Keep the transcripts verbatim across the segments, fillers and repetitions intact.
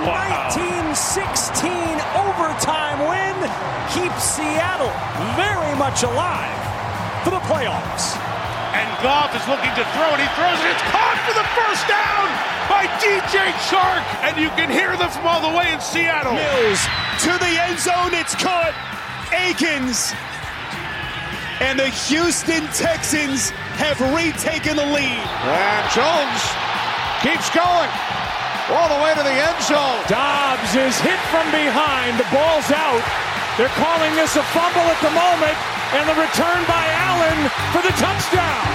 nineteen sixteen overtime win keeps Seattle very much alive for the playoffs. And Goff is looking to throw, and he throws it. It's caught for the first down by D J Chark. And you can hear them from all the way in Seattle. Mills to the end zone. It's caught. Akins. And the Houston Texans have retaken the lead. And Jones keeps going all the way to the end zone. Dobbs is hit from behind. The ball's out. They're calling this a fumble at the moment. And the return by Allen for the touchdown.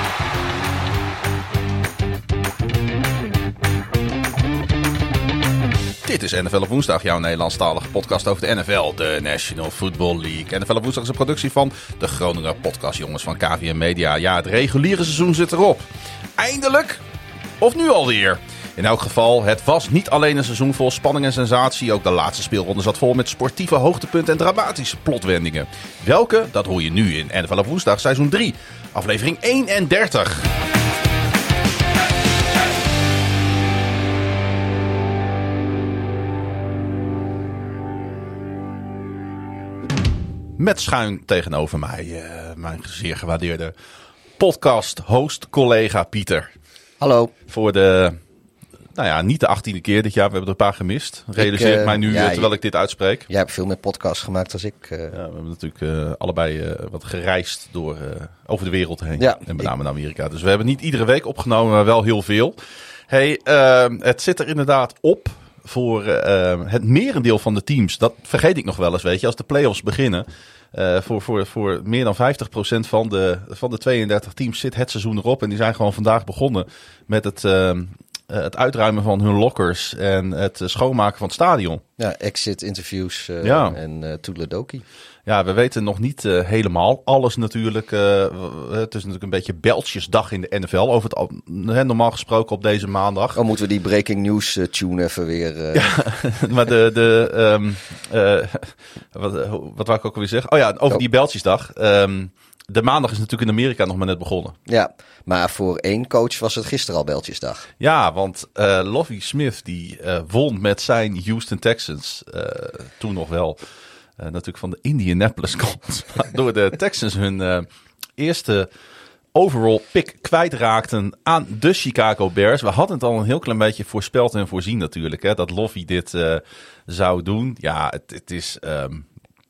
Dit is N F L op woensdag, jouw Nederlandstalige podcast over de N F L, de National Football League. N F L op woensdag is een productie van de Groninger podcastjongens van K V M Media. Ja, het reguliere seizoen zit erop. Eindelijk? Of nu alweer? In elk geval, het was niet alleen een seizoen vol spanning en sensatie. Ook de laatste speelronde zat vol met sportieve hoogtepunten en dramatische plotwendingen. Welke? Dat hoor je nu in N F L op woensdag, seizoen drie, aflevering eenendertig. Met schuin tegenover mij, uh, mijn zeer gewaardeerde podcast-host, collega Pieter. Hallo. Voor de... Nou ja, niet de achttiende keer dit jaar. We hebben er een paar gemist. Realiseer ik uh, mij nu ja, terwijl ik dit uitspreek. Jij hebt veel meer podcasts gemaakt dan ik. Uh... Ja, we hebben natuurlijk uh, allebei uh, wat gereisd door, uh, over de wereld heen. Ja, en met name in Amerika. Dus we hebben niet iedere week opgenomen, maar wel heel veel. Hey, uh, het zit er inderdaad op voor uh, het merendeel van de teams. Dat vergeet ik nog wel eens, weet je. Als de playoffs beginnen. Uh, voor, voor, voor meer dan vijftig procent van de, van de tweeëndertig teams zit het seizoen erop. En die zijn gewoon vandaag begonnen met het... Uh, Uh, het uitruimen van hun lockers en het uh, schoonmaken van het stadion. Ja, exit interviews uh, ja. en uh, toedeledokie. Ja, we weten nog niet uh, helemaal alles natuurlijk. Uh, het is natuurlijk een beetje Beltjesdag in de N F L. Over het, uh, normaal gesproken op deze maandag. Oh, moeten we die breaking news uh, tune even weer... Uh... Ja, maar de... de um, uh, wat, wat wou ik ook alweer zeggen? Oh ja, over oh. die Beltjesdag. Um, De maandag is natuurlijk in Amerika nog maar net begonnen. Ja, maar voor één coach was het gisteren al Beltjesdag. Ja, want uh, Lovie Smith die uh, won met zijn Houston Texans. Uh, toen nog wel uh, natuurlijk van de Indianapolis Colts. Door de Texans hun uh, eerste overall pick kwijtraakten aan de Chicago Bears. We hadden het al een heel klein beetje voorspeld en voorzien natuurlijk. Hè, dat Lovie dit uh, zou doen. Ja, het, het is... Um,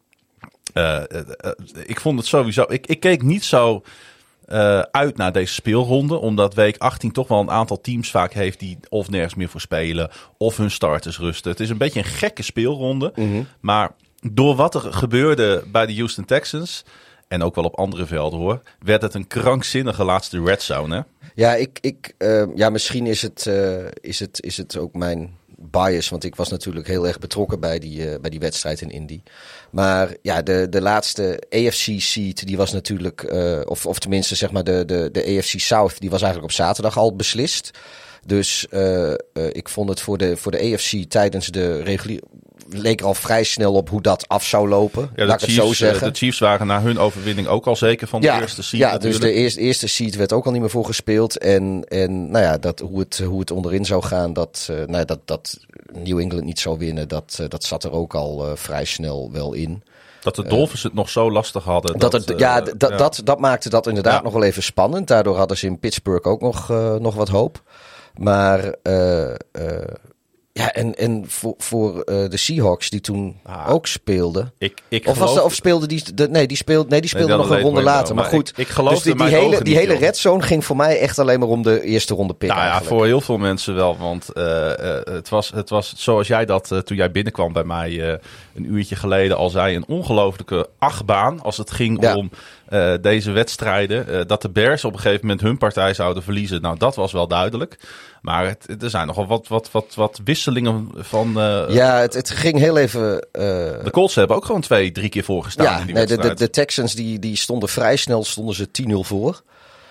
Uh, uh, uh, ik vond het sowieso... Ik, ik keek niet zo uh, uit naar deze speelronde. Omdat week achttien toch wel een aantal teams vaak heeft die of nergens meer voor spelen. Of hun starters rusten. Het is een beetje een gekke speelronde. Mm-hmm. Maar door wat er gebeurde bij de Houston Texans... en ook wel op andere velden hoor... werd het een krankzinnige laatste red zone. Hè? Ja, ik, ik, uh, ja, misschien is het, uh, is, het, is het ook mijn... bias, want ik was natuurlijk heel erg betrokken bij die, uh, bij die wedstrijd in Indy. Maar ja, de, de laatste A F C seed, die was natuurlijk, uh, of, of tenminste zeg maar de, de, de A F C South, die was eigenlijk op zaterdag al beslist. Dus uh, uh, ik vond het voor de, voor de A F C tijdens de reguliere... leek er al vrij snel op hoe dat af zou lopen. Ja, laat ik Chiefs, het zo zeggen. De Chiefs waren na hun overwinning ook al zeker van de ja, eerste seed. Ja, natuurlijk. Dus de eerste, eerste seed werd ook al niet meer voor gespeeld. En, en nou ja, dat, hoe, het, hoe het onderin zou gaan, dat, uh, nou ja, dat, dat New England niet zou winnen, dat, uh, dat zat er ook al uh, vrij snel wel in. Dat de Dolphins uh, het nog zo lastig hadden. Dat dat, het, ja, uh, d- ja. Dat, dat maakte dat inderdaad ja. nog wel even spannend. Daardoor hadden ze in Pittsburgh ook nog, uh, nog wat hoop. Maar... Uh, uh, Ja, en, en voor, voor uh, de Seahawks die toen ah, ook speelden. Ik, ik of, geloof... was de, of speelde die... De, nee, die speelde, nee, die speelde nee, nog een ronde later. Maar, maar goed, ik, ik geloof dus die, die hele, die hele red zone ging voor mij echt alleen maar om de eerste ronde pick. Nou eigenlijk. Ja, voor heel veel mensen wel. Want uh, uh, het, was, het was zoals jij dat uh, toen jij binnenkwam bij mij uh, een uurtje geleden al zei. Een ongelofelijke achtbaan als het ging ja. om uh, deze wedstrijden. Uh, dat de Bears op een gegeven moment hun partij zouden verliezen. Nou, dat was wel duidelijk. Maar het, er zijn nogal wat, wat, wat, wat wisselingen van... Uh, ja, het, het ging heel even... Uh, de Colts hebben ook gewoon twee, drie keer voorgestaan ja, in die nee, de, wedstrijd. De, de Texans die, die stonden vrij snel stonden ze tien nul voor.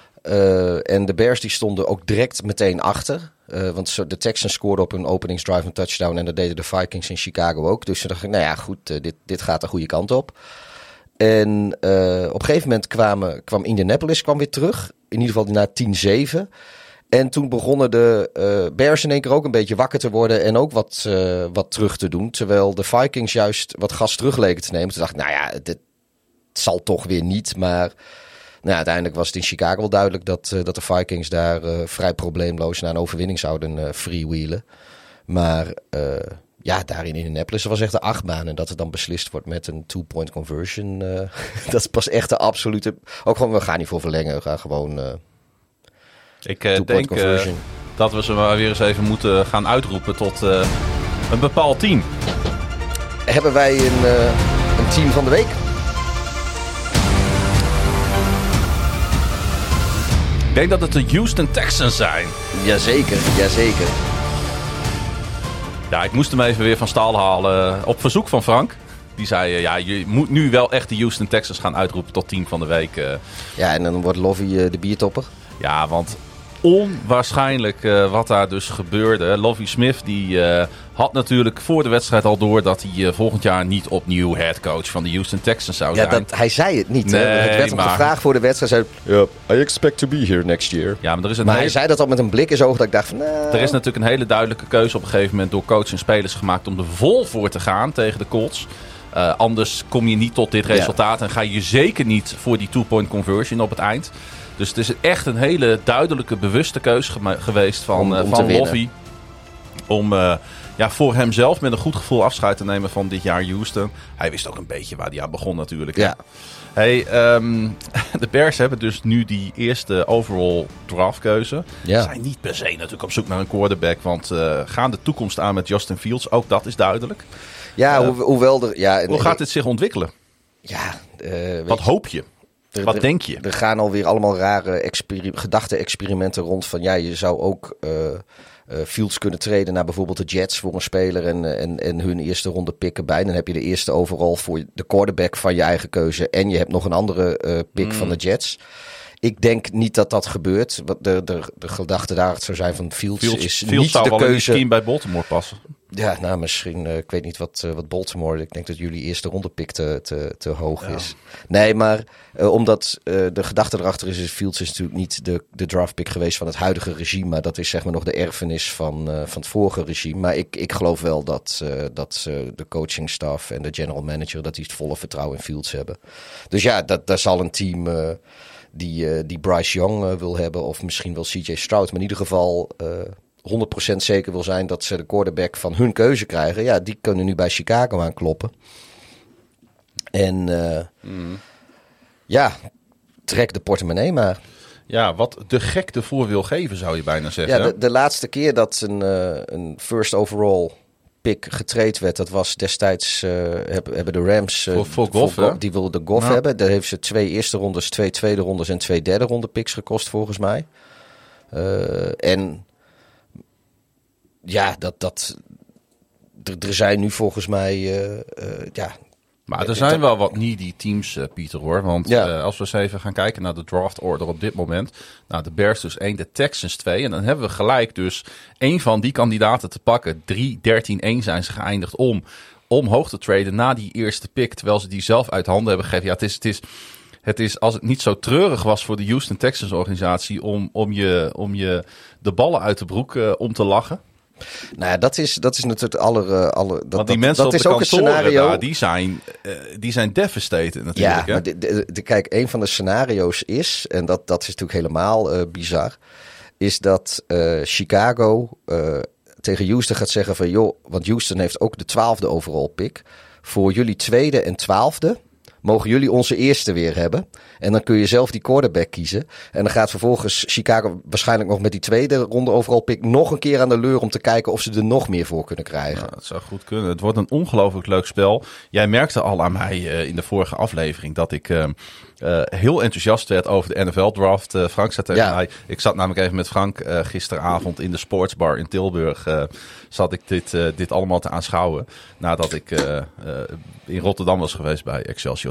Uh, en de Bears die stonden ook direct meteen achter. Uh, want de Texans scoorden op hun openingsdrive een touchdown. En dat deden de Vikings in Chicago ook. Dus ze dachten, nou ja, goed, uh, dit, dit gaat de goede kant op. En uh, op een gegeven moment kwamen, kwam Indianapolis kwam weer terug. In ieder geval na tien zeven. En toen begonnen de uh, Bears in één keer ook een beetje wakker te worden en ook wat, uh, wat terug te doen. Terwijl de Vikings juist wat gas terug leken te nemen. Toen dacht ik, nou ja, dit zal toch weer niet. Maar nou ja, uiteindelijk was het in Chicago wel duidelijk dat, uh, dat de Vikings daar uh, vrij probleemloos naar een overwinning zouden uh, freewheelen. Maar uh, ja, daar in Indianapolis was echt de achtbaan. En dat het dan beslist wordt met een two-point conversion. Uh, dat is pas echt de absolute... Ook gewoon, we gaan niet voor verlengen. We gaan gewoon... Uh, Ik uh, denk uh, dat we ze maar weer eens even moeten gaan uitroepen tot uh, een bepaald team. Hebben wij een, uh, een team van de week? Ik denk dat het de Houston Texans zijn. Jazeker, jazeker. Ja, ik moest hem even weer van stal halen op verzoek van Frank. Die zei, uh, ja, je moet nu wel echt de Houston Texans gaan uitroepen tot team van de week. Uh. Ja, en dan wordt Lovie uh, de biertopper. Ja, want onwaarschijnlijk uh, wat daar dus gebeurde. Lovie Smith die uh, had natuurlijk voor de wedstrijd al door dat hij uh, volgend jaar niet opnieuw headcoach van de Houston Texans zou ja, zijn. Dat, hij zei het niet. Nee, hè? Het werd hem maar... gevraagd voor de wedstrijd. Zei, yep, I expect to be here next year. Ja, maar er is een maar hele... hij zei dat al met een blik in zijn oog dat ik dacht van... Nou... Er is natuurlijk een hele duidelijke keuze op een gegeven moment door coach en spelers gemaakt om er vol voor te gaan tegen de Colts. Uh, anders kom je niet tot dit resultaat ja. en ga je zeker niet voor die two-point conversion op het eind. Dus het is echt een hele duidelijke, bewuste keuze ge- geweest van, om, om uh, van Lovie. Om uh, ja, voor hemzelf met een goed gevoel afscheid te nemen van dit jaar Houston. Hij wist ook een beetje waar hij aan begon natuurlijk. Ja. Hey, um, de Bears hebben dus nu die eerste overall draftkeuze. Ja. Ze zijn niet per se natuurlijk op zoek naar een quarterback. Want uh, gaan de toekomst aan met Justin Fields. Ook dat is duidelijk. Ja, uh, ho- hoewel er... Ja, hoe gaat dit zich ontwikkelen? Ja, uh, Wat je, hoop je? er, Wat er, denk je? Er gaan alweer allemaal rare experi- gedachte-experimenten rond van... Ja, je zou ook uh, uh, Fields kunnen treden naar bijvoorbeeld de Jets voor een speler... en, en, en hun eerste ronde pikken bij. Dan heb je de eerste overall voor de quarterback van je eigen keuze... en je hebt nog een andere uh, pick mm. van de Jets... Ik denk niet dat dat gebeurt. De, de, de gedachte daar zou zijn van Fields, Fields is Fields niet zou de wel keuze. Misschien bij Baltimore passen. Ja, nou misschien. Uh, ik weet niet wat, uh, wat Baltimore. Ik denk dat jullie eerste ronde pick te, te, te hoog ja. is. Nee, maar uh, omdat uh, de gedachte erachter is, is Fields is natuurlijk niet de, de draft pick geweest van het huidige regime, maar dat is zeg maar nog de erfenis van, uh, van het vorige regime. Maar ik, ik geloof wel dat, uh, dat uh, de coaching staff en de general manager dat die het volle vertrouwen in Fields hebben. Dus ja, dat, daar zal een team uh, die, uh, die Bryce Young uh, wil hebben of misschien wel C J Stroud, maar in ieder geval uh, honderd procent zeker wil zijn dat ze de quarterback van hun keuze krijgen. Ja, die kunnen nu bij Chicago aankloppen. En uh, mm. ja, trek de portemonnee maar. Ja, wat de gek ervoor wil geven, zou je bijna zeggen. Ja, de, de laatste keer dat een, uh, een first overall pick getraind werd, dat was destijds, uh, hebben, hebben de Rams, uh, voor, voor Goff, voor Goff, die wilden de Goff ja. hebben. Daar heeft ze twee eerste rondes, twee tweede rondes en twee derde ronde picks gekost volgens mij. Uh, en ja, dat, dat er, er zijn nu volgens mij, uh, uh, ja... Maar er zijn wel wat needy teams, uh, Pieter, hoor. Want ja. uh, als we eens even gaan kijken naar de draft order op dit moment. Nou, de Bears dus één, de Texans twee. En dan hebben we gelijk dus één van die kandidaten te pakken. drie dertien één zijn ze geëindigd om omhoog te traden na die eerste pick. Terwijl ze die zelf uit handen hebben gegeven. Ja, het is... Het is Het is, als het niet zo treurig was voor de Houston Texans organisatie om, om, je, om je de ballen uit de broek uh, om te lachen. Nou ja, dat is, dat is natuurlijk alle... Uh, alle dat, Want die dat, mensen dat op is de ook het scenario. Daar, die zijn, uh, die zijn devastated natuurlijk. Ja, hè? maar de, de, de, kijk, een van de scenario's is, en dat, dat is natuurlijk helemaal uh, bizar, is dat uh, Chicago uh, tegen Houston gaat zeggen van, joh, want Houston heeft ook de twaalfde overall pick. Voor jullie tweede en twaalfde mogen jullie onze eerste weer hebben. En dan kun je zelf die quarterback kiezen. En dan gaat vervolgens Chicago waarschijnlijk nog met die tweede ronde overall pick nog een keer aan de leur om te kijken of ze er nog meer voor kunnen krijgen. Ja, dat zou goed kunnen. Het wordt een ongelooflijk leuk spel. Jij merkte al aan mij uh, in de vorige aflevering dat ik uh, uh, heel enthousiast werd over de N F L-draft. Uh, Frank zat tegen ja. mij. Ik zat namelijk even met Frank uh, gisteravond in de sportsbar in Tilburg. Uh, zat ik dit, uh, dit allemaal te aanschouwen. Nadat ik uh, uh, in Rotterdam was geweest bij Excelsior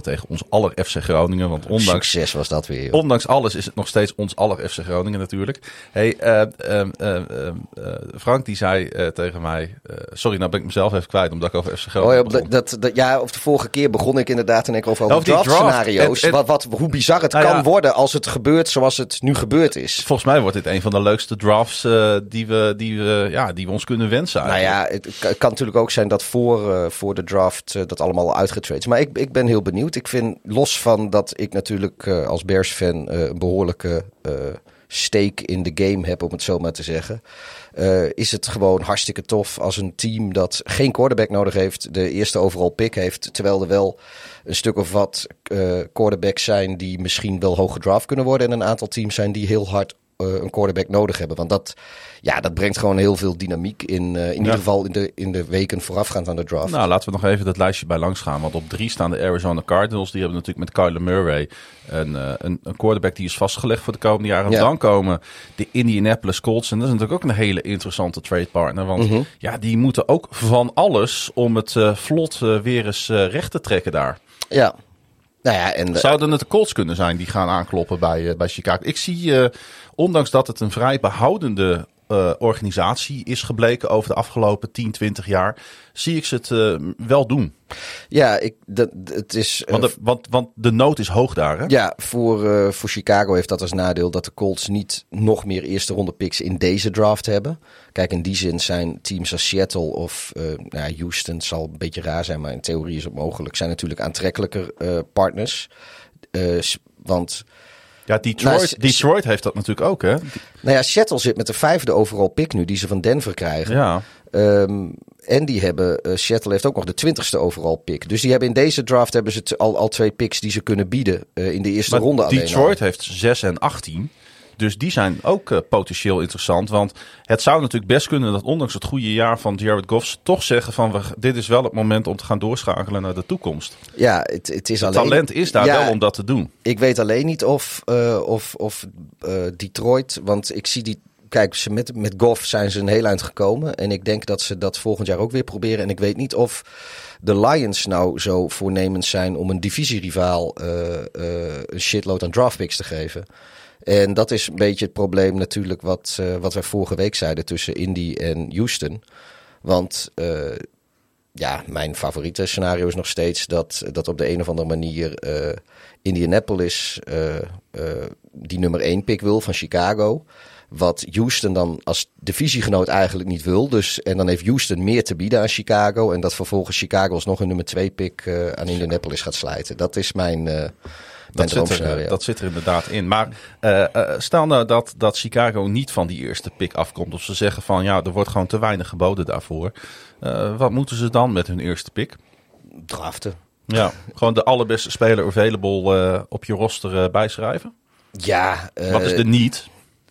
tegen ons aller F C Groningen. Want ondanks, Succes was dat weer. Joh. Ondanks alles is het nog steeds ons aller F C Groningen natuurlijk. Hey, uh, uh, uh, uh, Frank die zei uh, tegen mij... Uh, sorry, nou ben ik mezelf even kwijt omdat ik over F C Groningen oh, ja, begon. dat, dat, ja, of de vorige keer begon ik inderdaad te denken over, over, over draft scenario's. En, en, wat, wat, hoe bizar het nou kan ja, worden als het gebeurt zoals het nu gebeurd is. Volgens mij wordt dit een van de leukste drafts uh, die, we, die, we, ja, die we ons kunnen wensen. Eigenlijk. Nou ja, het, het kan natuurlijk ook zijn dat voor, uh, voor de draft uh, dat allemaal uitgetraind is. Maar ik, ik ben heel benieuwd. Ik vind, los van dat ik natuurlijk uh, als Bears-fan uh, een behoorlijke uh, stake in de game heb, om het zo maar te zeggen. Uh, is het gewoon hartstikke tof als een team dat geen quarterback nodig heeft, de eerste overall pick heeft, terwijl er wel een stuk of wat uh, quarterbacks zijn die misschien wel hoog gedraft kunnen worden en een aantal teams zijn die heel hard uh, een quarterback nodig hebben. Want dat, ja, dat brengt gewoon heel veel dynamiek in, uh, in ja. ieder geval in de, in de weken voorafgaand aan de draft. Nou, laten we nog even dat lijstje bij langs gaan. Want op drie staan de Arizona Cardinals. Die hebben natuurlijk met Kyler Murray een, uh, een, een quarterback die is vastgelegd voor de komende jaren. Ja. Dan komen de Indianapolis Colts. En dat is natuurlijk ook een hele interessante trade partner. Want mm-hmm. ja, die moeten ook van alles om het uh, vlot uh, weer eens uh, recht te trekken daar. Ja. Nou ja, en de... Zouden het de Colts kunnen zijn die gaan aankloppen bij, uh, bij Chicago? Ik zie, uh, ondanks dat het een vrij behoudende uh, organisatie is gebleken over de afgelopen tien, twintig jaar, zie ik ze het uh, wel doen. Ja, ik, dat, het is... Uh, want, de, want, want de nood is hoog daar, hè? Ja, voor, uh, voor Chicago heeft dat als nadeel dat de Colts niet nog meer eerste ronde picks in deze draft hebben. Kijk, in die zin zijn teams als Seattle of uh, nou, Houston, zal een beetje raar zijn, maar in theorie is het mogelijk, zijn natuurlijk aantrekkelijker uh, partners. Uh, want... Ja, Detroit, nou, Detroit heeft dat natuurlijk ook, hè? Nou ja, Seattle zit met de vijfde overall pick nu, die ze van Denver krijgen. Ja. Um, en die hebben, uh, Seattle heeft ook nog de twintigste overall pick. Dus die hebben in deze draft hebben ze t- al, al twee picks die ze kunnen bieden uh, in de eerste maar ronde alleen. Detroit heeft zes en achttien. Dus die zijn ook uh, potentieel interessant. Want het zou natuurlijk best kunnen dat ondanks het goede jaar van Jared Goff ze toch zeggen van we, dit is wel het moment om te gaan doorschakelen naar de toekomst. Ja, het, het is het alleen... talent is daar ja, wel om dat te doen. Ik weet alleen niet of, uh, of, of uh, Detroit, want ik zie die... Kijk, ze met, met Goff zijn ze een heel eind gekomen. En ik denk dat ze dat volgend jaar ook weer proberen. En ik weet niet of de Lions nou zo voornemens zijn om een divisierivaal uh, uh, een shitload aan draftpicks te geven. En dat is een beetje het probleem natuurlijk wat, uh, wat wij vorige week zeiden tussen Indy en Houston. Want uh, ja, mijn favoriete scenario is nog steeds dat, dat op de een of andere manier uh, Indianapolis uh, uh, die nummer één pick wil van Chicago. Wat Houston dan als divisiegenoot eigenlijk niet wil. Dus, en dan heeft Houston meer te bieden aan Chicago. En dat vervolgens Chicago alsnog een nummer twee pick uh, aan Indianapolis gaat slijten. Dat is mijn... Uh, Dat zit, er, dat zit er inderdaad in. Maar uh, uh, stel nou dat, dat Chicago niet van die eerste pick afkomt. Of ze zeggen van ja, er wordt gewoon te weinig geboden daarvoor. Uh, wat moeten ze dan met hun eerste pick? Draften. Ja, gewoon de allerbeste speler available uh, op je roster uh, bijschrijven? Ja. Uh, wat is de need?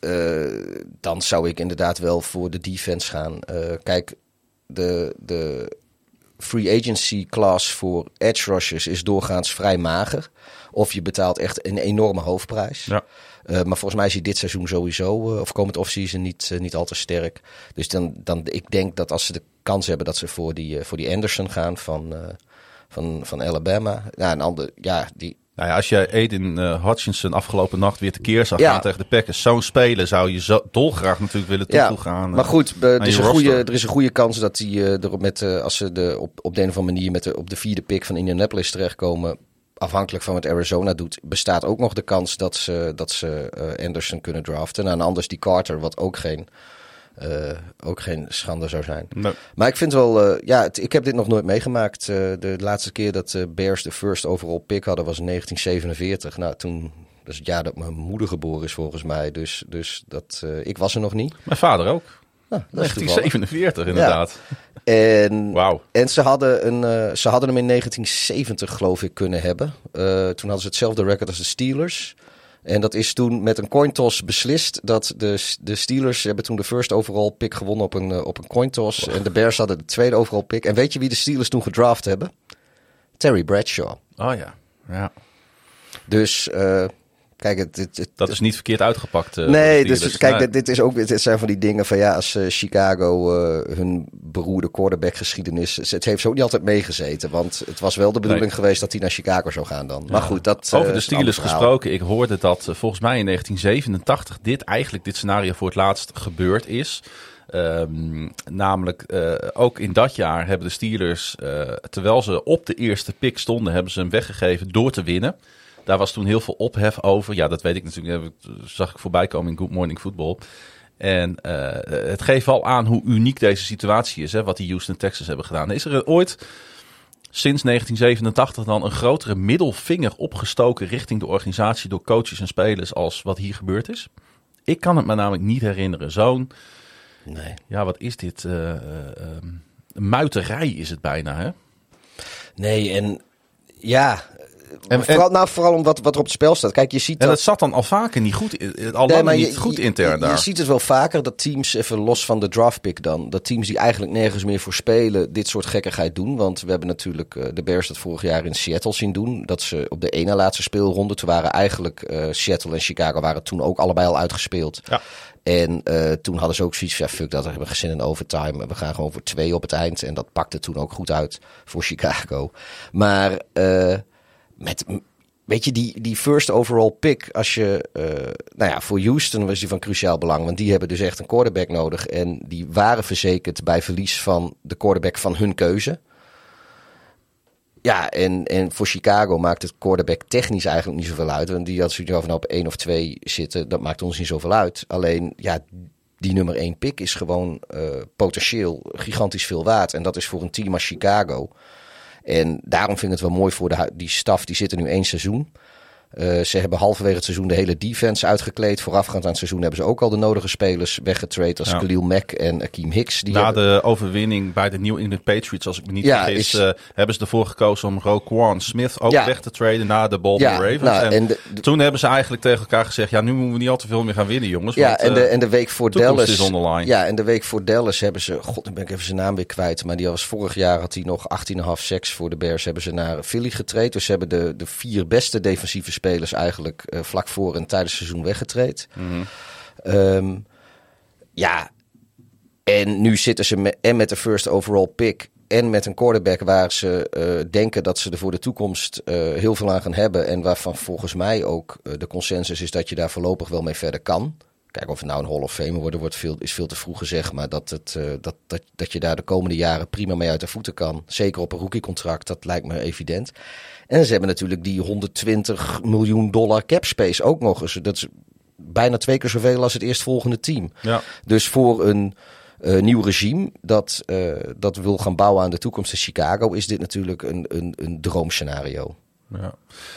Uh, dan zou ik inderdaad wel voor de defense gaan. Uh, kijk, de... de free agency class voor edge rushers is doorgaans vrij mager. Of je betaalt echt een enorme hoofdprijs. Ja. Uh, maar volgens mij is hij dit seizoen sowieso, uh, of komend offseason, niet, uh, niet al te sterk. Dus dan, dan, ik denk dat als ze de kans hebben dat ze voor die, uh, voor die Anderson gaan van, uh, van, van Alabama. Ja, een ander, ja, die... Nou ja, als je Aiden uh, Hutchinson afgelopen nacht weer tekeer zag ja. gaan tegen de Packers, zo'n speler zou je zo dolgraag natuurlijk willen toevoegen ja, aan. Uh, maar goed, uh, er, is een goede, er is een goede kans dat die uh, er met, uh, als ze de, op, op de een of andere manier met de, op de vierde pick van Indianapolis terechtkomen, afhankelijk van wat Arizona doet, bestaat ook nog de kans dat ze, dat ze uh, Anderson kunnen draften. En anders die Carter, wat ook geen... Uh, ook geen schande zou zijn. Nee. Maar ik vind wel... Uh, ja, het, ik heb dit nog nooit meegemaakt. Uh, de laatste keer dat de uh, Bears de first overall pick hadden was in negentien zevenenveertig. Nou, toen... Dat is het jaar dat mijn moeder geboren is volgens mij. Dus, dus dat, uh, ik was er nog niet. Mijn vader ook. Ah, negentien zevenenveertig inderdaad. Ja. En, wow. en ze, hadden een, uh, ze hadden hem in negentien zeventig geloof ik kunnen hebben. Uh, toen hadden ze hetzelfde record als de Steelers. En dat is toen met een coin toss beslist dat de, de Steelers hebben toen de first overall pick gewonnen op een, uh, op een coin toss. Oh. En de Bears hadden de tweede overall pick. En weet je wie de Steelers toen gedraft hebben? Terry Bradshaw. Oh ja, ja. Dus uh, kijk, het, het, het, dat is niet verkeerd uitgepakt. Uh, nee, dus kijk, nee. dit, dit is ook, dit zijn van die dingen van ja, als uh, Chicago uh, hun beroerde quarterback-geschiedenis, het heeft zo niet altijd meegezeten, want het was wel de bedoeling nee. geweest dat hij naar Chicago zou gaan dan. Maar ja. goed, dat over uh, de Steelers gesproken, ik hoorde dat uh, volgens mij in negentien zevenentachtig dit eigenlijk dit scenario voor het laatst gebeurd is. Um, namelijk uh, ook in dat jaar hebben de Steelers, uh, terwijl ze op de eerste pick stonden, hebben ze hem weggegeven door te winnen. Daar was toen heel veel ophef over. Ja, dat weet ik natuurlijk. Dat zag ik voorbij komen in Good Morning Football. En uh, het geeft wel aan hoe uniek deze situatie is. Hè, wat die Houston Texans hebben gedaan. Is er ooit sinds negentien zevenentachtig dan een grotere middelvinger opgestoken richting de organisatie door coaches en spelers als wat hier gebeurd is? Ik kan het me namelijk niet herinneren. Zo'n, nee. ja, wat is dit? Uh, uh, um, muiterij is het bijna, hè? Nee, en ja... En, vooral, nou, vooral om wat, wat er op het spel staat. Kijk, je ziet en dat... het zat dan al vaker niet goed, al nee, maar niet je, goed intern je, daar. Je ziet het wel vaker dat teams, even los van de draftpick dan, dat teams die eigenlijk nergens meer voor spelen, dit soort gekkigheid doen. Want we hebben natuurlijk uh, de Bears dat vorig jaar in Seattle zien doen. Dat ze op de ene laatste speelronde, toen waren eigenlijk uh, Seattle en Chicago waren toen ook allebei al uitgespeeld. Ja. En uh, toen hadden ze ook zoiets van, ja, fuck dat, we hebben geen zin in overtime. We gaan gewoon voor twee op het eind. En dat pakte toen ook goed uit voor Chicago. Maar uh, met... Weet je, die, die first overall pick, als je, uh, nou ja, voor Houston was die van cruciaal belang. Want die hebben dus echt een quarterback nodig. En die waren verzekerd bij verlies van de quarterback van hun keuze. Ja, en, en voor Chicago maakt het quarterback technisch eigenlijk niet zoveel uit. Want die had zoiets van, nou, op één of twee zitten, dat maakt ons niet zoveel uit. Alleen, ja, die nummer één pick is gewoon uh, potentieel gigantisch veel waard. En dat is voor een team als Chicago. En daarom vind ik het wel mooi voor de, die staf. Die zitten nu één seizoen. Uh, ze hebben halverwege het seizoen de hele defense uitgekleed. Voorafgaand aan het seizoen hebben ze ook al de nodige spelers weggetraind. Als ja. Khalil Mack en Akeem Hicks. Die Na hebben... de overwinning bij de New England Patriots, als ik me niet ja, vergis, is... uh, hebben ze ervoor gekozen om Roquan Smith ook ja. weg te traden na de Baltimore ja, Ravens. Nou, en en de, de... toen hebben ze eigenlijk tegen elkaar gezegd, ja, nu moeten we niet al te veel meer gaan winnen, jongens. Ja, want, en, de, uh, en de week voor Dallas. Is on the line. Ja, en de week voor Dallas hebben ze, god, dan ben ik even zijn naam weer kwijt. Maar die was vorig jaar had hij nog achttien komma vijf sacks voor de Bears. Hebben ze naar Philly getraind. Dus ze hebben de, de vier beste defensieve spelers eigenlijk Uh, vlak voor en tijdens het seizoen weggetraind. Mm-hmm. Um, ja, en nu zitten ze met, en met de first overall pick en met een quarterback waar ze uh, denken dat ze er voor de toekomst uh, heel veel aan gaan hebben. En waarvan volgens mij ook uh, de consensus is dat je daar voorlopig wel mee verder kan. Kijk, of het nou een Hall of Fame wordt, wordt veel, is veel te vroeg gezegd. Maar dat, het, uh, dat, dat, dat je daar de komende jaren prima mee uit de voeten kan. Zeker op een rookiecontract, dat lijkt me evident. En ze hebben natuurlijk die honderdtwintig miljoen dollar cap space ook nog eens. Dat is bijna twee keer zoveel als het eerstvolgende team. Ja. Dus voor een uh, nieuw regime dat, uh, dat wil gaan bouwen aan de toekomst in Chicago, is dit natuurlijk een, een, een droomscenario. Ja.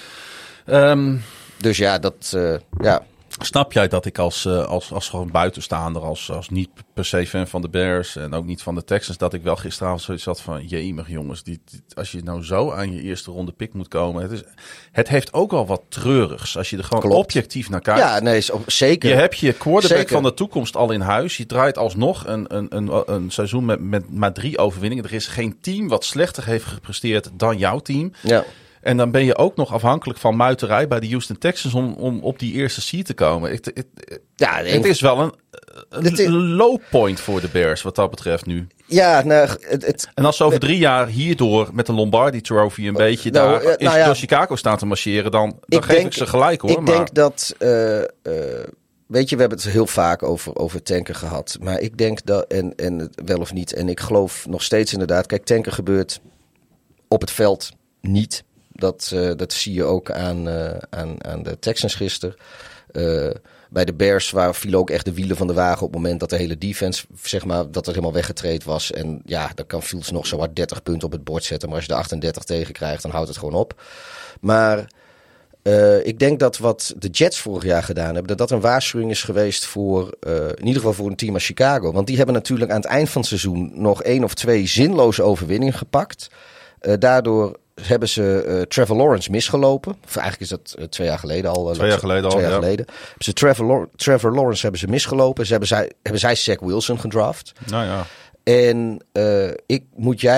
Um... Dus ja, dat... Uh, ja. Snap jij dat ik als, uh, als, als gewoon buitenstaander, als, als niet per se fan van de Bears en ook niet van de Texans, dat ik wel gisteravond zoiets had van, jemig jongens, die, die, als je nou zo aan je eerste ronde pick moet komen. Het, is, het heeft ook wel wat treurigs als je er gewoon Klopt. objectief naar kijkt. Ja, nee, zeker. Je hebt je quarterback zeker. van de toekomst al in huis. Je draait alsnog een, een, een, een seizoen met, met maar drie overwinningen. Er is geen team wat slechter heeft gepresteerd dan jouw team. Ja. En dan ben je ook nog afhankelijk van muiterij bij de Houston Texans om, om op die eerste seed te komen. Het, het, ja, het is wel een, een is... low point voor de Bears wat dat betreft nu. Ja, nou, het, het, en als ze over drie jaar hierdoor met de Lombardi Trophy een beetje nou, daar nou, nou, ja, door Chicago staan te marcheren, dan, dan ik geef denk, ik ze gelijk hoor. Ik maar... denk dat... Uh, uh, Weet je, we hebben het heel vaak over, over tanken gehad. Maar ik denk dat, en, en wel of niet, en ik geloof nog steeds inderdaad, kijk, tanken gebeurt op het veld niet. Dat, uh, dat zie je ook aan, uh, aan, aan de Texans gisteren. Uh, bij de Bears waar vielen ook echt de wielen van de wagen op het moment dat de hele defense, zeg maar, dat er helemaal weggetraind was. En ja, dan kan Fields nog zo hard dertig punten op het bord zetten. Maar als je de achtendertig tegen krijgt, dan houdt het gewoon op. Maar uh, ik denk dat wat de Jets vorig jaar gedaan hebben, dat dat een waarschuwing is geweest voor, uh, in ieder geval voor een team als Chicago. Want die hebben natuurlijk aan het eind van het seizoen nog één of twee zinloze overwinningen gepakt. Uh, daardoor hebben ze uh, Trevor Lawrence misgelopen. Of eigenlijk is dat uh, twee jaar geleden al. Uh, twee jaar geleden al, twee jaar ja. geleden. Hebben ze Trevor, Lawrence, Trevor Lawrence hebben ze misgelopen. Ze hebben zij, hebben zij Zach Wilson gedraft. Nou ja. En uh, ik moet jij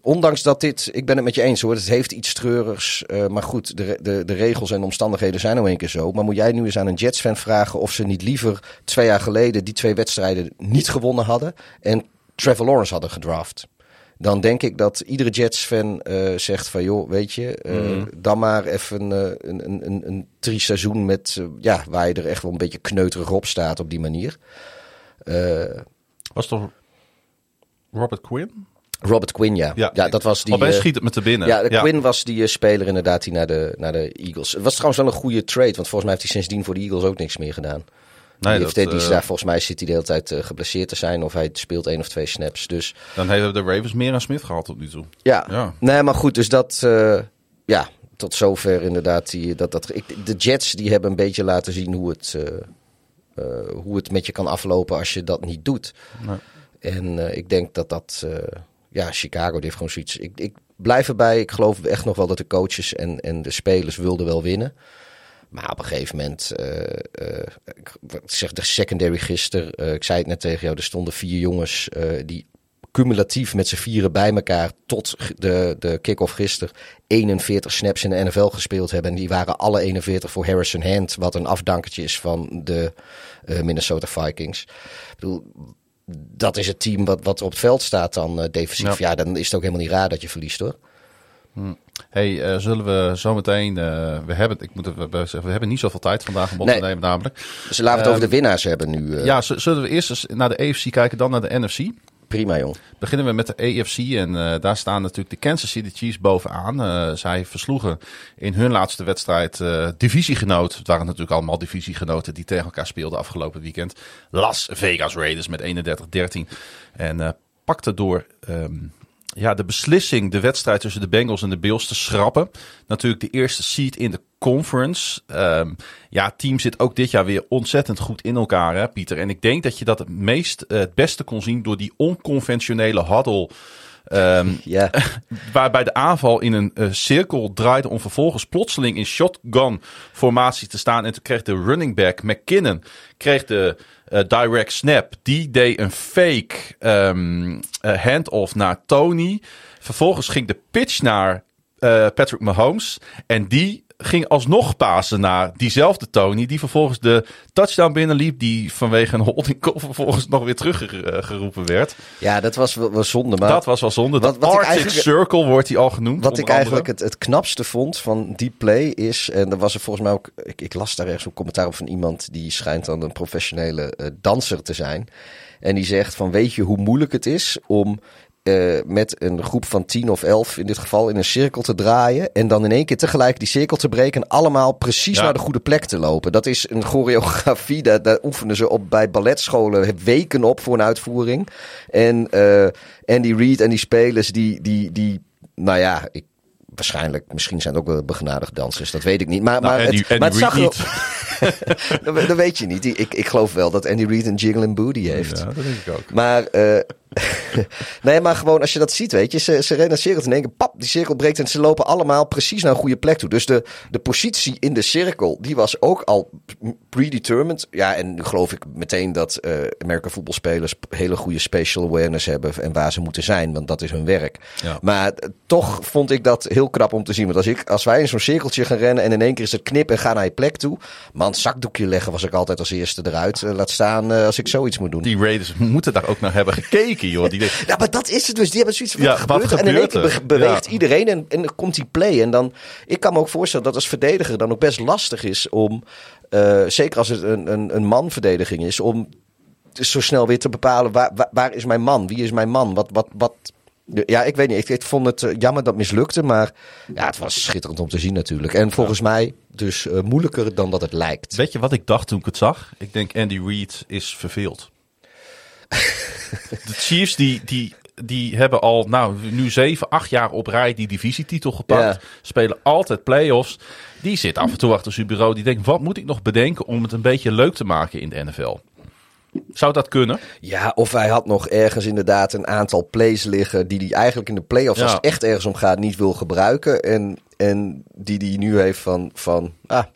ondanks dat dit, ik ben het met je eens hoor, het heeft iets treurigs. Uh, maar goed, de, de, de regels en de omstandigheden zijn nou een keer zo. Maar moet jij nu eens aan een Jets-fan vragen of ze niet liever twee jaar geleden die twee wedstrijden niet gewonnen hadden en Trevor Lawrence hadden gedraft? Dan denk ik dat iedere Jets-fan uh, zegt van joh, weet je, uh, mm. dan maar even uh, een, een, een, een triest seizoen met, uh, ja, waar je er echt wel een beetje kneuterig op staat op die manier. Uh, Was toch Robert Quinn? Robert Quinn, ja. Ja, ja dat was die. Opeens schiet het me te binnen. Ja, de ja. Quinn was die uh, speler inderdaad die naar de, naar de Eagles. Het was trouwens wel een goede trade, want volgens mij heeft hij sindsdien voor de Eagles ook niks meer gedaan. Nee, die, dat, heeft, die is daar, uh, volgens mij zit hij de hele tijd uh, geblesseerd te zijn of hij speelt één of twee snaps. Dus dan hebben de Ravens meer aan Smith gehad tot nu toe. Ja, ja. Nee, maar goed, dus dat, uh, ja, tot zover inderdaad. Die, dat, dat, ik, de Jets die hebben een beetje laten zien hoe het, uh, uh, hoe het met je kan aflopen als je dat niet doet. Nee. En uh, ik denk dat dat, uh, ja, Chicago die heeft gewoon zoiets. Ik, ik blijf erbij, ik geloof echt nog wel dat de coaches en, en de spelers wilden wel winnen. Maar op een gegeven moment, uh, uh, ik zeg de secondary gisteren, uh, ik zei het net tegen jou, er stonden vier jongens uh, die cumulatief met z'n vieren bij elkaar tot de, de kick-off gisteren eenenveertig snaps in de N F L gespeeld hebben. En die waren alle eenenveertig voor Harrison Hand, wat een afdankertje is van de uh, Minnesota Vikings. Ik bedoel, dat is het team wat, wat op het veld staat dan uh, defensief. Ja. ja, dan is het ook helemaal niet raar dat je verliest hoor. Hmm. Hey, uh, zullen we zometeen... Uh, we hebben, ik moet even zeggen, we hebben niet zoveel tijd vandaag om op nee. te nemen namelijk. Dus laten we het um, over de winnaars hebben nu. Uh... Ja, z- zullen we eerst eens naar de A F C kijken, dan naar de N F C? Prima, jong. Beginnen we met de A F C en uh, daar staan natuurlijk de Kansas City Chiefs bovenaan. Uh, zij versloegen in hun laatste wedstrijd uh, divisiegenoot. Het waren natuurlijk allemaal divisiegenoten die tegen elkaar speelden afgelopen weekend. Las Vegas Raiders met eenendertig dertien. En uh, pakte door... Um, Ja, de beslissing, de wedstrijd tussen de Bengals en de Bills te schrappen. Natuurlijk de eerste seed in de conference. Um, ja, het team zit ook dit jaar weer ontzettend goed in elkaar, hè, Pieter. En ik denk dat je dat het meest, uh, het beste kon zien door die onconventionele huddle. Um, yeah. Waarbij de aanval in een uh, cirkel draaide om vervolgens plotseling in shotgun formatie te staan. En toen kreeg de running back McKinnon kreeg de uh, direct snap. Die deed een fake um, uh, handoff naar Tony. Vervolgens ging de pitch naar uh, Patrick Mahomes. En die ging alsnog pasen naar diezelfde Tony, die vervolgens de touchdown binnenliep, die vanwege een holding call vervolgens nog weer teruggeroepen werd. Ja, dat was wel, wel zonde. Maar dat was wel zonde. Wat, wat Arctic eigenlijk, Circle wordt die al genoemd. Wat ik eigenlijk het, het knapste vond van die play is, en er was er volgens mij ook, ik, ik las daar ergens een commentaar op van iemand die schijnt dan een professionele uh, danser te zijn. En die zegt van, weet je hoe moeilijk het is om Uh, met een groep van tien of elf in dit geval in een cirkel te draaien en dan in één keer tegelijk die cirkel te breken en allemaal precies ja. naar de goede plek te lopen. Dat is een choreografie, daar, daar oefenen ze op bij balletscholen weken op voor een uitvoering. En uh, Andy Reid en die spelers die, die, die nou ja, ik, waarschijnlijk, misschien zijn het ook wel begenadigde dansers, dat weet ik niet. Maar, nou, maar Andy, het, Andy maar het zag niet. dat, dat weet je niet. Ik, ik geloof wel dat Andy Reid een jiggling booty heeft. Ja, dat denk ik ook. Maar uh, nee, maar gewoon als je dat ziet, weet je, ze, ze rennen een cirkel en denken, pap, die cirkel breekt en ze lopen allemaal precies naar een goede plek toe. Dus de, de positie in de cirkel, die was ook al predetermined. Ja, en nu geloof ik meteen dat uh, American voetbalspelers hele goede spatial awareness hebben en waar ze moeten zijn, want dat is hun werk. Ja. Maar uh, toch vond ik dat heel knap om te zien. Want als, ik, als wij in zo'n cirkeltje gaan rennen en in één keer is het knip en ga naar je plek toe, man, zakdoekje leggen was ik altijd als eerste eruit. Uh, laat staan uh, als ik zoiets moet doen. Die Raiders moeten daar ook naar hebben gekeken. Joh, die de... Ja, maar dat is het dus. Die hebben zoiets van, ja, wat gebeurt, wat en in één gebeurt keer be- beweegt ja. iedereen en, en dan komt die play. En dan, ik kan me ook voorstellen dat als verdediger dan ook best lastig is om, uh, zeker als het een, een, een man-verdediging is, om zo snel weer te bepalen, waar, waar, waar is mijn man? Wie is mijn man? Wat, wat, wat... Ja, ik weet niet. Ik, ik vond het uh, jammer dat het mislukte, maar ja, het was schitterend om te zien natuurlijk. En volgens ja. mij dus uh, moeilijker dan dat het lijkt. Weet je wat ik dacht toen ik het zag? Ik denk Andy Reid is verveeld. De Chiefs die, die, die hebben al nou, nu zeven, acht jaar op rij die divisietitel gepakt. Ja. Spelen altijd play-offs. Die zit af en toe achter zijn bureau. Die denkt, wat moet ik nog bedenken om het een beetje leuk te maken in de N F L? Zou dat kunnen? Ja, of hij had nog ergens inderdaad een aantal plays liggen die hij eigenlijk in de play-offs, ja. als het echt ergens om gaat, niet wil gebruiken. En, en die hij nu heeft van, van ah,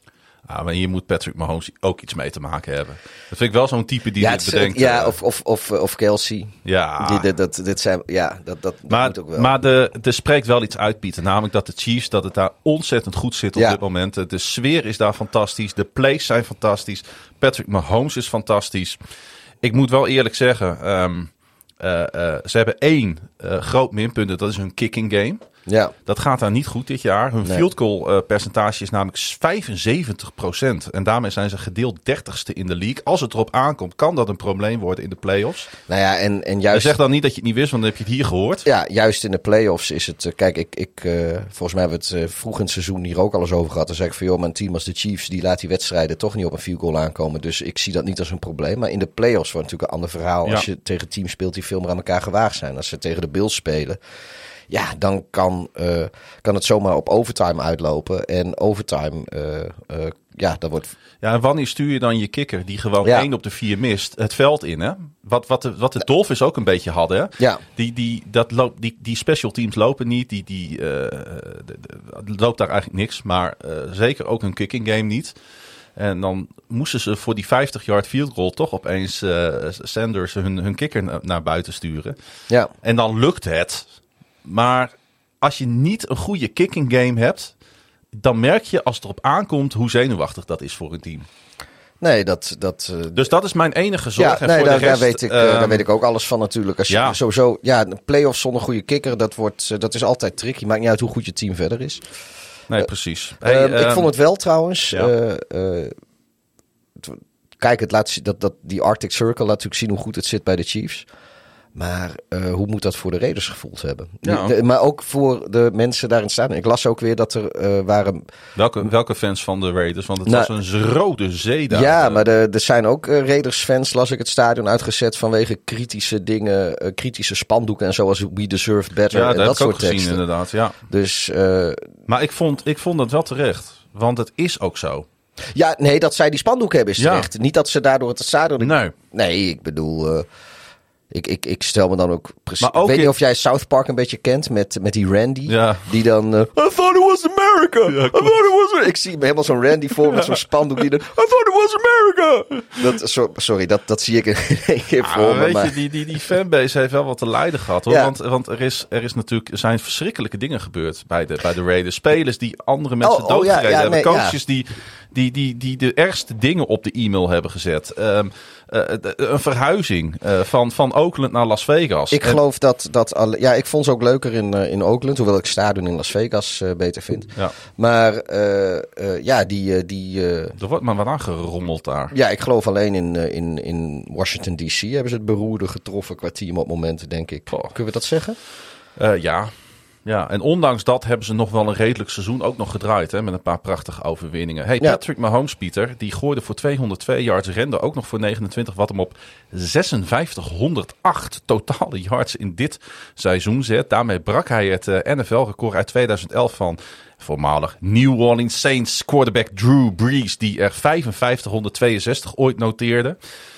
Ja, maar hier moet Patrick Mahomes ook iets mee te maken hebben. Dat vind ik wel zo'n type die ja, dit het, bedenkt. Ja, uh, of, of, of, of Kelsey. Ja. Die, dat, dat, dit zijn, ja, dat, dat, dat maar, moet ook wel. Maar de, er spreekt wel iets uit, Pieter. Namelijk dat de Chiefs, dat het daar ontzettend goed zit op ja. dit moment. De sfeer is daar fantastisch. De plays zijn fantastisch. Patrick Mahomes is fantastisch. Ik moet wel eerlijk zeggen, um, uh, uh, ze hebben één uh, groot minpunt. Dat is hun kicking game. Ja. Dat gaat daar niet goed dit jaar. Hun nee. field goal uh, percentage is namelijk vijfenzeventig procent. En daarmee zijn ze gedeeld dertigste in de league. Als het erop aankomt, kan dat een probleem worden in de playoffs. Nou ja, en, en juist... Zeg dan niet dat je het niet wist, want dan heb je het hier gehoord. Ja, juist in de playoffs is het... Uh, kijk, ik, ik, uh, volgens mij hebben we het uh, vroeg in het seizoen hier ook al eens over gehad. Dan zeg ik van, joh, mijn team als de Chiefs, die laat die wedstrijden toch niet op een field goal aankomen. Dus ik zie dat niet als een probleem. Maar in de playoffs wordt natuurlijk een ander verhaal. Ja. Als je tegen teams speelt die veel meer aan elkaar gewaagd zijn. Als ze tegen de Bills spelen... Ja, dan kan, uh, kan het zomaar op overtime uitlopen. En overtime, uh, uh, ja, dat wordt... Ja, en wanneer stuur je dan je kikker, die gewoon ja. één op de vier mist, het veld in, hè? Wat, wat de, wat de Dolphins ook een beetje hadden, hè? Ja. Die, die, dat loopt, die, die special teams lopen niet, die, die uh, de, de, loopt daar eigenlijk niks. Maar uh, zeker ook hun kicking game niet. En dan moesten ze voor die vijftig yard field goal toch opeens uh, Sanders hun, hun kikker na, naar buiten sturen. Ja. En dan lukt het. Maar als je niet een goede kicking game hebt, dan merk je als het erop aankomt hoe zenuwachtig dat is voor een team. Nee, dat... dat uh, dus dat is mijn enige zorg. Ja, nee, voor daar, de rest, daar, weet ik, uh, um, daar weet ik ook alles van natuurlijk. Als je ja. sowieso, ja, een play-off zonder goede kikker, dat, wordt, uh, dat is altijd tricky. Maakt niet uit hoe goed je team verder is. Nee, uh, precies. Hey, uh, um, ik vond het wel trouwens... Ja. Uh, uh, t- kijk, het laat, dat, dat, die Arctic Circle laat natuurlijk zien hoe goed het zit bij de Chiefs. Maar uh, hoe moet dat voor de Raiders gevoeld hebben? Ja. De, maar ook voor de mensen daarin staan. Ik las ook weer dat er uh, waren... Welke, welke fans van de Raiders? Want het nou, was een rode zee daar. Ja, maar er, er zijn ook uh, Raiders-fans, las ik, het stadion uitgezet vanwege kritische dingen, uh, kritische spandoeken en zoals We Deserve Better ja, en dat, dat heb ik soort ook teksten. gezien inderdaad, ja. Dus, uh, maar ik vond, ik vond dat wel terecht. Want het is ook zo. Ja, nee, dat zij die spandoek hebben is terecht. Ja. Niet dat ze daardoor het stadion... Nee. Nee, ik bedoel... Uh, Ik, ik, ik stel me dan ook precies... Maar ook ik weet in... niet of jij South Park een beetje kent met, met die Randy. Ja. Die dan... Uh, I thought it was America! Ja, I thought it was... Ik zie me helemaal zo'n Randy voor met zo'n spandoek. Die dan, I thought it was America! Dat, so, sorry, dat, dat zie ik in één keer ah, voor me. Weet maar... je, die, die, die fanbase heeft wel wat te lijden gehad. Hoor. Ja. Want, want er, is, er, is natuurlijk, er zijn verschrikkelijke dingen gebeurd bij de, bij de Raiders. Spelers die andere mensen oh, doodgereden oh, ja, ja, hebben. nee, Coaches ja. die, die, die, die de ergste dingen op de e-mail hebben gezet. Um, uh, een verhuizing uh, van, van Oakland naar Las Vegas. Ik en... geloof dat... dat alle, ja, ik vond ze ook leuker in, uh, in Oakland. Hoewel ik het stadion in Las Vegas uh, beter vind. Ja. Maar uh, uh, ja, die... Uh, die uh, er wordt maar wat aangerommeld daar. Ja, ik geloof alleen in, uh, in, in Washington D C hebben ze het beroerde getroffen qua team op momenten, denk ik. Oh. Kunnen we dat zeggen? Uh, ja. Ja, en ondanks dat hebben ze nog wel een redelijk seizoen ook nog gedraaid. Hè, met een paar prachtige overwinningen. Hey, ja. Patrick Mahomes, Pieter, die gooide voor tweehonderdtwee yards. Rende ook nog voor negenentwintig. Wat hem op zesenvijftighonderdacht totale yards in dit seizoen zet. Daarmee brak hij het uh, N F L-record uit tweeduizend elf van voormalig New Orleans Saints quarterback Drew Brees. Die er vijfenvijftighonderdtweeënzestig ooit noteerde.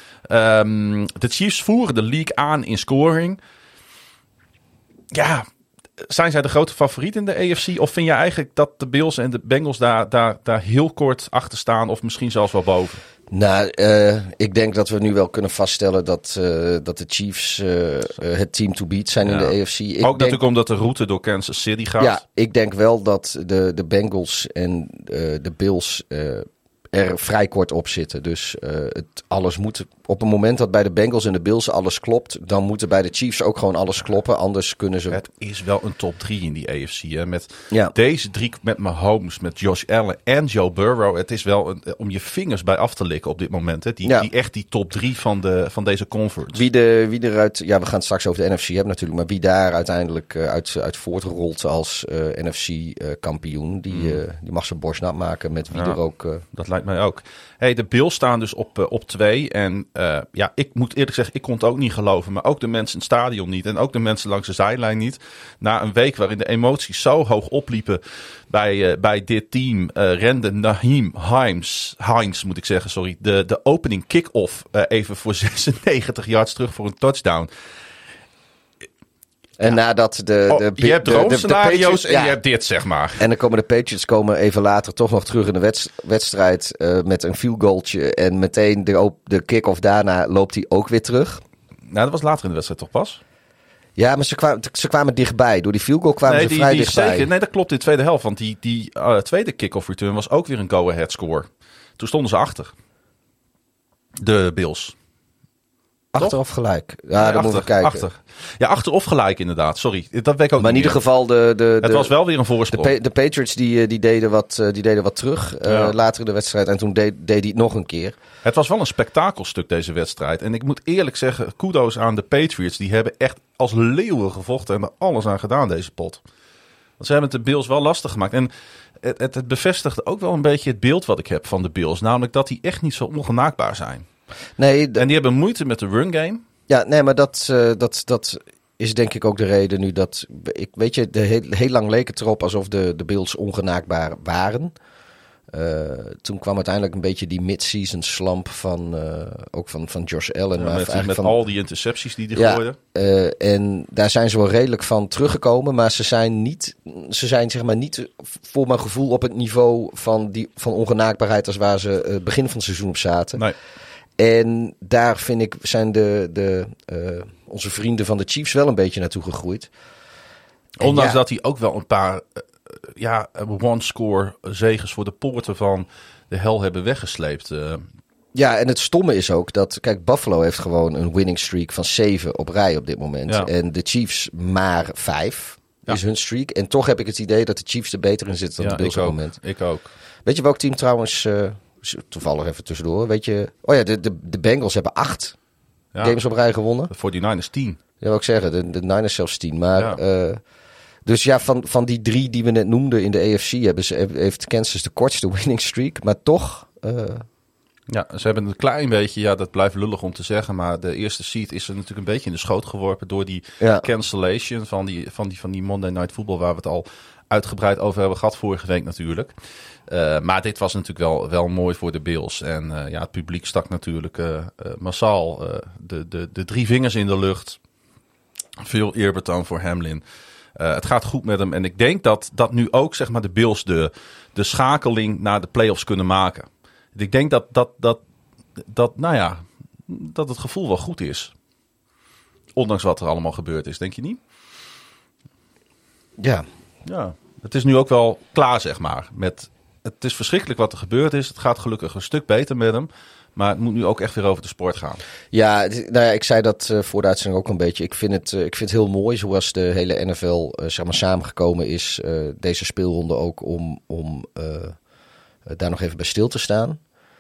Um, de Chiefs voeren de league aan in scoring. Ja... Zijn zij de grote favoriet in de A F C? Of vind je eigenlijk dat de Bills en de Bengals daar, daar, daar heel kort achter staan? Of misschien zelfs wel boven? Nou, uh, ik denk dat we nu wel kunnen vaststellen dat, uh, dat de Chiefs uh, uh, het team to beat zijn ja. in de A F C. Ik Ook denk, natuurlijk omdat de route door Kansas City gaat. Ja, ik denk wel dat de, de Bengals en uh, de Bills uh, er vrij kort op zitten. Dus uh, het alles moet... Op het moment dat bij de Bengals en de Bills alles klopt, dan moet er bij de Chiefs ook gewoon alles kloppen. Anders kunnen ze... Het is wel een top drie in die A F C. Hè? Met ja. deze drie, met Mahomes, met Josh Allen en Joe Burrow. Het is wel een, om je vingers bij af te likken op dit moment. Hè? Die, ja. die echt die top drie van, de, van deze conference. Wie, de, wie eruit... Ja, we gaan het straks over de N F C hebben natuurlijk. Maar wie daar uiteindelijk uh, uit, uit voortrolt als uh, N F C-kampioen, uh, die, mm. uh, die mag zijn borst nat maken met wie ja, er ook... Uh... Dat lijkt mij ook. Hey, de Bills staan dus op, uh, op twee. En uh, ja, ik moet eerlijk zeggen, ik kon het ook niet geloven. Maar ook de mensen in het stadion niet. En ook de mensen langs de zijlijn niet. Na een week waarin de emoties zo hoog opliepen bij, uh, bij dit team. Uh, rende Naheem Hines, Hines, moet ik zeggen, sorry. De, de opening kick-off uh, even voor zesennegentig yards terug voor een touchdown. En nadat de... Oh, de, je hebt de, de, de droomscenario's Patriots- en ja. je hebt dit, zeg maar. En dan komen de Patriots komen even later toch nog terug in de wedst- wedstrijd uh, met een field goaltje. En meteen de, op- de kick-off daarna loopt hij ook weer terug. Nou, dat was later in de wedstrijd toch pas? Ja, maar ze kwamen, ze kwamen dichtbij. Door die field goal kwamen Nee, ze die, vrij die dichtbij. zeker, nee, dat klopt in de tweede helft. Want die, die uh, tweede kick-off return was ook weer een go-ahead score. Toen stonden ze achter. De Bills. Achter of gelijk? Ja, Nee, dan moeten we kijken. Achter. Ja, achter of gelijk inderdaad. Sorry, dat weet ik ook Maar in niet ieder meer. geval, de, de, Het de, was wel weer een de, voorsprong. Pa- de Patriots die, die, deden wat, uh, die deden wat terug uh, Ja. later in de wedstrijd. En toen deed, deed hij het nog een keer. Het was wel een spektakelstuk deze wedstrijd. En ik moet eerlijk zeggen, kudo's aan de Patriots. Die hebben echt als leeuwen gevochten en er alles aan gedaan deze pot. Want ze hebben het de Bills wel lastig gemaakt. En het, het, het bevestigde ook wel een beetje het beeld wat ik heb van de Bills. Namelijk dat die echt niet zo ongenaakbaar zijn. Nee, d- En die hebben moeite met de run game. ja, nee, maar dat, uh, dat, dat is denk ik ook de reden nu dat... Ik, weet je, de heel, heel lang leek het erop alsof de, de Bills ongenaakbaar waren. Uh, toen kwam uiteindelijk een beetje die mid-season slump van, uh, ook van, van Josh Allen. Ja, maar met eigenlijk met van, al die intercepties die die Ja, gooiden. Uh, en daar zijn ze wel redelijk van teruggekomen. Maar ze zijn niet, ze zijn zeg maar niet voor mijn gevoel op het niveau van, die, van ongenaakbaarheid als waar ze uh, begin van het seizoen op zaten. Nee. En daar vind ik zijn de, de, uh, onze vrienden van de Chiefs wel een beetje naartoe gegroeid. En Ondanks ja, dat hij ook wel een paar uh, ja, one-score zegens voor de poorten van de hel hebben weggesleept. Uh, Ja, en het stomme is ook dat... Kijk, Buffalo heeft gewoon een winning streak van zeven op rij op dit moment. Ja. En de Chiefs maar vijf Ja. is hun streak. En toch heb ik het idee dat de Chiefs er beter in zitten dan ja, de Bills ik op ook. het moment. Ik ook. Weet je welk team trouwens... Uh, toevallig even tussendoor. Weet je... Oh ja, de, de, de Bengals hebben acht Ja. games op rij gewonnen. De forty-niners tien. Ja, wil ik zeggen. De, de Niners zelfs tien. Maar... Ja. Uh, dus ja, van, van die drie die we net noemden in de A F C... Hebben ze, heeft Kansas de kortste winning streak. Maar toch... Uh, Ja, ze hebben een klein beetje, ja, dat blijft lullig om te zeggen, maar de eerste seed is er natuurlijk een beetje in de schoot geworpen door die Ja. cancellation van die, van, die, van die Monday Night Football, waar we het al uitgebreid over hebben gehad vorige week natuurlijk. Uh, maar dit was natuurlijk wel, wel mooi voor de Bills. En uh, ja, het publiek stak natuurlijk uh, uh, massaal uh, de, de, de drie vingers in de lucht. Veel eerbetoon voor Hamlin. Uh, het gaat goed met hem. En ik denk dat, dat nu ook zeg maar, de Bills de, de schakeling naar de playoffs kunnen maken. Ik denk dat, dat, dat, dat, nou ja, dat het gevoel wel goed is. Ondanks wat er allemaal gebeurd is, denk je niet? ja, Ja, het is nu ook wel klaar, zeg maar. Met, het is verschrikkelijk wat er gebeurd is. Het gaat gelukkig een stuk beter met hem. Maar het moet nu ook echt weer over de sport gaan. Ja, het- nou ja, ik zei dat uh, voor de uitzending ook een beetje. Ik vind het, uh, ik vind het heel mooi zoals de hele N F L uh, zeg maar samengekomen is. Uh, deze speelronde ook om, om uh, uh, daar nog even bij stil te staan.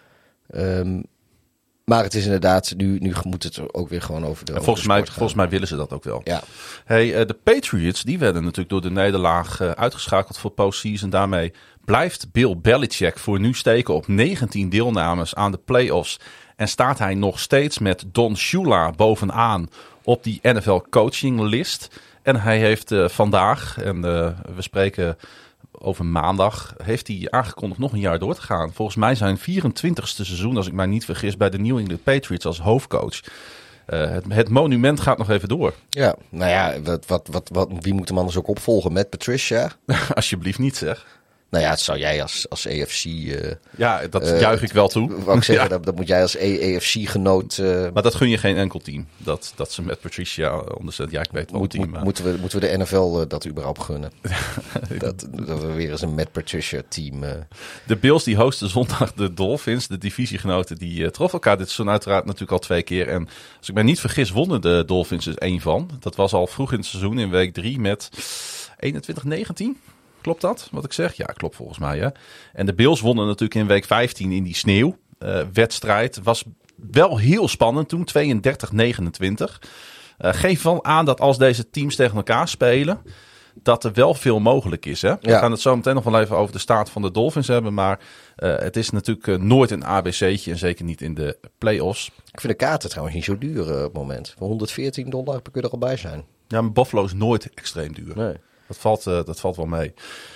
Um, maar het is inderdaad, nu, nu moet het ook weer gewoon over de, En over volgens, de mij, sport gaan. volgens mij willen ze dat ook wel. Ja, Hey, uh, de Patriots die werden natuurlijk door de nederlaag uh, uitgeschakeld voor postseason. Daarmee blijft Bill Belichick voor nu steken op negentien deelnames aan de playoffs. En staat hij nog steeds met Don Shula bovenaan op die N F L coaching list. En hij heeft uh, vandaag, en uh, we spreken over maandag, heeft hij aangekondigd nog een jaar door te gaan. Volgens mij zijn vierentwintigste seizoen, als ik mij niet vergis, bij de New England Patriots als hoofdcoach. Uh, het, het monument gaat nog even door. ja, nou ja, wat, wat, wat, wat, wie moet hem anders ook opvolgen? Met Patricia? Alsjeblieft niet, zeg. Nou ja, dat zou jij als, als A F C... Uh, Ja, dat Uh, juich ik wel toe. wou ik zeggen, Ja. dat, dat moet jij als A F C-genoot... Uh, Maar dat gun je geen enkel team. Dat, dat ze met Patricia onderzetten. Ja, ik weet wel Moet, team. moet, maar- moeten, we, moeten we de N F L uh, dat überhaupt gunnen? dat, dat we weer eens een Matt Patricia team... Uh, De Bills die hosten zondag de Dolphins. De divisiegenoten die uh, troffen elkaar dit seizoen uiteraard natuurlijk al twee keer. En als ik mij niet vergis wonnen de Dolphins dus één van. Dat was al vroeg in het seizoen in week drie met eenentwintig negentien. Klopt dat, wat ik zeg? Ja, klopt volgens mij. Hè? En de Bills wonnen natuurlijk in week vijftien in die sneeuwwedstrijd. Uh, was wel heel spannend toen, tweeëndertig negenentwintig. Uh, geef wel aan dat als deze teams tegen elkaar spelen, dat er wel veel mogelijk is. Hè? We Ja. gaan het zo meteen nog wel even over de staat van de Dolphins hebben. Maar uh, het is natuurlijk uh, nooit een A B C'tje en zeker niet in de play-offs. ik vind de kaarten trouwens niet zo duur uh, op het moment. Voor honderdveertien dollar kun je er al bij zijn. Ja, maar Buffalo is nooit extreem duur. Nee. Dat valt, uh, dat valt wel mee.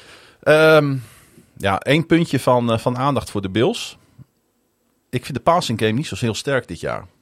Um, ja, één puntje van, uh, van aandacht voor de Bills. Ik vind de passing game niet zo heel sterk dit jaar.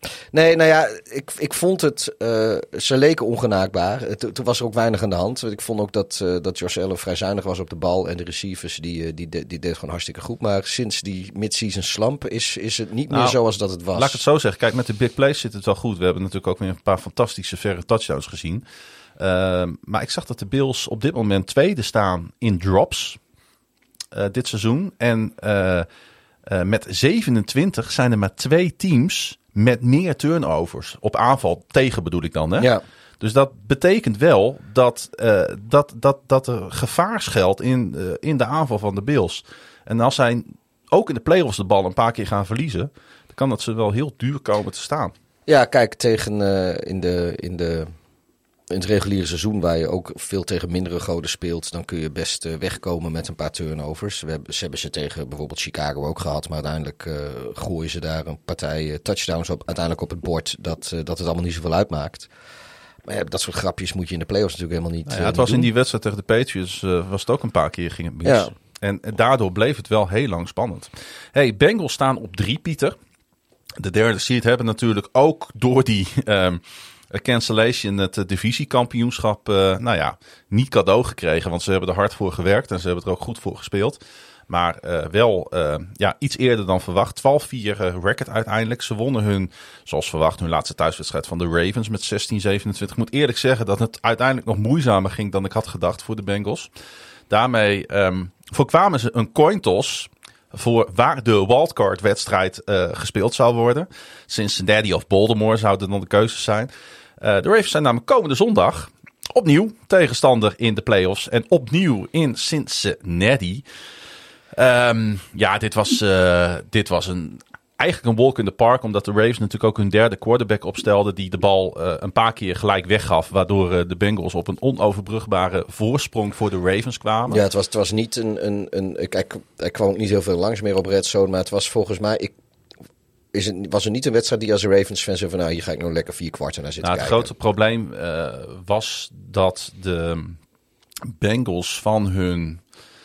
Nee, nou ja, ik, ik vond het... Uh, ze leken ongenaakbaar. Toen was er ook weinig aan de hand. Ik vond ook dat, uh, dat Josh Allen vrij zuinig was op de bal. En de receivers, die, uh, die, die, die deed gewoon hartstikke goed. Maar sinds die mid-season slump is, is het niet nou, meer zoals dat het was. Laat ik het zo zeggen. Kijk, met de big plays zit het wel goed. We hebben natuurlijk ook weer een paar fantastische verre touchdowns gezien. Uh, maar ik zag dat de Bills op dit moment tweede staan in drops. Uh, dit seizoen. En uh, uh, met zevenentwintig zijn er maar twee teams... met meer turnovers op aanval tegen bedoel ik dan. Hè? Ja. Dus dat betekent wel dat, uh, dat, dat, dat er gevaar schuilt in, uh, in de aanval van de Bills. En als zij ook in de playoffs de bal een paar keer gaan verliezen... dan kan dat ze wel heel duur komen te staan. Ja, kijk, tegen uh, in, de, in, de, in het reguliere seizoen... waar je ook veel tegen mindere goden speelt... dan kun je best uh, wegkomen met een paar turnovers. We hebben, ze hebben ze tegen bijvoorbeeld Chicago ook gehad... maar uiteindelijk uh, gooien ze daar een partij uh, touchdowns op, uiteindelijk op het bord... Dat, uh, dat het allemaal niet zoveel uitmaakt. Maar ja, dat soort grapjes moet je in de playoffs natuurlijk helemaal niet. Nou ja, uh, het was doen. in die wedstrijd tegen de Patriots uh, was het ook een paar keer ging het mis. Ja. En, en daardoor bleef het wel heel lang spannend. Hey, Bengals staan op drie, Pieter. De derde seed hebben natuurlijk ook door die um, cancellation het divisiekampioenschap uh, nou ja, niet cadeau gekregen. Want ze hebben er hard voor gewerkt en ze hebben er ook goed voor gespeeld. Maar uh, wel uh, ja, iets eerder dan verwacht. twaalf vier uh, record uiteindelijk. Ze wonnen hun, zoals verwacht, hun laatste thuiswedstrijd van de Ravens met zestien zevenentwintig. Ik moet eerlijk zeggen dat het uiteindelijk nog moeizamer ging dan ik had gedacht voor de Bengals. Daarmee um, voorkwamen ze een coin toss voor waar de wildcard wedstrijd uh, gespeeld zou worden. Cincinnati of Baltimore zouden dan de keuzes zijn. Uh, de Ravens zijn namelijk komende zondag opnieuw tegenstander in de playoffs. En opnieuw in Cincinnati. Um, ja, dit was, uh, dit was een, eigenlijk een walk in the park. Omdat de Ravens natuurlijk ook hun derde quarterback opstelden. Die de bal uh, een paar keer gelijk weggaf. Waardoor uh, de Bengals op een onoverbrugbare voorsprong voor de Ravens kwamen. Ja, het was, het was niet een... een, een ik, ik, ik kwam ook niet heel veel langs meer op Red Zone. Maar het was volgens mij... Ik, is het, was er niet een wedstrijd die als Ravens-fans zei van... nou, hier ga ik nou lekker vier kwarten naar zitten nou, het kijken. Het grote probleem uh, was dat de Bengals van hun...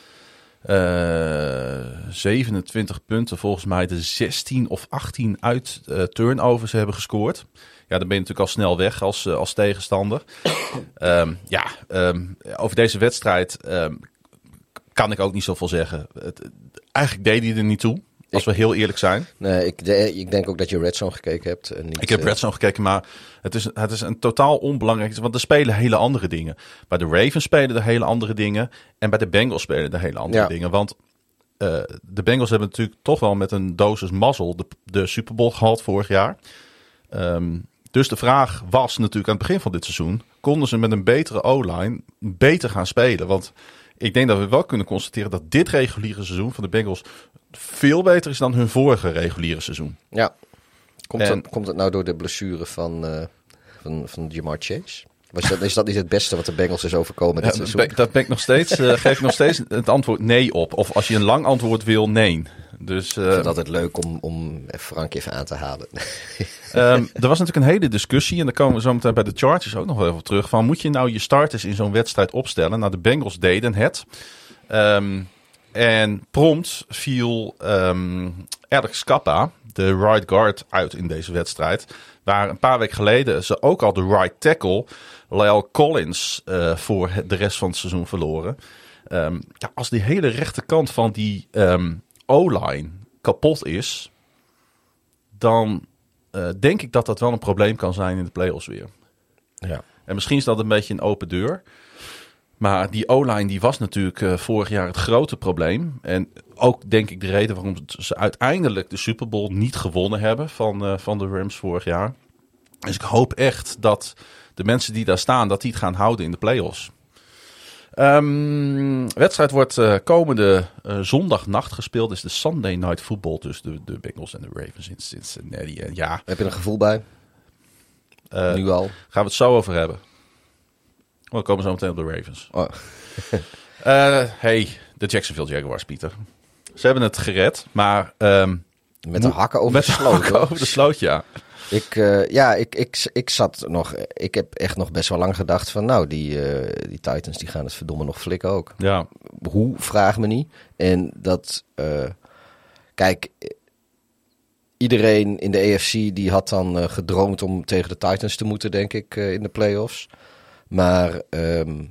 Uh, zevenentwintig punten volgens mij de zestien of achttien uit uh, turnovers hebben gescoord. Ja, dan ben je natuurlijk al snel weg als, uh, als tegenstander. um, ja, um, over deze wedstrijd um, kan ik ook niet zoveel zeggen. Het, eigenlijk deed hij er niet toe, als we heel eerlijk zijn. Nee, ik, de, ik denk ook dat je Red Zone gekeken hebt. En niet, ik heb uh... Red Zone gekeken, maar het is, het is een totaal onbelangrijk... Want er spelen hele andere dingen. Bij de Ravens spelen er hele andere dingen. En bij de Bengals spelen er hele andere ja. dingen. Want uh, de Bengals hebben natuurlijk toch wel met een dosis mazzel... de, de Super Bowl gehad vorig jaar. Um, dus de vraag was natuurlijk aan het begin van dit seizoen... konden ze met een betere O-line beter gaan spelen? Want ik denk dat we wel kunnen constateren... dat dit reguliere seizoen van de Bengals... veel beter is dan hun vorige reguliere seizoen. Ja. Komt, en, dat, komt het nou door de blessure van, uh, van, van Jamar Chase? Was dat, is dat niet het beste wat de Bengals is overkomen dit ja, seizoen? Ben, dat ben ik nog steeds, uh, geef ik nog steeds het antwoord nee op. Of als je een lang antwoord wil, nee. Dus, uh, ik vind het altijd leuk om, om Frank even aan te halen. um, er was natuurlijk een hele discussie. En daar komen we zo meteen bij de Chargers ook nog wel even terug. Van, moet je nou je starters in zo'n wedstrijd opstellen? Nou, de Bengals deden het. Um, en prompt viel um, Alex Kappa, de right guard, uit in deze wedstrijd. Waar een paar weken geleden ze ook al de right tackle, La'el Collins, uh, voor de rest van het seizoen verloren. Um, ja, als die hele rechterkant van die um, O-line kapot is, dan uh, denk ik dat dat wel een probleem kan zijn in de playoffs weer. Ja. En misschien is dat een beetje een open deur. Maar die O-line die was natuurlijk uh, vorig jaar het grote probleem. En ook denk ik de reden waarom ze uiteindelijk de Super Bowl niet gewonnen hebben van, uh, van de Rams vorig jaar. Dus ik hoop echt dat de mensen die daar staan, dat die het gaan houden in de playoffs. Um, de wedstrijd wordt uh, komende uh, zondagnacht gespeeld. Dus de Sunday Night Football tussen de, de Bengals en de Ravens in Cincinnati. En ja, heb je er een gevoel bij? Uh, nu al? Gaan we het zo over hebben. We komen zo meteen op de Ravens. Oh. uh, hey, de Jacksonville Jaguars, Pieter. Ze hebben het gered, maar... Um, met de hakken over met de sloot. Met de over de sloot, ja. Ik, uh, ja, ik, ik, ik zat nog... Ik heb echt nog best wel lang gedacht van... Nou, die, uh, die Titans die gaan het verdomme nog flikken ook. Ja. Hoe? Vraag me niet. En dat... Uh, kijk... iedereen in de A F C die had dan uh, gedroomd om tegen de Titans te moeten, denk ik, uh, in de playoffs. Maar um,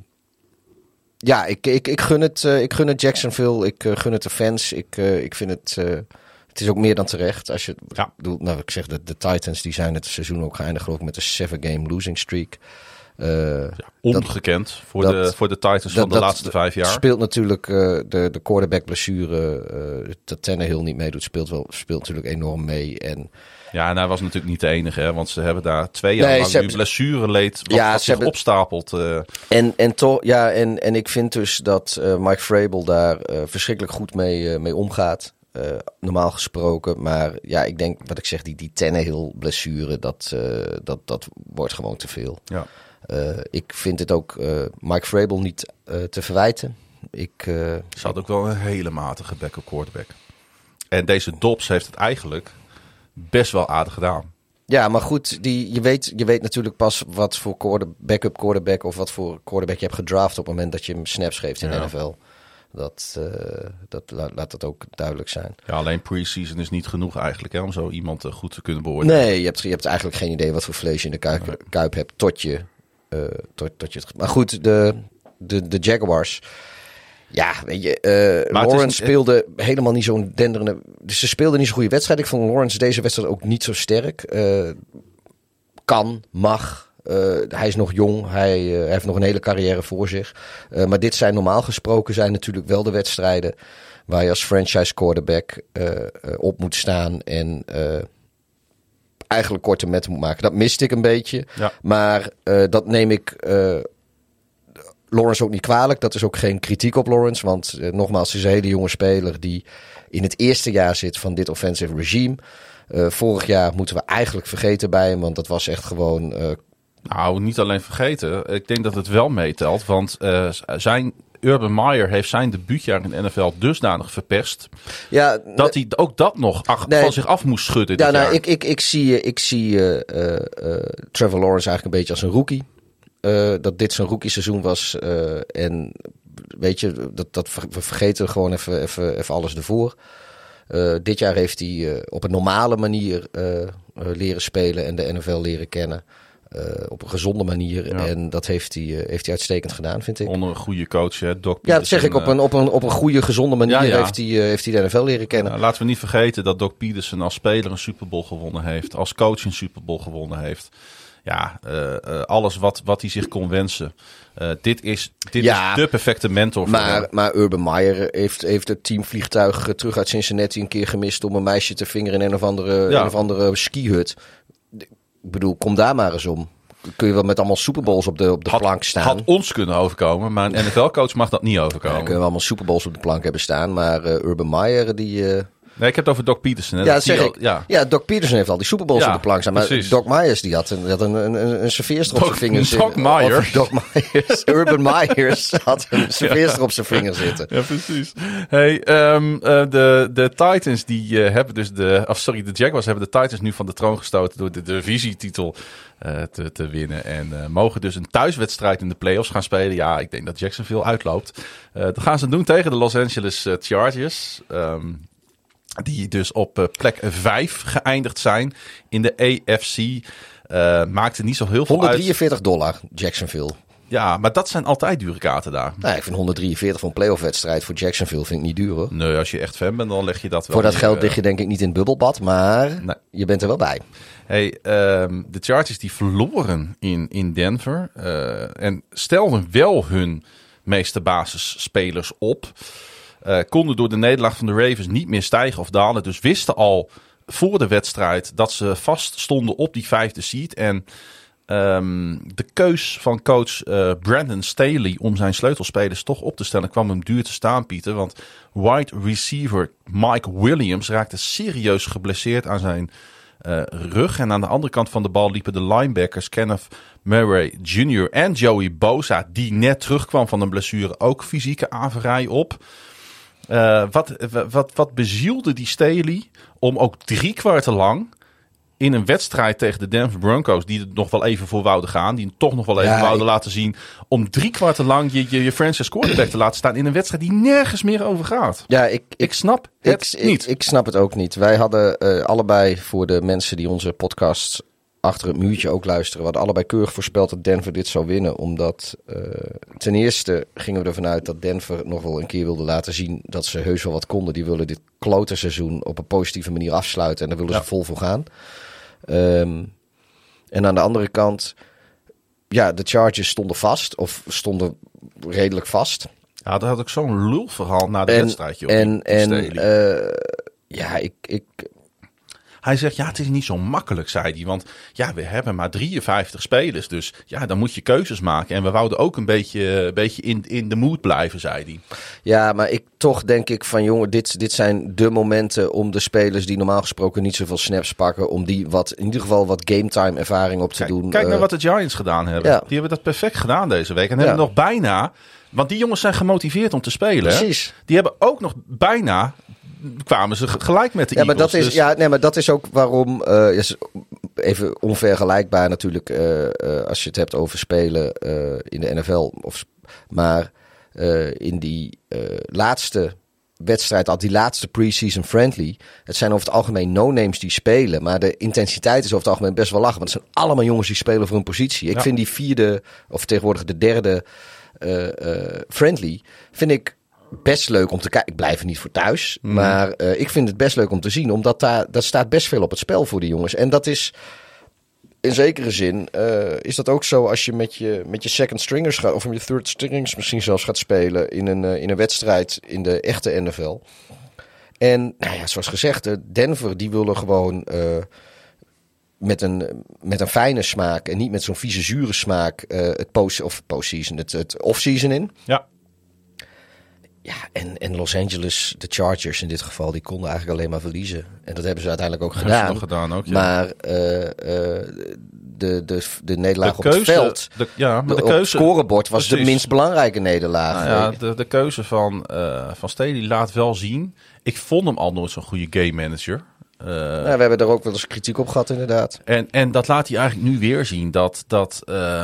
ja, ik, ik, ik, gun het, uh, ik gun het Jacksonville. Ik uh, gun het de fans. Ik, uh, ik vind het... Uh, het is ook meer dan terecht. Als je ja. bedoelt, nou, ik zeg de, de Titans die zijn het seizoen ook geëindigd, geloof ik, met een seven-game losing streak. Uh, ja, ongekend dat, voor, dat, de, voor de Titans dat, van de dat, laatste vijf jaar. Speelt natuurlijk uh, de, de quarterback blessure. Uh, dat Tannehill niet meedoet, speelt, wel, speelt natuurlijk enorm mee. En ja, en hij was natuurlijk niet de enige, hè, want ze hebben daar twee jaar nee, lang nu blessure leed wat, ja, wat zich hebben, opstapelt. Uh. En, en, to, ja, en, en ik vind dus dat uh, Mike Vrabel daar uh, verschrikkelijk goed mee, uh, mee omgaat. Uh, normaal gesproken, maar ja, ik denk wat ik zeg, die, die Tannehill blessure, dat, uh, dat, dat wordt gewoon te veel. Ja. Uh, ik vind het ook uh, Mike Vrabel niet uh, te verwijten. Ik, uh, Ze had ook wel een hele matige backup quarterback. En deze Dobbs heeft het eigenlijk best wel aardig gedaan. Ja, maar goed, die, je, weet, je weet natuurlijk pas wat voor quarter, backup quarterback of wat voor quarterback je hebt gedraft op het moment dat je hem snaps geeft in de ja. N F L. Dat, uh, dat laat, laat dat ook duidelijk zijn. Ja, alleen pre-season is niet genoeg eigenlijk, hè, om zo iemand uh, goed te kunnen beoordelen. Nee, je hebt, je hebt eigenlijk geen idee wat voor vlees je in de kuip, nee. kuip hebt tot je, uh, tot, tot je het... Maar goed, de, de, de Jaguars... Ja, weet je, uh, Lawrence een, speelde helemaal niet zo'n denderende... Dus ze speelden niet zo'n goede wedstrijd. Ik vond Lawrence deze wedstrijd ook niet zo sterk. Uh, kan, mag... Uh, hij is nog jong, hij, uh, hij heeft nog een hele carrière voor zich. Uh, maar dit zijn normaal gesproken zijn natuurlijk wel de wedstrijden waar je als franchise quarterback uh, uh, op moet staan en uh, eigenlijk korte metten moet maken. Dat miste ik een beetje, ja. maar uh, dat neem ik uh, Lawrence ook niet kwalijk. Dat is ook geen kritiek op Lawrence, want uh, nogmaals, het is een hele jonge speler die in het eerste jaar zit van dit offensive regime. Uh, vorig jaar moeten we eigenlijk vergeten bij hem, want dat was echt gewoon... Uh, Nou, niet alleen vergeten. Ik denk dat het wel meetelt. Want uh, zijn Urban Meyer heeft zijn debuutjaar in de N F L dusdanig verpest. Ja, dat hij ook dat nog ach, nee, van zich af moest schudden. Ja, dit nou, jaar. ik, ik, ik zie, ik zie uh, uh, Trevor Lawrence eigenlijk een beetje als een rookie. Uh, dat dit zijn rookie seizoen was. Uh, en weet je, dat, dat we vergeten gewoon even, even, even alles ervoor. Uh, dit jaar heeft hij uh, op een normale manier uh, uh, leren spelen en de N F L leren kennen. Uh, op een gezonde manier. Ja. En dat heeft hij, uh, heeft hij uitstekend gedaan, vind ik. Onder een goede coach, hè, Doc Peterson. Ja, dat zeg ik. Op een, op een, op een goede, gezonde manier ja, ja. Heeft, hij, uh, heeft hij de N F L leren kennen. Ja, laten we niet vergeten dat Doc Peterson als speler een Super Bowl gewonnen heeft. Als coach een Super Bowl gewonnen heeft. Ja, uh, uh, alles wat, wat hij zich kon wensen. Uh, dit is, dit ja, is de perfecte mentor voor maar, hem. Maar Urban Meyer heeft, heeft het teamvliegtuig terug uit Cincinnati een keer gemist om een meisje te vingeren in een of andere, ja. een of andere skihut. Ik bedoel, kom daar maar eens om. Kun je wel met allemaal Super Bowls op de, op de had, plank staan. Had ons kunnen overkomen, maar een N F L-coach mag dat niet overkomen. Ja, kunnen we allemaal Super Bowls op de plank hebben staan, maar uh, Urban Meyer die... Uh... Nee, ik heb het over Doc Peterson. Hè? Ja, dat zeg ik. Ja. ja, Doc Peterson heeft al die Super Bowls ja, op de plank staan. Maar precies. Doc Myers die had een, die had een, een, een serveerster op zijn vingers zitten. Doc Myers? Doc Myers. Urban Myers had een serveerster ja. op zijn vingers zitten. Ja, precies. Hey, um, uh, de, de Titans die uh, hebben dus de... Of sorry, de Jaguars hebben de Titans nu van de troon gestoten door de divisietitel uh, te, te winnen. En uh, mogen dus een thuiswedstrijd in de playoffs gaan spelen. Ja, ik denk dat Jacksonville uitloopt. Uh, dat gaan ze doen tegen de Los Angeles uh, Chargers. Um, Die dus op uh, plek vijf geëindigd zijn in de A F C. Uh, maakte niet zo heel veel honderddrieënveertig uit. dollar, Jacksonville. Ja, maar dat zijn altijd dure kaarten daar. Nou, ik vind honderddrieënveertig voor een playoff-wedstrijd voor Jacksonville vind ik niet duur, hoor. Nee, als je echt fan bent, dan leg je dat wel. Voor dat geld lig je denk ik niet in het bubbelbad, maar nee. Je bent er wel bij. Hey, um, de Chargers die verloren in, in Denver. Uh, en stelden wel hun meeste basisspelers op. Uh, konden door de nederlaag van de Ravens niet meer stijgen of dalen. Dus wisten al voor de wedstrijd dat ze vast stonden op die vijfde seed. En um, de keus van coach uh, Brandon Staley om zijn sleutelspelers toch op te stellen kwam hem duur te staan, Pieter. Want wide receiver Mike Williams raakte serieus geblesseerd aan zijn uh, rug. En aan de andere kant van de bal liepen de linebackers Kenneth Murray junior en Joey Bosa, die net terugkwam van een blessure, ook fysieke averij op. Uh, wat, wat, wat bezielde die Staley om ook drie kwarten lang in een wedstrijd tegen de Denver Broncos, die er nog wel even voor wouden gaan, die toch nog wel even ja, wouden ik... laten zien, om drie kwarten lang je, je, je franchise quarterback te laten staan in een wedstrijd die nergens meer over gaat. Ja, ik, ik, ik snap het ik, niet. Ik, ik snap het ook niet. Wij hadden uh, allebei, voor de mensen die onze podcast achter het muurtje ook luisteren, we hadden allebei keurig voorspeld dat Denver dit zou winnen. Omdat uh, ten eerste gingen we ervan uit dat Denver nog wel een keer wilde laten zien dat ze heus wel wat konden. Die willen dit klote seizoen op een positieve manier afsluiten en daar willen ja. ze vol voor gaan. Um, en aan de andere kant, ja, de Chargers stonden vast of stonden redelijk vast. Ja, daar had ik zo'n lulverhaal na de en, wedstrijd. Joh, en en uh, ja, ik... ik Hij zegt, ja, het is niet zo makkelijk, zei hij. Want ja, we hebben maar drieënvijftig spelers. Dus ja, dan moet je keuzes maken. En we wouden ook een beetje, beetje in, in de mood blijven, zei hij. Ja, maar ik toch denk ik van, jongen, dit, dit zijn de momenten om de spelers die normaal gesproken niet zoveel snaps pakken, om die wat, in ieder geval wat game time ervaring op te kijk, doen. Kijk uh, naar wat de Giants gedaan hebben. Ja. Die hebben dat perfect gedaan deze week. En ja. hebben nog bijna, want die jongens zijn gemotiveerd om te spelen. Precies. Hè? Die hebben ook nog bijna, kwamen ze gelijk met de ja, Eagles. Maar dat is, dus... ja, nee, maar dat is ook waarom, uh, is even onvergelijkbaar natuurlijk, uh, uh, als je het hebt over spelen uh, in de N F L. Of, maar uh, in die uh, laatste wedstrijd, al die laatste pre-season friendly, het zijn over het algemeen no-names die spelen. Maar de intensiteit is over het algemeen best wel lachen. Want het zijn allemaal jongens die spelen voor een positie. Ik ja. vind die vierde, of tegenwoordig de derde uh, uh, friendly, vind ik best leuk om te kijken. Ik blijf er niet voor thuis. Mm. Maar uh, ik vind het best leuk om te zien. Omdat daar, daar staat best veel op het spel voor die jongens. En dat is in zekere zin uh, is dat ook zo als je met je, met je second stringers gaat, of met je third stringers misschien zelfs gaat spelen in een, uh, in een wedstrijd in de echte N F L. En nou ja, zoals gezegd, Denver die willen gewoon uh, met, een, met een fijne smaak en niet met zo'n vieze zure smaak uh, het post, of postseason, het, het off-season in. Ja. Ja, en, en Los Angeles, de Chargers in dit geval, die konden eigenlijk alleen maar verliezen. En dat hebben ze uiteindelijk ook gedaan. Nog gedaan ook, ja. Maar uh, uh, de, de, de nederlaag de op keuze, het veld, de, ja, maar de, de keuze, op het scorebord, was precies. de minst belangrijke nederlaag. Nou ja, de, de keuze van, uh, van Staley laat wel zien. Ik vond hem al nooit zo'n goede game manager. Uh, ja, we hebben er ook wel eens kritiek op gehad, inderdaad. En, en dat laat hij eigenlijk nu weer zien. Dat... dat uh,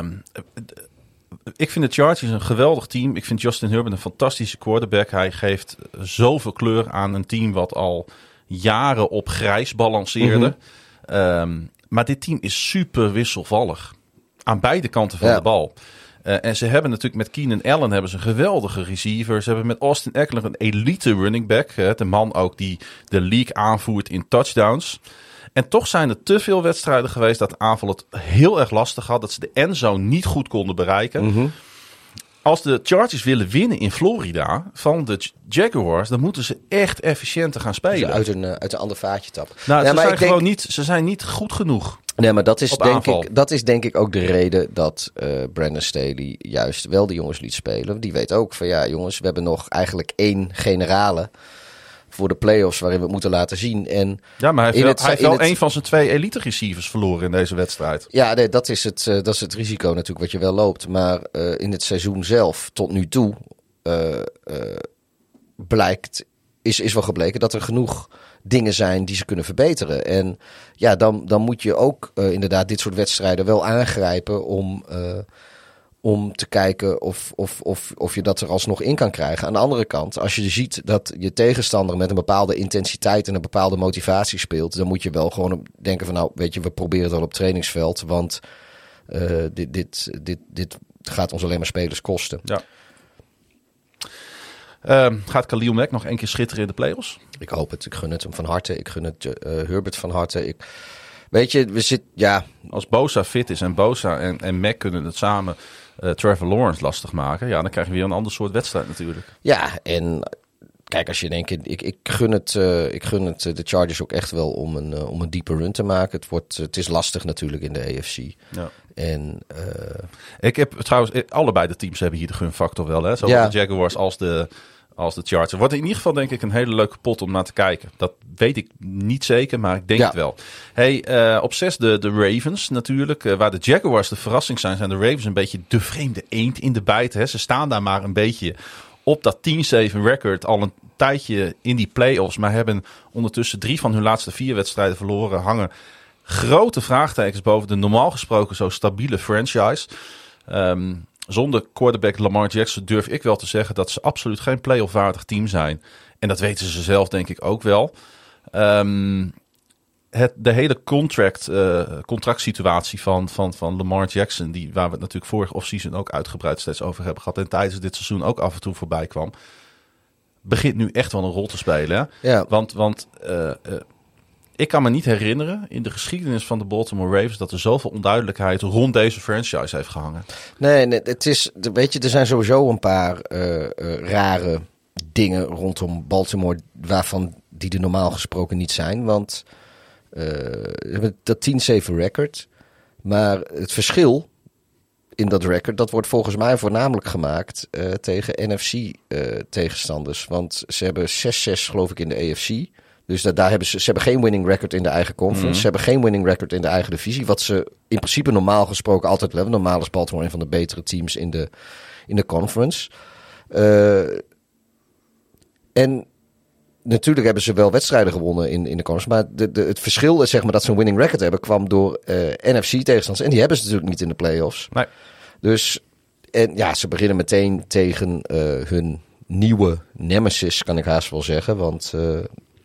Ik vind de Chargers een geweldig team. Ik vind Justin Herbert een fantastische quarterback. Hij geeft zoveel kleur aan een team wat al jaren op grijs balanceerde. Mm-hmm. Um, maar dit team is super wisselvallig. Aan beide kanten van ja. de bal. Uh, en ze hebben natuurlijk met Keenan Allen hebben ze een geweldige receiver. Ze hebben met Austin Eckler een elite running back. Hè, de man ook die de league aanvoert in touchdowns. En toch zijn er te veel wedstrijden geweest dat de aanval het heel erg lastig had. Dat ze de endzone niet goed konden bereiken. Mm-hmm. Als de Chargers willen winnen in Florida van de Jaguars, dan moeten ze echt efficiënter gaan spelen. Dus uit een, uit een ander vaatje tappen. Nou, ja, ze, maar zijn ik denk... gewoon niet, ze zijn niet goed genoeg. Nee, maar dat is, denk aanval. ik, dat is denk ik ook de reden dat uh, Brandon Staley juist wel de jongens liet spelen. Die weet ook van ja jongens, we hebben nog eigenlijk één generale voor de playoffs waarin we het moeten laten zien. En ja, maar hij heeft wel, het, hij heeft wel het, een van zijn twee elite receivers verloren in deze wedstrijd. Ja, nee, dat, is het, uh, dat is het risico natuurlijk wat je wel loopt. Maar uh, in het seizoen zelf, tot nu toe, uh, uh, blijkt, is, is wel gebleken dat er genoeg dingen zijn die ze kunnen verbeteren. En ja, dan, dan moet je ook uh, inderdaad dit soort wedstrijden wel aangrijpen om... Uh, om te kijken of, of, of, of je dat er alsnog in kan krijgen. Aan de andere kant, als je ziet dat je tegenstander met een bepaalde intensiteit en een bepaalde motivatie speelt, dan moet je wel gewoon denken van nou, weet je, we proberen het al op het trainingsveld, want uh, dit, dit, dit, dit gaat ons alleen maar spelers kosten. Ja. Uh, gaat Khalil Mack nog één keer schitteren in de playoffs? Ik hoop het. Ik gun het hem van harte. Ik gun het uh, Herbert van harte. Ik, weet je, we zitten, ja. Als Bosa fit is en Bosa en, en Mack kunnen het samen Uh, Trevor Lawrence lastig maken, ja, dan krijg je weer een ander soort wedstrijd natuurlijk. Ja, en kijk, als je denkt, ik, ik gun het, uh, ik gun het uh, de Chargers ook echt wel om een, uh, om een diepe run te maken. Het, wordt, uh, het is lastig natuurlijk in de A F C. Ja. En, uh, ik heb trouwens, allebei de teams hebben hier de gunfactor wel, hè? Zowel ja. de Jaguars als de, als de Chargers. Wordt in ieder geval denk ik een hele leuke pot om naar te kijken. Dat weet ik niet zeker, maar ik denk ja. het wel. Hey, uh, op zes de, de Ravens natuurlijk. Uh, waar de Jaguars de verrassing zijn, zijn de Ravens een beetje de vreemde eend in de bijt. Hè? Ze staan daar maar een beetje op dat tien zeven record al een tijdje in die playoffs. Maar hebben ondertussen drie van hun laatste vier wedstrijden verloren. Hangen grote vraagtekens boven de normaal gesproken zo stabiele franchise. Um, zonder quarterback Lamar Jackson durf ik wel te zeggen dat ze absoluut geen playoff waardig team zijn. En dat weten ze zelf denk ik ook wel. Um, het, de hele contract, uh, contractsituatie van, van, van Lamar Jackson, die, waar we het natuurlijk vorig offseason ook uitgebreid steeds over hebben gehad en tijdens dit seizoen ook af en toe voorbij kwam, begint nu echt wel een rol te spelen. Hè? Ja. Want, want uh, uh, ik kan me niet herinneren in de geschiedenis van de Baltimore Ravens dat er zoveel onduidelijkheid rond deze franchise heeft gehangen. Nee, nee het is, weet je, er zijn sowieso een paar uh, uh, rare dingen rondom Baltimore waarvan die er normaal gesproken niet zijn. Want uh, we hebben dat tien zeven record. Maar het verschil in dat record, dat wordt volgens mij voornamelijk gemaakt uh, tegen N F C uh, tegenstanders. Want ze hebben zes zes geloof ik in de A F C. Dus da- daar hebben ze, ze hebben geen winning record in de eigen conference. Mm-hmm. Ze hebben geen winning record in de eigen divisie. Wat ze in principe normaal gesproken altijd hebben. Normaal is Baltimore een van de betere teams in de, in de conference. Uh, en natuurlijk hebben ze wel wedstrijden gewonnen in, in de conference. Maar de, de, het verschil is zeg maar dat ze een winning record hebben kwam door uh, N F C tegenstanders. En die hebben ze natuurlijk niet in de playoffs. Nee. Dus en ja, ze beginnen meteen tegen uh, hun nieuwe nemesis, kan ik haast wel zeggen. Want uh,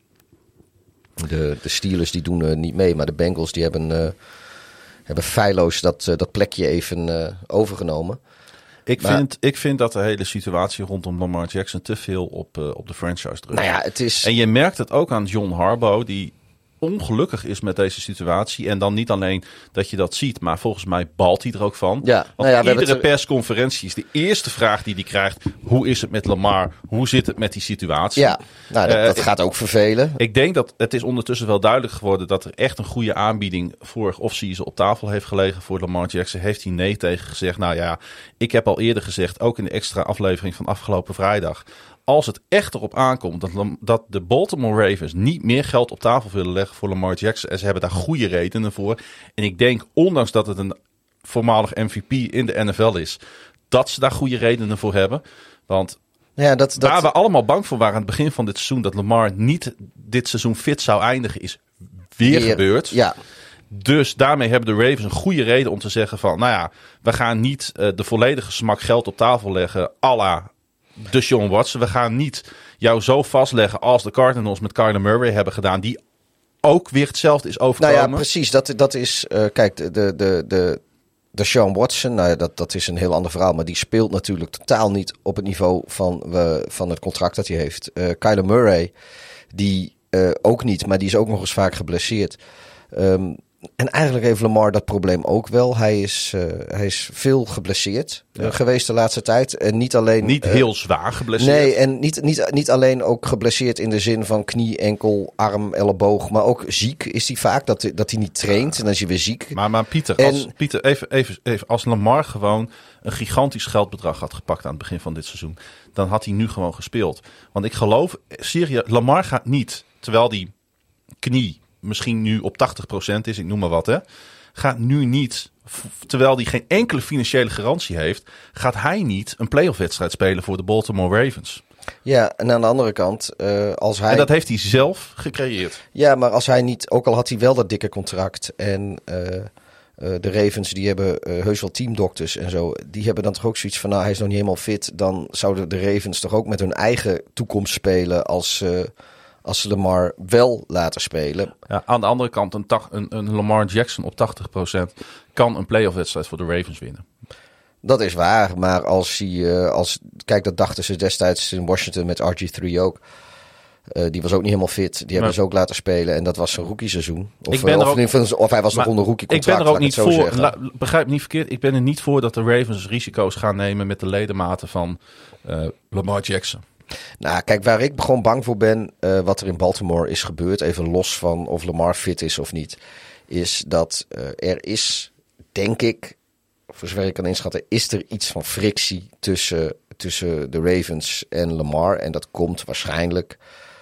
de, de Steelers die doen uh, niet mee. Maar de Bengals die hebben, uh, hebben feilloos dat, uh, dat plekje even uh, overgenomen. Ik, maar, vind, ik vind dat de hele situatie rondom Lamar Jackson te veel op, uh, op de franchise drukt. Nou ja, het is... En je merkt het ook aan John Harbaugh, die ongelukkig is met deze situatie. En dan niet alleen dat je dat ziet, maar volgens mij balt hij er ook van. Ja, Want nou ja, we iedere het... persconferentie is de eerste vraag die hij krijgt. Hoe is het met Lamar? Hoe zit het met die situatie? Ja, nou, dat, uh, dat gaat ook vervelen. Ik denk dat het is ondertussen wel duidelijk geworden dat er echt een goede aanbieding vorig offseason op tafel heeft gelegen voor Lamar Jackson. Heeft hij nee tegen gezegd? Nou ja, ik heb al eerder gezegd, ook in de extra aflevering van afgelopen vrijdag. Als het echt erop aankomt dat, dat de Baltimore Ravens niet meer geld op tafel willen leggen voor Lamar Jackson. En ze hebben daar goede redenen voor. En ik denk, ondanks dat het een voormalig M V P in de N F L is, dat ze daar goede redenen voor hebben. Want ja, dat, dat... waar we allemaal bang voor waren aan het begin van dit seizoen, dat Lamar niet dit seizoen fit zou eindigen, is weer, weer gebeurd. Ja. Dus daarmee hebben de Ravens een goede reden om te zeggen van, nou ja, we gaan niet uh, de volledige smak geld op tafel leggen, à la Deshaun Watson. We gaan niet jou zo vastleggen als de Cardinals met Kyler Murray hebben gedaan, die ook weer hetzelfde is overkomen. Nou ja, precies. Dat, dat is, uh, kijk, de, de, de, de Deshaun Watson, nou ja, dat, dat is een heel ander verhaal, maar die speelt natuurlijk totaal niet op het niveau van, uh, van het contract dat hij heeft. Uh, Kyler Murray, die uh, ook niet, maar die is ook nog eens vaak geblesseerd. Um, En eigenlijk heeft Lamar dat probleem ook wel. Hij is, uh, hij is veel geblesseerd ja. uh, geweest de laatste tijd. En niet alleen... Niet uh, heel zwaar geblesseerd. Nee, en niet, niet, niet alleen ook geblesseerd in de zin van knie, enkel, arm, elleboog. Maar ook ziek is hij vaak. Dat, dat hij niet traint ja. en dan is hij weer ziek. Maar, maar Pieter, en, als, Pieter even, even, even, als Lamar gewoon een gigantisch geldbedrag had gepakt aan het begin van dit seizoen, dan had hij nu gewoon gespeeld. Want ik geloof, serieus, Lamar gaat niet, terwijl die knie misschien nu op tachtig procent is, ik noem maar wat, hè, gaat nu niet, terwijl hij geen enkele financiële garantie heeft, gaat hij niet een playoff wedstrijd spelen voor de Baltimore Ravens. Ja, en aan de andere kant, uh, als hij... En dat heeft hij zelf gecreëerd. Ja, maar als hij niet, ook al had hij wel dat dikke contract en uh, uh, de Ravens, die hebben uh, heus wel teamdokters en zo, die hebben dan toch ook zoiets van, nou, hij is nog niet helemaal fit, dan zouden de Ravens toch ook met hun eigen toekomst spelen als... Uh, Als ze Lamar wel laten spelen. Ja, aan de andere kant, een, tach, een, een Lamar Jackson op tachtig procent kan een playoff wedstrijd voor de Ravens winnen. Dat is waar, maar als hij... Uh, als, kijk, dat dachten ze destijds in Washington met R G drie ook. Uh, die was ook niet helemaal fit. Die hebben maar, ze ook laten spelen. En dat was zijn rookie seizoen. Of, ik ben uh, of, ook, of hij was nog onder rookie contract. Ik ben er ook niet voor. La, begrijp me niet verkeerd. Ik ben er niet voor dat de Ravens risico's gaan nemen met de ledematen van uh, Lamar Jackson. Nou, kijk, waar ik gewoon bang voor ben, uh, wat er in Baltimore is gebeurd, even los van of Lamar fit is of niet, is dat uh, er is, denk ik, voor zover ik kan inschatten, is er iets van frictie tussen, tussen de Ravens en Lamar. En dat komt waarschijnlijk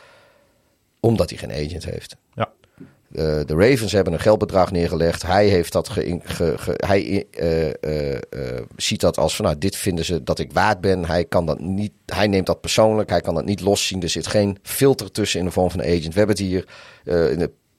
omdat hij geen agent heeft. Ja. Uh, de Ravens hebben een geldbedrag neergelegd. Hij heeft dat ge, ge, ge, hij uh, uh, uh, ziet dat als van, nou, dit vinden ze dat ik waard ben. Hij kan dat niet. Hij neemt dat persoonlijk. Hij kan dat niet loszien. Er zit geen filter tussen in de vorm van een agent. We hebben het hier uh, in de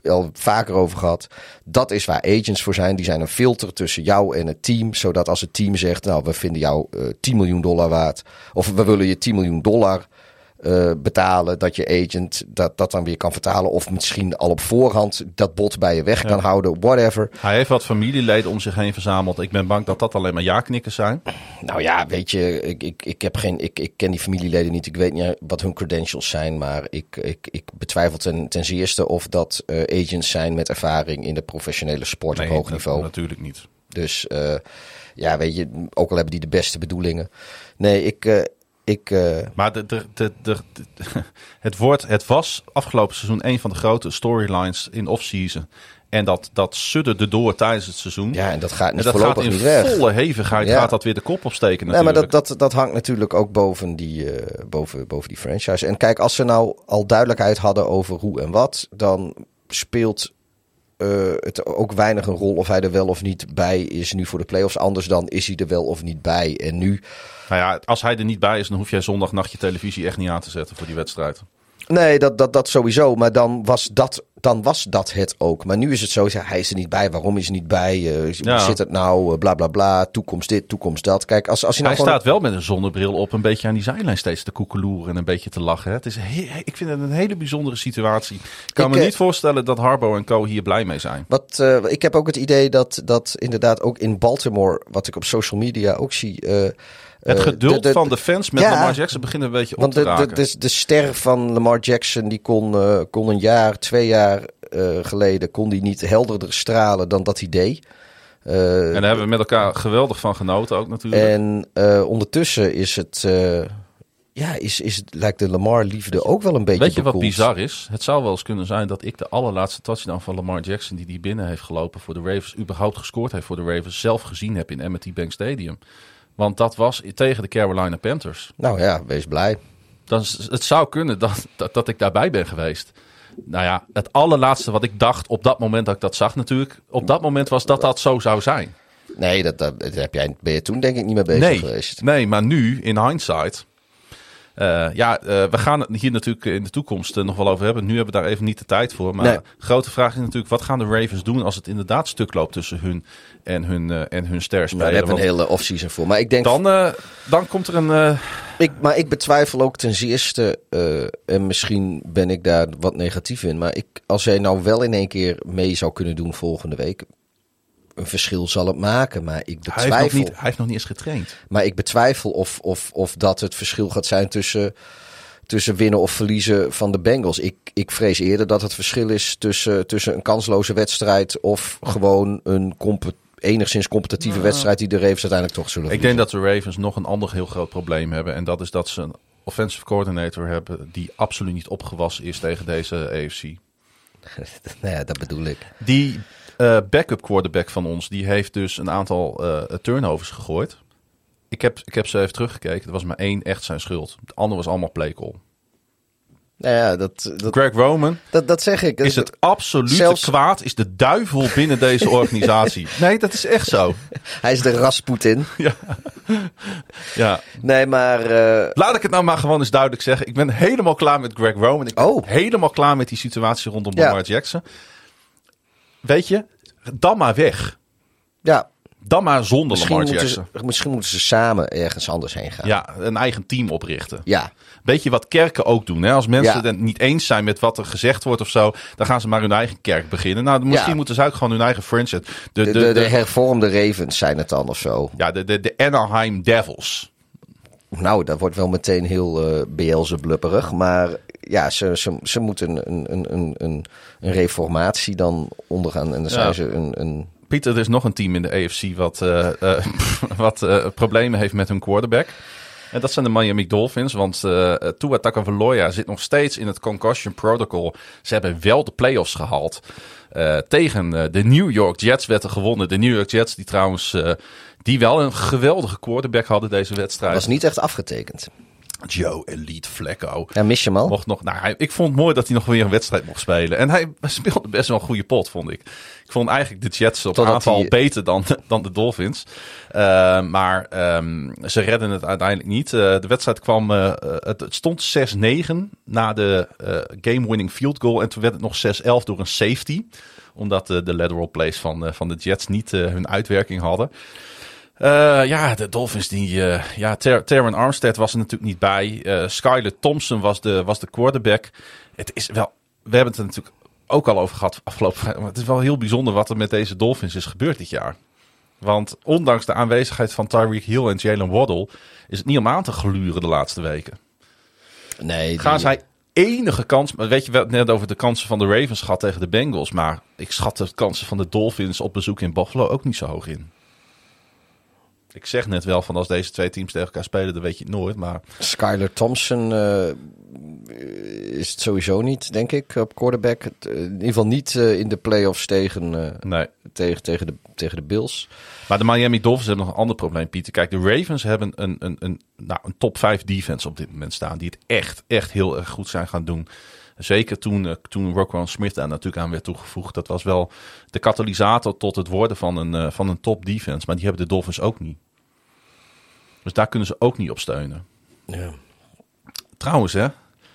al vaker over gehad. Dat is waar agents voor zijn. Die zijn een filter tussen jou en het team. Zodat als het team zegt, nou, we vinden jou uh, tien miljoen dollar waard. Of we willen je tien miljoen dollar uh, betalen. Dat je agent dat, dat dan weer kan vertalen. Of misschien al op voorhand dat bod bij je weg ja. kan houden. Whatever. Hij heeft wat familieleden om zich heen verzameld. Ik ben bang dat dat alleen maar ja-knikkers zijn. Nou ja, weet je, ik, ik, ik, heb geen, ik, ik ken die familieleden niet. Ik weet niet wat hun credentials zijn. Maar ik, ik, ik betwijfel ten, ten zeerste of dat uh, agents zijn met ervaring in de professionele sport nee, op hoog niveau. Natuurlijk niet. Dus uh, ja, weet je, ook al hebben die de beste bedoelingen. Nee, ik... Uh, Ik, uh... Maar de, de, de, de, de, het, wordt, het was afgelopen seizoen een van de grote storylines in off-season. En dat, dat sudderde door tijdens het seizoen. Ja, en dat gaat niet en dat voorlopig gaat in niet weg. volle hevigheid ja. gaat dat weer de kop opsteken natuurlijk. Nee, maar dat, dat, dat hangt natuurlijk ook boven die, uh, boven, boven die franchise. En kijk, als ze nou al duidelijkheid hadden over hoe en wat, dan speelt uh, het ook weinig een rol of hij er wel of niet bij is nu voor de playoffs. Anders dan is hij er wel of niet bij. En nu... Nou ja, als hij er niet bij is, dan hoef jij zondagnacht je televisie echt niet aan te zetten voor die wedstrijd. Nee, dat, dat, dat sowieso. Maar dan was dat, dan was dat het ook. Maar nu is het zo, hij is er niet bij. Waarom is hij niet bij? Uh, ja. Zit het nou? Uh, bla, bla, bla. Toekomst dit, toekomst dat. Kijk, als, als hij nou hij gewoon... staat wel met een zonnebril op een beetje aan die zijlijn steeds te koekeloeren en een beetje te lachen. Hè? Het is he- ik vind het een hele bijzondere situatie. Ik kan ik, me niet voorstellen dat Harbaugh en co hier blij mee zijn. Wat, uh, ik heb ook het idee dat, dat inderdaad ook in Baltimore, wat ik op social media ook zie... Uh, Het geduld de, de, van de fans met ja, Lamar Jackson begint een beetje op te de, raken. De, de, de ster van Lamar Jackson die kon, uh, kon een jaar, twee jaar uh, geleden... kon die niet helderder stralen dan dat hij deed. Uh, en daar hebben we met elkaar geweldig van genoten ook natuurlijk. En uh, ondertussen is het... Uh, ja, is, is het, lijkt de Lamar-liefde ook wel een beetje Weet je bekoeld. Wat bizar is? Het zou wel eens kunnen zijn dat ik de allerlaatste touchdown van Lamar Jackson... die die binnen heeft gelopen voor de Ravens... überhaupt gescoord heeft voor de Ravens... zelf gezien heb in M en T Bank Stadium. Want dat was tegen de Carolina Panthers. Nou ja, wees blij. Dan, het zou kunnen dat, dat, dat ik daarbij ben geweest. Nou ja, het allerlaatste wat ik dacht op dat moment dat ik dat zag natuurlijk... op dat moment was dat dat zo zou zijn. Nee, dat, dat, dat heb jij, ben je toen denk ik niet mee bezig nee, geweest. Nee, maar nu, in hindsight... Uh, ja, uh, we gaan het hier natuurlijk in de toekomst uh, nog wel over hebben. Nu hebben we daar even niet de tijd voor. Maar nee. de grote vraag is natuurlijk... wat gaan de Ravens doen als het inderdaad stuk loopt tussen hun en hun, uh, en hun sterspeler? Nou, daar hebben we een hele offseason voor. Maar ik denk... Dan, uh, dan komt er een... Uh... Ik, maar ik betwijfel ook ten zeerste... Uh, en misschien ben ik daar wat negatief in... maar ik, als hij nou wel in één keer mee zou kunnen doen volgende week... een verschil zal het maken, maar ik betwijfel... Hij heeft nog niet, hij heeft nog niet eens getraind. Maar ik betwijfel of, of, of dat het verschil gaat zijn tussen, tussen winnen of verliezen van de Bengals. Ik, ik vrees eerder dat het verschil is tussen, tussen een kansloze wedstrijd... of gewoon een comp- enigszins competitieve nou, wedstrijd die de Ravens uiteindelijk toch zullen Ik verliezen. denk dat de Ravens nog een ander heel groot probleem hebben. En dat is dat ze een offensive coordinator hebben... die absoluut niet opgewassen is tegen deze A F C. Nou ja, dat bedoel ik. Die... Uh, backup quarterback van ons, die heeft dus een aantal uh, turnovers gegooid. Ik heb, ik heb ze even teruggekeken. Er was maar één echt zijn schuld. Het andere was allemaal play call. Nou ja, dat, dat, Greg Roman, dat, dat zeg ik. Is het absolute zelfs... kwaad, is de duivel binnen deze organisatie. Nee, dat is echt zo. Hij is de Rasputin. Ja. ja. Nee, maar... Uh... Laat ik het nou maar gewoon eens duidelijk zeggen. Ik ben helemaal klaar met Greg Roman. Ik ben oh. helemaal klaar met die situatie rondom ja. Lamar Jackson. Weet je, dan maar weg. Ja. Dan maar zonder misschien Lamar Jackson. Moeten ze, misschien moeten ze samen ergens anders heen gaan. Ja, een eigen team oprichten. Ja. Weet je wat kerken ook doen? Hè? Als mensen ja. het niet eens zijn met wat er gezegd wordt of zo... dan gaan ze maar hun eigen kerk beginnen. Nou, misschien ja. moeten ze ook gewoon hun eigen franchise... De, de, de, de, de hervormde Ravens zijn het dan of zo. Ja, de, de, de Anaheim Devils. Nou, dat wordt wel meteen heel uh, Beelzebubberig. Maar ja, ze, ze, ze moeten een, een, een, een, een reformatie dan ondergaan. En dan zijn ja. ze een... een... Pieter, er is nog een team in de A F C wat, uh, uh, wat uh, problemen heeft met hun quarterback. En dat zijn de Miami Dolphins, want uh, Tua Tagovailoa zit nog steeds in het concussion protocol. Ze hebben wel de playoffs gehaald. Uh, tegen uh, de New York Jets werd er gewonnen. De New York Jets die trouwens uh, die wel een geweldige quarterback hadden deze wedstrijd. Was niet echt afgetekend. Joe Elite Flacco. Ja, mis je hem al? Mocht nog, nou, hij, ik vond het mooi dat hij nog weer een wedstrijd mocht spelen. En hij speelde best wel een goede pot, vond ik. Ik vond eigenlijk de Jets op Totdat aanval hij... beter dan, dan de Dolphins. Uh, maar um, ze redden het uiteindelijk niet. Uh, de wedstrijd kwam... Uh, het, het stond zes negen na de uh, game-winning field goal. En toen werd het nog zes elf door een safety. Omdat uh, de lateral plays van, uh, van de Jets niet uh, hun uitwerking hadden. Uh, ja, de Dolphins, die, uh, ja, Ter- Terron Armstead was er natuurlijk niet bij. Uh, Skylar Thompson was de, was de quarterback. Het is wel, we hebben het er natuurlijk ook al over gehad afgelopen vrijdag. Maar het is wel heel bijzonder wat er met deze Dolphins is gebeurd dit jaar. Want ondanks de aanwezigheid van Tyreek Hill en Jalen Waddle is het niet om aan te gluren de laatste weken. Nee. Die... Gaan zij enige kans... Maar weet je, we hebben het net over de kansen van de Ravens gehad tegen de Bengals. Maar ik schat de kansen van de Dolphins op bezoek in Buffalo ook niet zo hoog in. Ik zeg net wel van als deze twee teams tegen elkaar spelen, dan weet je het nooit. Maar Skylar Thompson uh, is het sowieso niet, denk ik, op quarterback. Het, uh, in ieder geval niet uh, in de playoffs tegen, uh, nee. tegen, tegen, de, tegen de Bills. Maar de Miami Dolphins hebben nog een ander probleem, Pieter. Kijk, de Ravens hebben een, een, een, nou, een top vijf defense op dit moment staan. Die het echt, echt heel erg goed zijn gaan doen. Zeker toen, uh, toen Roquan Smith daar natuurlijk aan werd toegevoegd. Dat was wel de katalysator tot het worden van een, uh, van een top defense. Maar die hebben de Dolphins ook niet. Dus daar kunnen ze ook niet op steunen. Ja. Trouwens, hè.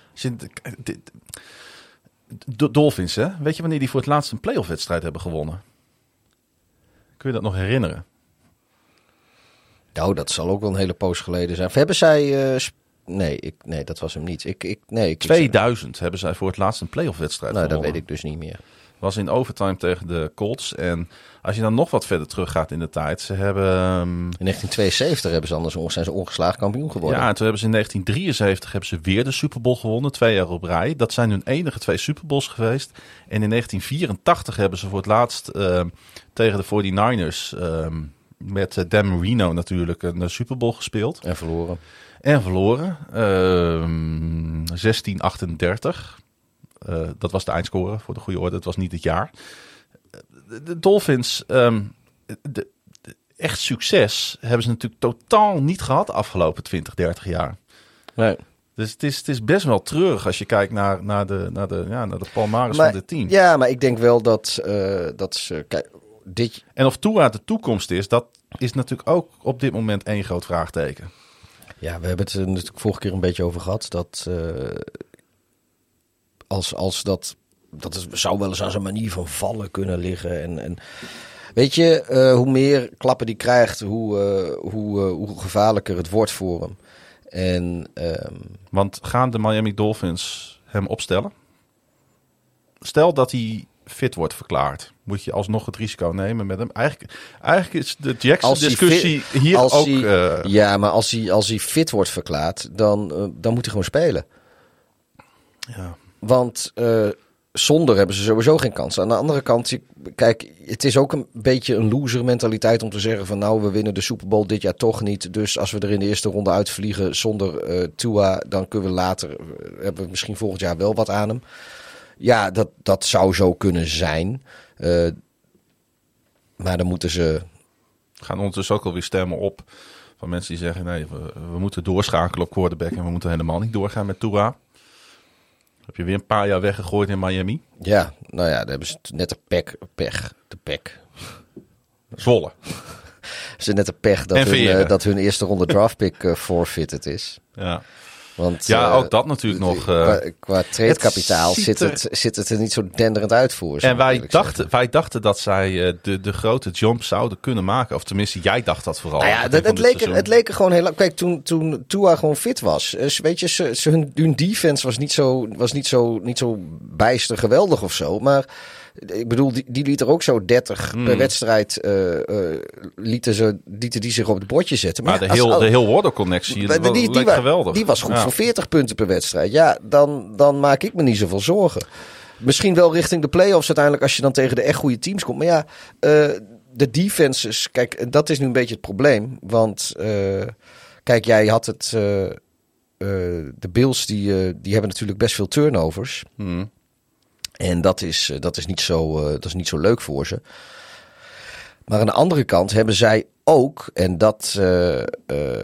De Dolphins, hè. Weet je wanneer die voor het laatst een playoff wedstrijd hebben gewonnen? Kun je dat nog herinneren? Nou, dat zal ook wel een hele poos geleden zijn. Of hebben zij... Uh, sp- nee, ik, nee, dat was hem niet. Ik, ik, nee, ik, tweeduizend hebben zij voor het laatst een playoff wedstrijd nou, gewonnen. Dat weet ik dus niet meer. Was in overtime tegen de Colts. En als je dan nog wat verder teruggaat in de tijd. Ze hebben... Um... In negentien tweeënzeventig hebben ze anders, zijn ze ongeslagen kampioen geworden. Ja, en toen hebben ze in negentien drieënzeventig hebben ze weer de Super Bowl gewonnen. Twee jaar op rij. Dat zijn hun enige twee Super Bowls geweest. En in negentien vierentachtig hebben ze voor het laatst uh, tegen de forty-niners... Uh, met uh, Dan Marino natuurlijk een uh, Super Bowl gespeeld. En verloren. En verloren. Uh, zestien achtendertig. Uh, dat was de eindscore voor de goede orde. Het was niet het jaar. De, de Dolphins, um, de, de, echt succes hebben ze natuurlijk totaal niet gehad de afgelopen twintig, dertig jaar. Nee. Dus het is, het is best wel treurig als je kijkt naar, naar de, naar de, ja, naar de palmares maar, van dit team. Ja, maar ik denk wel dat, uh, dat ze... Kijk, dit... En of Tua de toekomst is, dat is natuurlijk ook op dit moment één groot vraagteken. Ja, we hebben het er natuurlijk vorige keer een beetje over gehad. Dat uh, als, als dat... Dat is, zou wel eens aan zijn manier van vallen kunnen liggen. En, en weet je, uh, hoe meer klappen die krijgt, hoe, uh, hoe, uh, hoe gevaarlijker het wordt voor hem. En, um... Want gaan de Miami Dolphins hem opstellen? Stel dat hij fit wordt verklaard. Moet je alsnog het risico nemen met hem? Eigenlijk, eigenlijk is de Jackson-discussie fit, hier ook... Hij, uh... Ja, maar als hij, als hij fit wordt verklaard, dan, uh, dan moet hij gewoon spelen. Ja. Want... Uh, Zonder hebben ze sowieso geen kans. Aan de andere kant, kijk, het is ook een beetje een loser mentaliteit om te zeggen van nou, we winnen de Super Bowl dit jaar toch niet. Dus als we er in de eerste ronde uitvliegen zonder uh, Tua, dan kunnen we later, uh, hebben we misschien volgend jaar wel wat aan hem. Ja, dat, dat zou zo kunnen zijn. Uh, maar dan moeten ze... Gaan ondertussen ook alweer stemmen op van mensen die zeggen nee, we, we moeten doorschakelen op quarterback en we moeten helemaal niet doorgaan met Tua. Heb je weer een paar jaar weggegooid in Miami? Ja, nou ja, daar hebben ze net de pek, pech, de pek. Zwolle. Ze hebben net de pech dat hun, uh, dat hun eerste ronde draftpick uh, forfeited is. Ja. Want, ja, uh, ook dat natuurlijk nog. Uh, qua qua trade-kapitaal zit, er... het, zit het er niet zo denderend uit voor. En wij dachten, wij dachten dat zij uh, de, de grote jump zouden kunnen maken. Of tenminste, jij dacht dat vooral. Nou ja, dat, het, leek er, het leek er gewoon heel lang. Kijk, toen, toen Tua gewoon fit was. Dus weet je, ze, ze, hun, hun defense was niet zo, was niet zo, niet zo bijster geweldig of zo. Maar ik bedoel, die, die liet er ook zo dertig hmm. per wedstrijd uh, uh, lieten, ze, lieten die zich op het bordje zetten. Maar, maar ja, de, heel, als, de heel Waddle-connectie die, die, die, die, geweldig. Die was goed ja. voor veertig punten per wedstrijd. Ja, dan, dan maak ik me niet zoveel zorgen. Misschien wel richting de play-offs uiteindelijk als je dan tegen de echt goede teams komt. Maar ja, uh, de defenses, kijk, dat is nu een beetje het probleem. Want uh, kijk, jij had het... Uh, uh, de Bills, die, uh, die hebben natuurlijk best veel turnovers. Hmm. En dat is, uh, dat, is niet zo, uh, dat is niet zo leuk voor ze. Maar aan de andere kant hebben zij ook, en dat, uh, uh,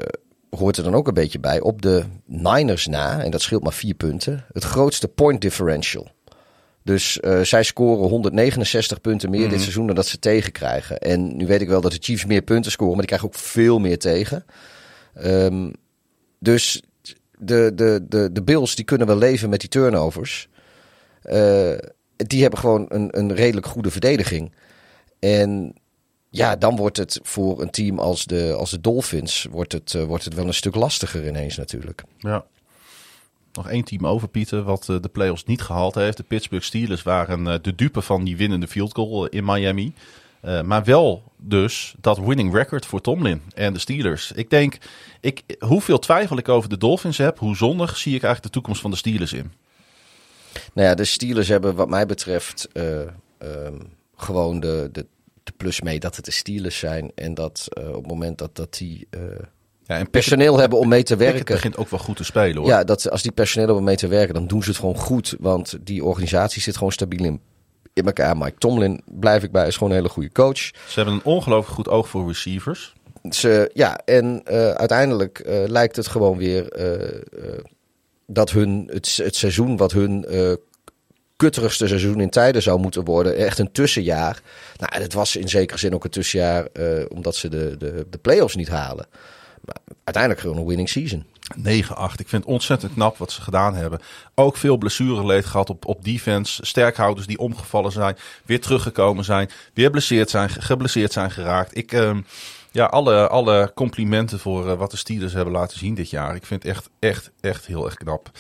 hoort er dan ook een beetje bij, op de Niners na, en dat scheelt maar vier punten, het grootste point differential. Dus uh, zij scoren honderdnegenenzestig punten meer mm-hmm. dit seizoen dan dat ze tegenkrijgen. En nu weet ik wel dat de Chiefs meer punten scoren, maar die krijgen ook veel meer tegen. Um, dus de, de, de, de Bills die kunnen wel leven met die turnovers. Uh, die hebben gewoon een, een redelijk goede verdediging. En ja, dan wordt het voor een team als de, als de Dolphins wordt het, uh, wordt het wel een stuk lastiger ineens natuurlijk. Ja. Nog één team over, Pieter, wat uh, de playoffs niet gehaald heeft. De Pittsburgh Steelers waren uh, de dupe van die winnende field goal in Miami. Uh, maar wel dus dat winning record voor Tomlin en de Steelers. Ik denk, ik, hoeveel twijfel ik over de Dolphins heb, hoe zonnig zie ik eigenlijk de toekomst van de Steelers in. Nou ja, de Steelers hebben wat mij betreft uh, um, gewoon de, de, de plus mee dat het de Steelers zijn. En dat uh, op het moment dat, dat die uh, ja, en personeel Pickett, hebben om mee te werken. Het begint ook wel goed te spelen, hoor. Ja, dat als die personeel hebben om mee te werken, dan doen ze het gewoon goed. Want die organisatie zit gewoon stabiel in, in elkaar. Mike Tomlin, blijf ik bij, is gewoon een hele goede coach. Ze hebben een ongelooflijk goed oog voor receivers. Ze, ja, en uh, uiteindelijk uh, lijkt het gewoon weer uh, uh, dat hun het, het seizoen wat hun uh, kutterigste seizoen in tijden zou moeten worden, echt een tussenjaar. Nou, het was in zekere zin ook een tussenjaar uh, omdat ze de, de, de play-offs niet halen. Maar uiteindelijk gewoon een winning season. negen acht. Ik vind het ontzettend knap wat ze gedaan hebben. Ook veel blessureleed gehad op, op defense. Sterkhouders die omgevallen zijn, weer teruggekomen zijn, weer geblesseerd zijn, geblesseerd zijn geraakt. Ik, uh, ja, alle, alle complimenten voor uh, wat de Steelers hebben laten zien dit jaar. Ik vind het echt, echt, echt heel erg knap.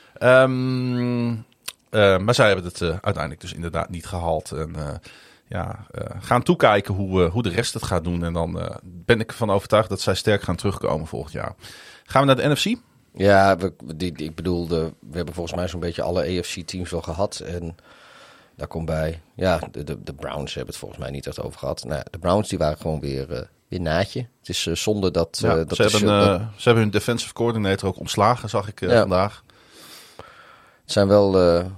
Um, uh, maar zij hebben het uh, uiteindelijk dus inderdaad niet gehaald. En uh, ja, uh, gaan toekijken hoe, uh, hoe de rest het gaat doen. En dan uh, ben ik ervan overtuigd dat zij sterk gaan terugkomen volgend jaar. Gaan we naar de N F C? Ja, we, die, die, ik bedoel, de, we hebben volgens mij zo'n beetje alle A F C-teams wel gehad. En daar komt bij, ja, de, de, de Browns hebben het volgens mij niet echt over gehad. Nou, de Browns die waren gewoon weer, uh, weer naadje. Het is uh, zonde dat... Uh, ja, dat ze, is, hebben, uh, uh, dat... ze hebben hun defensive coordinator ook ontslagen, zag ik uh, ja. vandaag. Het zijn wel... Uh,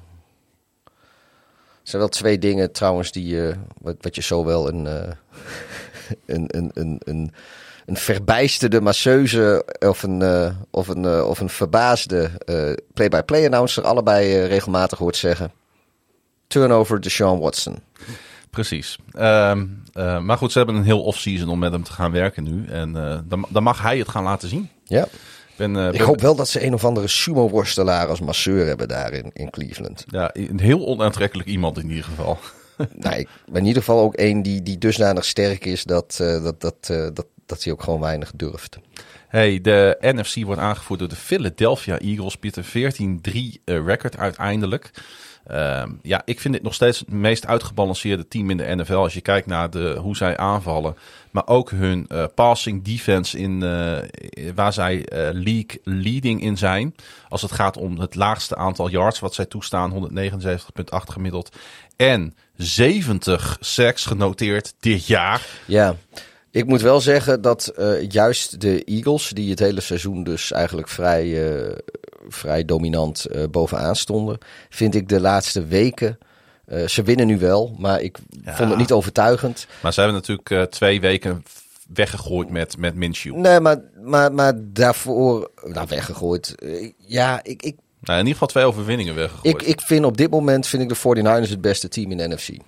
Het zijn wel twee dingen trouwens die uh, wat, wat je zo wel een, uh, een, een, een, een, een verbijsterde masseuse of een, uh, of een, uh, of een verbaasde uh, play-by-play announcer allebei uh, regelmatig hoort zeggen. Turnover Deshaun Watson. Precies. Uh, uh, maar goed, ze hebben een heel off-season om met hem te gaan werken nu. En uh, dan, dan mag hij het gaan laten zien. Ja. Ben, uh, ik ben... hoop wel dat ze een of andere sumo-worstelaar als masseur hebben daar in, in Cleveland. Ja, een heel onaantrekkelijk iemand in ieder geval. Nou, ik, maar in ieder geval ook één die, die dusdanig sterk is dat, uh, dat, dat, uh, dat, dat hij ook gewoon weinig durft. Hey, de N F C wordt aangevoerd door de Philadelphia Eagles. Pieter, veertien drie uh, record uiteindelijk. Uh, ja, ik vind dit nog steeds het meest uitgebalanceerde team in de N F L. Als je kijkt naar de, hoe zij aanvallen. Maar ook hun uh, passing defense in, uh, waar zij uh, league leading in zijn. Als het gaat om het laagste aantal yards wat zij toestaan. honderdnegenenzeventig komma acht gemiddeld. En zeventig sacks genoteerd dit jaar. Ja, ik moet wel zeggen dat uh, juist de Eagles, die het hele seizoen dus eigenlijk vrij, uh, vrij dominant uh, bovenaan stonden, vind ik de laatste weken... Uh, ze winnen nu wel, maar ik ja. vond het niet overtuigend. Maar ze hebben natuurlijk uh, twee weken weggegooid met, met Minshew. Nee, maar, maar, maar daarvoor... Nou, weggegooid. Uh, ja, ik... ik nou, in ieder geval twee overwinningen weggegooid. Ik, ik vind op dit moment vind ik de forty-niners het beste team in de N F C.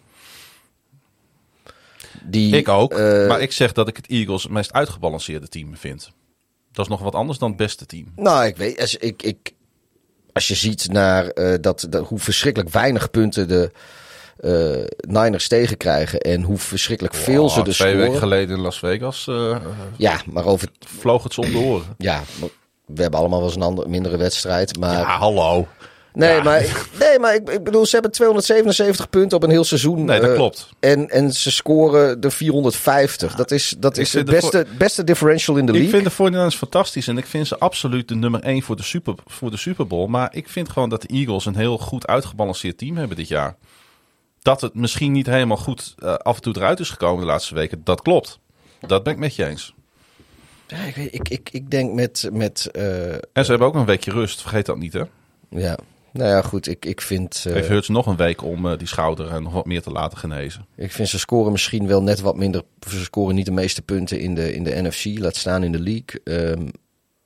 Die, ik ook, uh, maar ik zeg dat ik het Eagles het meest uitgebalanceerde team vind. Dat is nog wat anders dan het beste team. Nou, ik weet... Als, ik, ik, als je ziet naar uh, dat, dat, hoe verschrikkelijk weinig punten de uh, Niners tegenkrijgen en hoe verschrikkelijk veel wow, ze dus twee scoren. Twee weken geleden in Las Vegas uh, ja, maar over... vloog het ze om de oren. Ja, we hebben allemaal wel eens een andere, mindere wedstrijd. Maar... Ja, hallo. Nee, ja. maar, nee, maar ik, ik bedoel, ze hebben tweehonderdzevenenzeventig punten op een heel seizoen. Nee, dat uh, klopt. En, en ze scoren de vierhonderdvijftig. Ja, dat is, dat is het beste, voor... beste differential in de ik league. Ik vind de forty-niners fantastisch en ik vind ze absoluut de nummer één voor de, super, voor de Super Bowl. Maar ik vind gewoon dat de Eagles een heel goed uitgebalanceerd team hebben dit jaar. Dat het misschien niet helemaal goed uh, af en toe eruit is gekomen de laatste weken, dat klopt. Dat ben ik met je eens. Ja, ik, weet, ik, ik, ik denk met... met uh, en ze uh, hebben ook een weekje rust, vergeet dat niet, hè? Ja. Nou ja, goed, ik, ik vind... Uh, Heeft Hurts nog een week om uh, die schouder en nog wat meer te laten genezen? Ik vind ze scoren misschien wel net wat minder... Ze scoren niet de meeste punten in de, in de N F C, laat staan in de league. Um,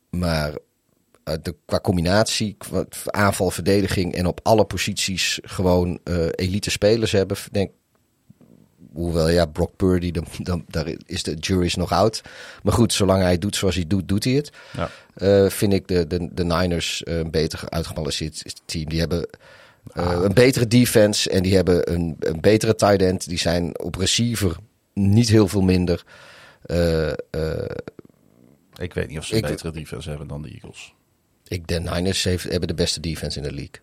maar uh, de, qua combinatie, qua aanval, verdediging en op alle posities gewoon uh, elite spelers hebben. Denk, hoewel ja, Brock Purdy, dan, dan, daar is de jury's nog out. Maar goed, zolang hij doet zoals hij doet, doet hij het. Ja. Uh, vind ik de, de, de Niners uh, een beter uitgebalanceerd team. Die hebben uh, ah. een betere defense en die hebben een, een betere tight end. Die zijn op receiver niet heel veel minder. Uh, uh, ik weet niet of ze een ik, betere defense hebben dan de Eagles. Ik de Niners heeft, hebben de beste defense in de league.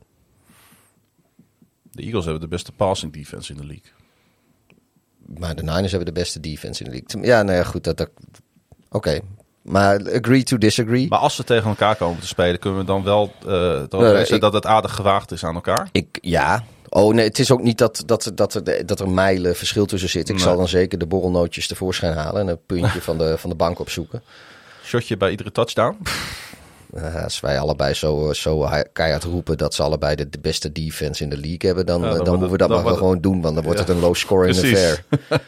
De Eagles hebben de beste passing defense in de league. Maar de Niners hebben de beste defense in de league. Ja, nou ja, goed. Dat, dat, Oké. Okay. Maar agree to disagree. Maar als ze tegen elkaar komen te spelen, kunnen we dan wel uh, uh, ik, dat het aardig gewaagd is aan elkaar? Ik, ja. Oh nee, het is ook niet dat, dat, dat, er, dat er mijlen verschil tussen zit. Ik nee. zal dan zeker de borrelnootjes tevoorschijn halen en een puntje van, de, van de bank opzoeken. Shotje bij iedere touchdown? Uh, als wij allebei zo, zo keihard roepen dat ze allebei de, de beste defense in de league hebben, dan, ja, dan, dan moeten we dat maar gewoon het, doen, want dan wordt ja, het een low scoring affair.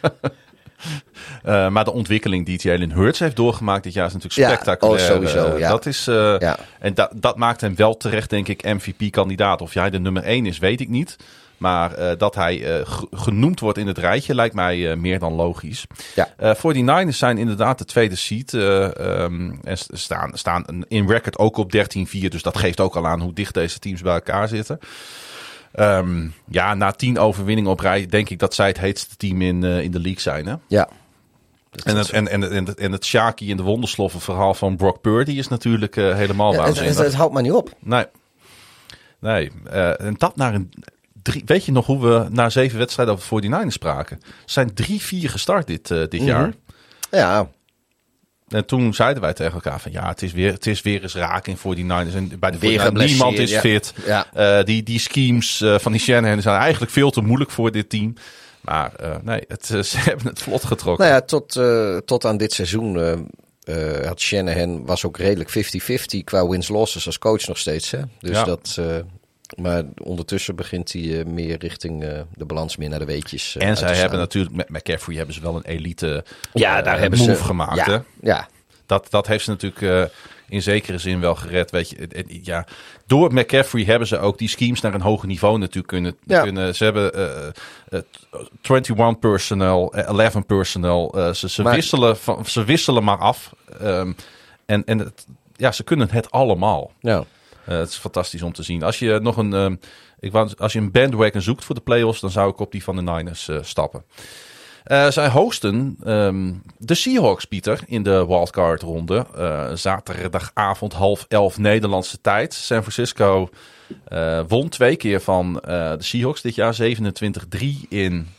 uh, maar de ontwikkeling die Jalen Hurts heeft doorgemaakt dit jaar is natuurlijk spectaculair. Ja, oh, sowieso. Uh, ja. Dat is, uh, ja. En da- dat maakt hem wel terecht, denk ik, M V P-kandidaat. Of jij de nummer één is, weet ik niet. Maar uh, dat hij uh, g- genoemd wordt in het rijtje lijkt mij uh, meer dan logisch. Ja. Uh, forty-niners zijn inderdaad de tweede seed. Uh, um, en staan, staan in record ook op dertien vier. Dus dat geeft ook al aan hoe dicht deze teams bij elkaar zitten. Um, ja, na tien overwinningen op rij denk ik dat zij het heetste team in, uh, in de league zijn. Hè? Ja. En het, en, en, en, en het Shaki en de wondersloffen verhaal van Brock Purdy is natuurlijk uh, helemaal ja, waanzinnig. Het, het, het houdt maar niet op. Nee. Nee. Uh, en dat naar een... Drie, weet je nog hoe we na zeven wedstrijden over forty-niners spraken? Ze zijn drie vier gestart dit, uh, dit mm-hmm. jaar. Ja. En toen zeiden wij tegen elkaar van ja, het is weer, het is weer eens raak in forty-niners. En bij de forty-niners, niemand is ja. fit. Ja. Uh, die, die schemes uh, van die Shanahan zijn eigenlijk veel te moeilijk voor dit team. Maar uh, nee, het, uh, ze hebben het vlot getrokken. Nou ja, tot, uh, tot aan dit seizoen uh, uh, had Shanahan was ook redelijk fifty-fifty qua wins-losses als coach nog steeds. Hè? Dus ja. dat... Uh, Maar ondertussen begint hij uh, meer richting uh, de balans meer naar de weetjes. Uh, en zij hebben natuurlijk met McCaffrey hebben ze wel een elite ja, daar uh, hebben move ze, gemaakt. Ja, hè? ja. Dat, dat heeft ze natuurlijk uh, in zekere zin wel gered. Weet je, ja. Door McCaffrey hebben ze ook die schemes naar een hoger niveau natuurlijk kunnen. Ja. kunnen ze hebben uh, uh, eenentwintig personnel, elf personnel. Uh, ze, ze, maar, wisselen van, ze wisselen maar af. Um, en en het, ja, ze kunnen het allemaal. Ja. Uh, het is fantastisch om te zien. Als je nog een, uh, ik wou, als je een bandwagon zoekt voor de playoffs, dan zou ik op die van de Niners uh, stappen. Uh, zij hosten um, de Seahawks, Pieter, in de wildcard ronde. Uh, zaterdagavond half elf Nederlandse tijd. San Francisco uh, won twee keer van uh, de Seahawks dit jaar. zevenentwintig drie in,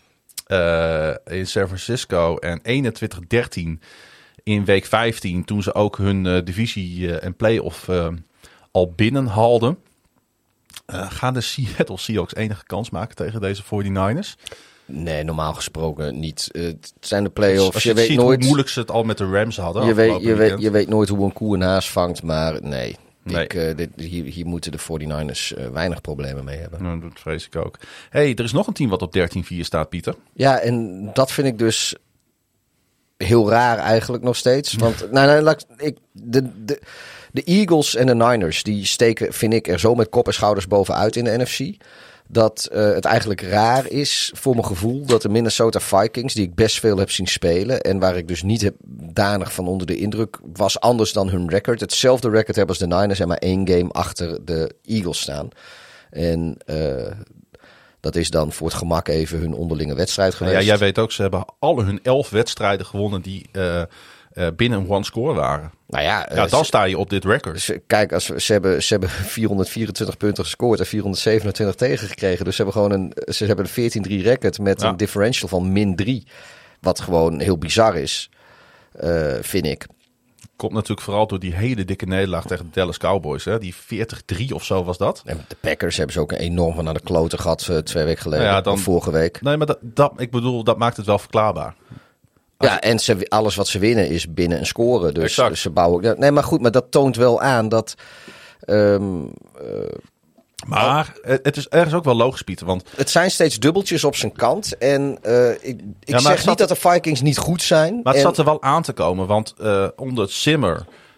uh, in San Francisco en eenentwintig dertien in week vijftien. Toen ze ook hun uh, divisie uh, en playoff uh, al binnenhaalden. Uh, gaan de Seattle Seahawks enige kans maken tegen deze forty-niners? Nee, normaal gesproken niet. Uh, het zijn de playoffs. Als je, je weet ziet nooit hoe moeilijk ze het al met de Rams hadden. Je weet, je, weet, je weet nooit hoe een koe een haas vangt, maar nee. nee. Ik, uh, dit, hier, hier moeten de forty-niners uh, weinig problemen mee hebben. Nou, dat vrees ik ook. Hey, er is nog een team wat op dertien vier staat, Pieter. Ja, en dat vind ik dus heel raar eigenlijk nog steeds. Want nou, nou, laat, ik, de, de, de Eagles en de Niners, die steken, vind ik, er zo met kop en schouders bovenuit in de N F C. Dat uh, het eigenlijk raar is voor mijn gevoel dat de Minnesota Vikings, die ik best veel heb zien spelen en waar ik dus niet heb danig van onder de indruk was, anders dan hun record. Hetzelfde record hebben als de Niners en maar één game achter de Eagles staan. En uh, dat is dan voor het gemak even hun onderlinge wedstrijd geweest. Ja, jij weet ook, ze hebben alle hun elf wedstrijden gewonnen die uh, uh, binnen een one score waren. Nou ja, ja, dan ze, sta je op dit record. Ze, kijk, als we, ze, hebben, ze hebben vierhonderdvierentwintig punten gescoord en vierhonderdzevenentwintig tegengekregen. Dus ze hebben gewoon een, ze hebben een veertien drie record met ja. een differential van min drie. Wat gewoon heel bizar is, uh, vind ik. Komt natuurlijk vooral door die hele dikke nederlaag tegen de Dallas Cowboys. Hè? Die veertig drie of zo was dat. En de Packers hebben ze ook een enorm van naar de kloten gehad uh, twee weken geleden. Nou ja, dan, of vorige week. Nee, maar dat, dat, ik bedoel, dat maakt het wel verklaarbaar. Als ja, en ze, alles wat ze winnen is binnen een score. Dus, dus ze bouwen. Nee, maar goed, maar dat toont wel aan dat. Um, uh, maar al, het is ergens ook wel logisch, Pieter. Want het zijn steeds dubbeltjes op zijn kant. En uh, ik, ik ja, zeg zat, niet dat de Vikings niet goed zijn. Maar het en, zat er wel aan te komen. Want uh, onder Zimmer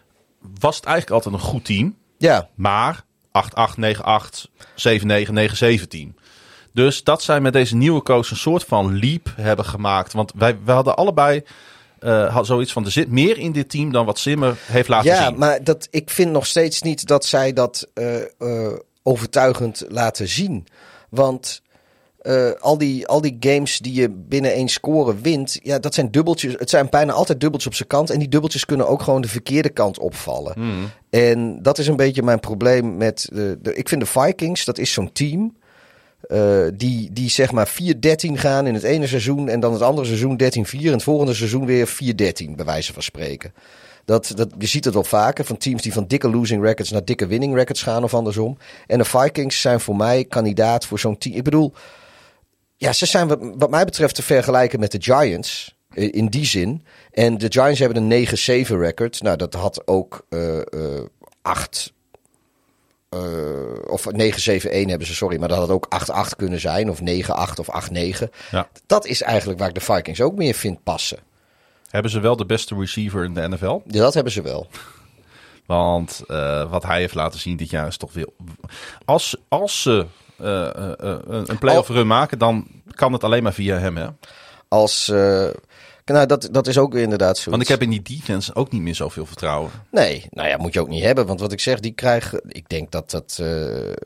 was het eigenlijk altijd een goed team. Ja. Maar acht acht, negen acht, zeven negen, negen zeven team. Dus dat zij met deze nieuwe coach een soort van leap hebben gemaakt. Want wij, wij hadden allebei uh, had zoiets van, er zit meer in dit team dan wat Zimmer heeft laten ja, zien. Ja, maar dat, ik vind nog steeds niet dat zij dat uh, uh, overtuigend laten zien. Want uh, al, die, al die games die je binnen één score wint, ja, dat zijn dubbeltjes. Het zijn bijna altijd dubbeltjes op zijn kant. En die dubbeltjes kunnen ook gewoon de verkeerde kant opvallen. Hmm. En dat is een beetje mijn probleem met de, de ik vind de Vikings, dat is zo'n team Uh, die, die zeg maar vier dertien gaan in het ene seizoen en dan het andere seizoen dertien vier en het volgende seizoen weer vier dertien, bij wijze van spreken. Dat, dat, je ziet het wel vaker van teams die van dikke losing records naar dikke winning records gaan of andersom. En de Vikings zijn voor mij kandidaat voor zo'n team. Ik bedoel, ja, ze zijn wat, wat mij betreft te vergelijken met de Giants in die zin. En de Giants hebben een negen zeven record. Nou, dat had ook uh, uh, acht... Uh, of negen zeven een hebben ze, sorry. Maar dat had ook acht acht kunnen zijn. Of negen acht of acht negen. Ja. Dat is eigenlijk waar ik de Vikings ook meer vind passen. Hebben ze wel de beste receiver in de N F L? Ja, dat hebben ze wel. Want uh, wat hij heeft laten zien dit jaar is toch weer... Als, als ze uh, uh, uh, een playoff run maken, dan kan het alleen maar via hem, hè? Als... Uh, Nou, dat, dat is ook weer inderdaad zo. Want ik heb in die defense ook niet meer zoveel vertrouwen. Nee, nou ja, moet je ook niet hebben. Want wat ik zeg, die krijgen... Ik denk dat dat... Uh,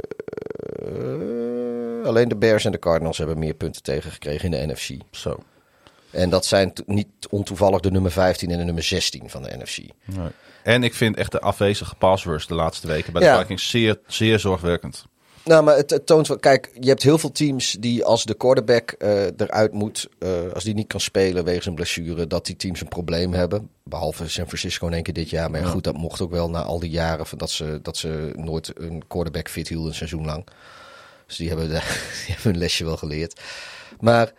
uh, alleen de Bears en de Cardinals hebben meer punten tegengekregen in de N F C. Zo. En dat zijn t- niet ontoevallig de nummer vijftien en de nummer zestien van de N F C. Nee. En ik vind echt de afwezige pass rush de laatste weken bij de ja. Vikings zeer, zeer zorgwekkend. Nou, maar het, het toont wel... Kijk, je hebt heel veel teams die als de quarterback uh, eruit moet... Uh, als die niet kan spelen wegens een blessure... dat die teams een probleem hebben. Behalve San Francisco in één keer dit jaar. Maar ja. goed, dat mocht ook wel na al die jaren... Van dat, ze, dat ze nooit een quarterback fit hielden een seizoen lang. Dus die hebben, de, die hebben hun lesje wel geleerd. Maar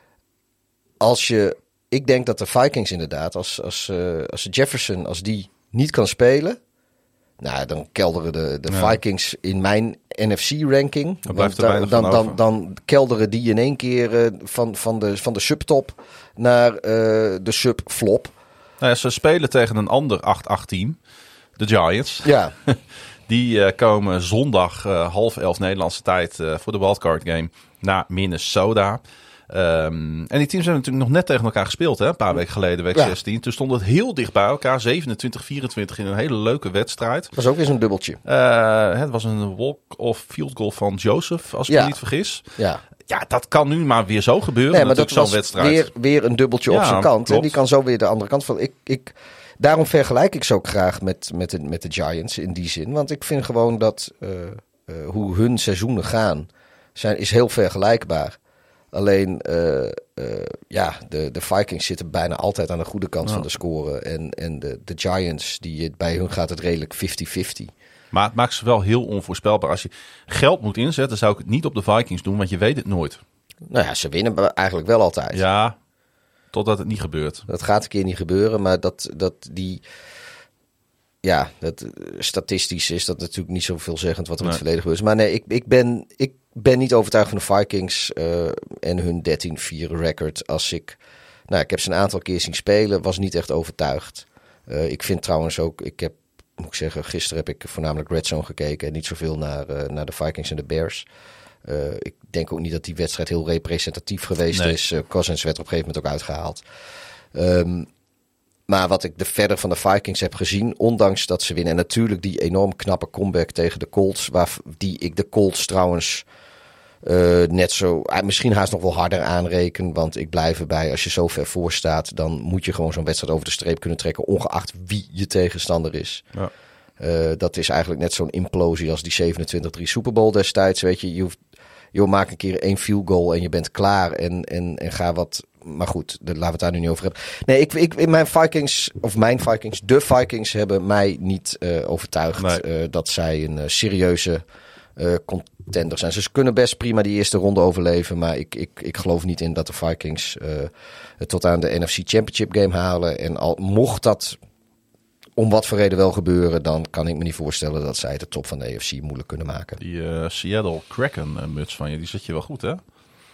als je... Ik denk dat de Vikings inderdaad... Als, als, uh, als Jefferson, als die niet kan spelen... Nou, dan kelderen de, de ja. Vikings in mijn N F C-ranking. Dan blijft er dan, dan, dan, dan kelderen die in één keer uh, van, van, de, van de subtop naar uh, de subflop. Nou ja, ze spelen tegen een ander acht acht team, de Giants. Ja. Die uh, komen zondag uh, half elf Nederlandse tijd uh, voor de wildcard game naar Minnesota. Um, en die teams hebben natuurlijk nog net tegen elkaar gespeeld, hè? Een paar weken geleden, week ja. zestien. Toen stond het heel dicht bij elkaar, zevenentwintig vierentwintig in een hele leuke wedstrijd. Dat was ook weer zo'n dubbeltje. Uh, het was een walk-off field goal van Joseph, als ik ja. me niet vergis. Ja. Ja, dat kan nu maar weer zo gebeuren. Nee, maar natuurlijk dat zo'n was wedstrijd. Weer, weer een dubbeltje ja, op zijn kant. En die kan zo weer de andere kant van. Ik, ik, daarom vergelijk ik ze ook graag met, met, de, met de Giants in die zin. Want ik vind gewoon dat uh, uh, hoe hun seizoenen gaan, zijn, is heel vergelijkbaar. Alleen, uh, uh, ja, de, de Vikings zitten bijna altijd aan de goede kant ja. van de score. En, en de, de Giants, die, bij hun gaat het redelijk vijftig vijftig. Maar het maakt ze wel heel onvoorspelbaar. Als je geld moet inzetten, zou ik het niet op de Vikings doen, want je weet het nooit. Nou ja, ze winnen eigenlijk wel altijd. Ja, totdat het niet gebeurt. Dat gaat een keer niet gebeuren, maar dat, dat die... Ja, dat, statistisch is dat natuurlijk niet zo veelzeggend wat er nee. in het verleden gebeurt. Maar nee, ik, ik, ben, ik ben niet overtuigd van de Vikings uh, en hun dertien vier record. Als ik, nou, ik heb ze een aantal keer zien spelen, was niet echt overtuigd. Uh, ik vind trouwens ook, ik heb, moet ik zeggen, gisteren heb ik voornamelijk Red Zone gekeken en niet zoveel naar, uh, naar de Vikings en de Bears. Uh, ik denk ook niet dat die wedstrijd heel representatief geweest nee. is. Uh, Cousins werd op een gegeven moment ook uitgehaald. Um, Maar wat ik de verder van de Vikings heb gezien, ondanks dat ze winnen. En natuurlijk die enorm knappe comeback tegen de Colts. Waar, die ik de Colts trouwens uh, net zo, uh, misschien haast nog wel harder aanreken. Want ik blijf erbij, als je zo ver voor staat, dan moet je gewoon zo'n wedstrijd over de streep kunnen trekken. Ongeacht wie je tegenstander is. Ja. Uh, dat is eigenlijk net zo'n implosie als die zevenentwintig drie Super Bowl destijds. Weet je, je hoeft, joh, maak een keer één field goal en je bent klaar. En, en, en ga wat... Maar goed, daar laten we het daar nu niet over hebben. Nee, ik, ik, in mijn Vikings, of mijn Vikings, de Vikings hebben mij niet uh, overtuigd nee. uh, dat zij een uh, serieuze uh, contender zijn. Ze kunnen best prima die eerste ronde overleven, maar ik, ik, ik geloof niet in dat de Vikings uh, tot aan de N F C Championship game halen. En al mocht dat om wat voor reden wel gebeuren, dan kan ik me niet voorstellen dat zij de top van de A F C moeilijk kunnen maken. Die uh, Seattle Kraken uh, muts van je, die zit je wel goed, hè?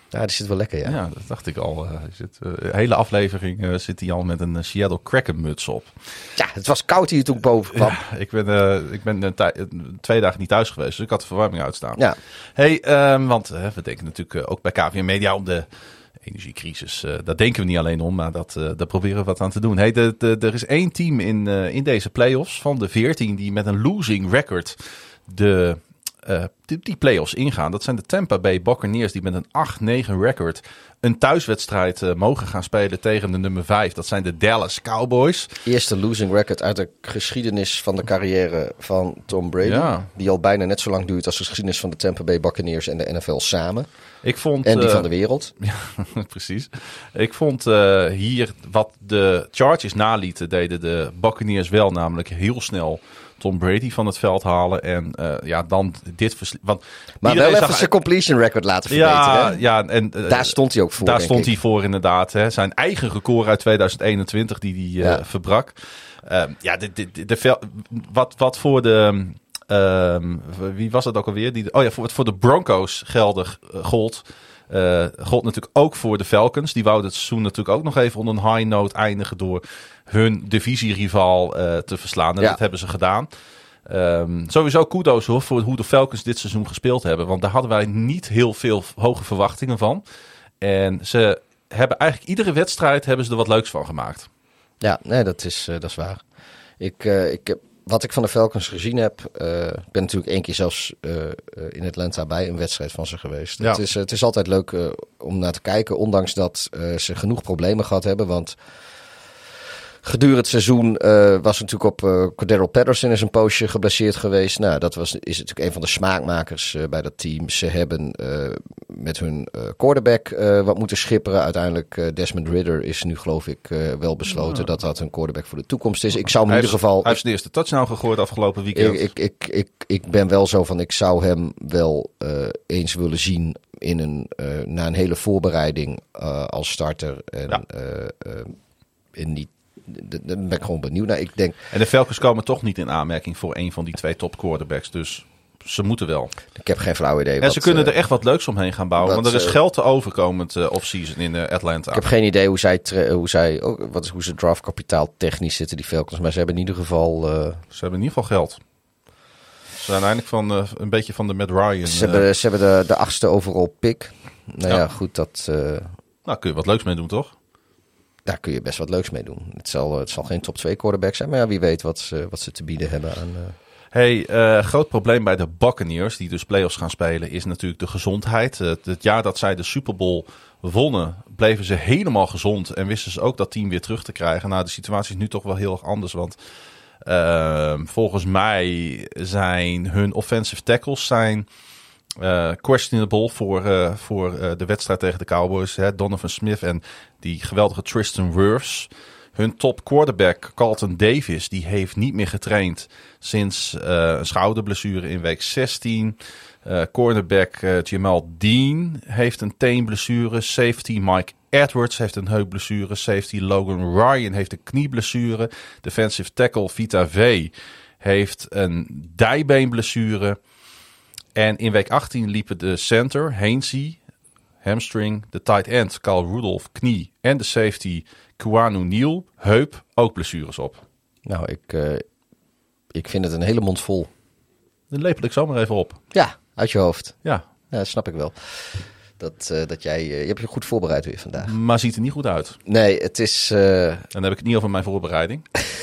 Ja, die zit wel lekker, ja. Ja, dat dacht ik al. Uh, zit, uh, de hele aflevering uh, zit hij al met een uh, Seattle Kraken muts op. Ja, het was koud hier toen ik boven kwam. Ja, ik ben, uh, ik ben uh, tij- twee dagen niet thuis geweest, dus ik had de verwarming uitstaan. Ja. Hey, um, want uh, we denken natuurlijk uh, ook bij K V M Media om de energiecrisis. Uh, daar denken we niet alleen om, maar dat, uh, daar proberen we wat aan te doen. Hey, de, de, er is één team in, uh, in deze playoffs van de veertien die met een losing record de... Uh, die, die play-offs ingaan. Dat zijn de Tampa Bay Buccaneers die met een acht negen record een thuiswedstrijd uh, mogen gaan spelen tegen de nummer vijf. Dat zijn de Dallas Cowboys. Eerste losing record uit de geschiedenis van de carrière van Tom Brady. Ja. Die al bijna net zo lang duurt als de geschiedenis van de Tampa Bay Buccaneers en de N F L samen. Ik vond, en die uh, van de wereld. Ja, precies. Ik vond uh, hier wat de Chargers nalieten, deden de Buccaneers wel, namelijk heel snel Tom Brady van het veld halen en uh, ja, dan dit versli- want maar wel even zag... zijn completion record laten verbeteren. Ja, ja, en uh, daar stond hij ook voor. Daar stond ik. hij voor inderdaad. Hè. Zijn eigen record uit tweeduizend eenentwintig die hij uh, ja. verbrak. Uh, ja, de, de, de, de vel- wat, wat voor de um, wie was het ook alweer? Die, oh ja, voor, voor de Broncos geldig uh, gold. Uh, gold natuurlijk ook voor de Falcons. Die wouden het seizoen natuurlijk ook nog even onder een high note eindigen door hun divisierivaal uh, te verslaan. En ja. dat hebben ze gedaan. Um, sowieso kudos hoor voor hoe de Falcons dit seizoen gespeeld hebben. Want daar hadden wij niet heel veel hoge verwachtingen van. En ze hebben eigenlijk iedere wedstrijd hebben ze er wat leuks van gemaakt. Ja, nee, dat is, uh, dat is waar. Ik, uh, ik heb, wat ik van de Falcons gezien heb, uh, ik ben natuurlijk één keer zelfs uh, uh, in Atlanta bij een wedstrijd van ze geweest. Ja. Het, is, uh, het is altijd leuk uh, om naar te kijken, ondanks dat uh, ze genoeg problemen gehad hebben. Want gedurende het seizoen uh, was natuurlijk op uh, Cordero Patterson is een poosje geblesseerd geweest. Nou, dat was, is natuurlijk een van de smaakmakers uh, bij dat team. Ze hebben uh, met hun uh, quarterback uh, wat moeten schipperen. Uiteindelijk uh, Desmond Ridder is nu geloof ik uh, wel besloten ja. dat dat een quarterback voor de toekomst is. Ik zou hem in ieder geval... Hij heeft de eerste touchdown gegooid afgelopen weekend. Ik, ik, ik, ik, ik ben wel zo van, ik zou hem wel uh, eens willen zien in een, uh, na een hele voorbereiding uh, als starter. En, ja. uh, uh, in die Daar ben ik gewoon benieuwd naar. Ik denk... En de Falcons komen toch niet in aanmerking voor een van die twee top quarterbacks. Dus ze moeten wel. Ik heb geen flauw idee. En wat, ze kunnen uh, er echt wat leuks omheen gaan bouwen. wat, want er is uh, geld te overkomend uh, off-season in uh, Atlanta. Ik heb geen idee hoe zij, tre- hoe zij oh, wat is, hoe ze draftkapitaal technisch zitten, die Falcons. Maar ze hebben in ieder geval... Uh... Ze hebben in ieder geval geld. Ze zijn eigenlijk van, uh, een beetje van de Matt Ryan. Ze uh... hebben, ze hebben de, de achtste overall pick. Nou ja, ja goed, dat... Uh... Nou, kun je wat leuks mee doen, toch? Daar kun je best wat leuks mee doen. Het zal, het zal geen top twee quarterback zijn, maar ja, wie weet wat ze, wat ze te bieden hebben aan... Uh... Hey, uh, groot probleem bij de Buccaneers, die dus playoffs gaan spelen, is natuurlijk de gezondheid. Uh, het jaar dat zij de Super Bowl wonnen, bleven ze helemaal gezond en wisten ze ook dat team weer terug te krijgen. Nou, de situatie is nu toch wel heel erg anders, want uh, volgens mij zijn hun offensive tackles zijn uh, questionable voor, uh, voor uh, de wedstrijd tegen de Cowboys. Hè? Donovan Smith en die geweldige Tristan Wirfs. Hun top quarterback Carlton Davis, die heeft niet meer getraind sinds uh, een schouderblessure in week zestien. Uh, cornerback uh, Jamal Dean heeft een teenblessure. Safety Mike Edwards heeft een heupblessure. Safety Logan Ryan heeft een knieblessure. Defensive tackle Vita V heeft een dijbeenblessure. En in week achttien liepen de center Hainsey, hamstring, de tight end Kyle Rudolph, knie en de safety Kwanu Neal, heup, ook blessures op. Nou, ik, uh, ik vind het een hele mond vol. Dan lepel ik zomaar even op. Ja, uit je hoofd. Ja. Ja, dat snap ik wel. Dat, uh, dat jij, uh, je hebt je goed voorbereid weer vandaag. Maar ziet er niet goed uit. Nee, het is... Uh... Dan heb ik het niet over mijn voorbereiding.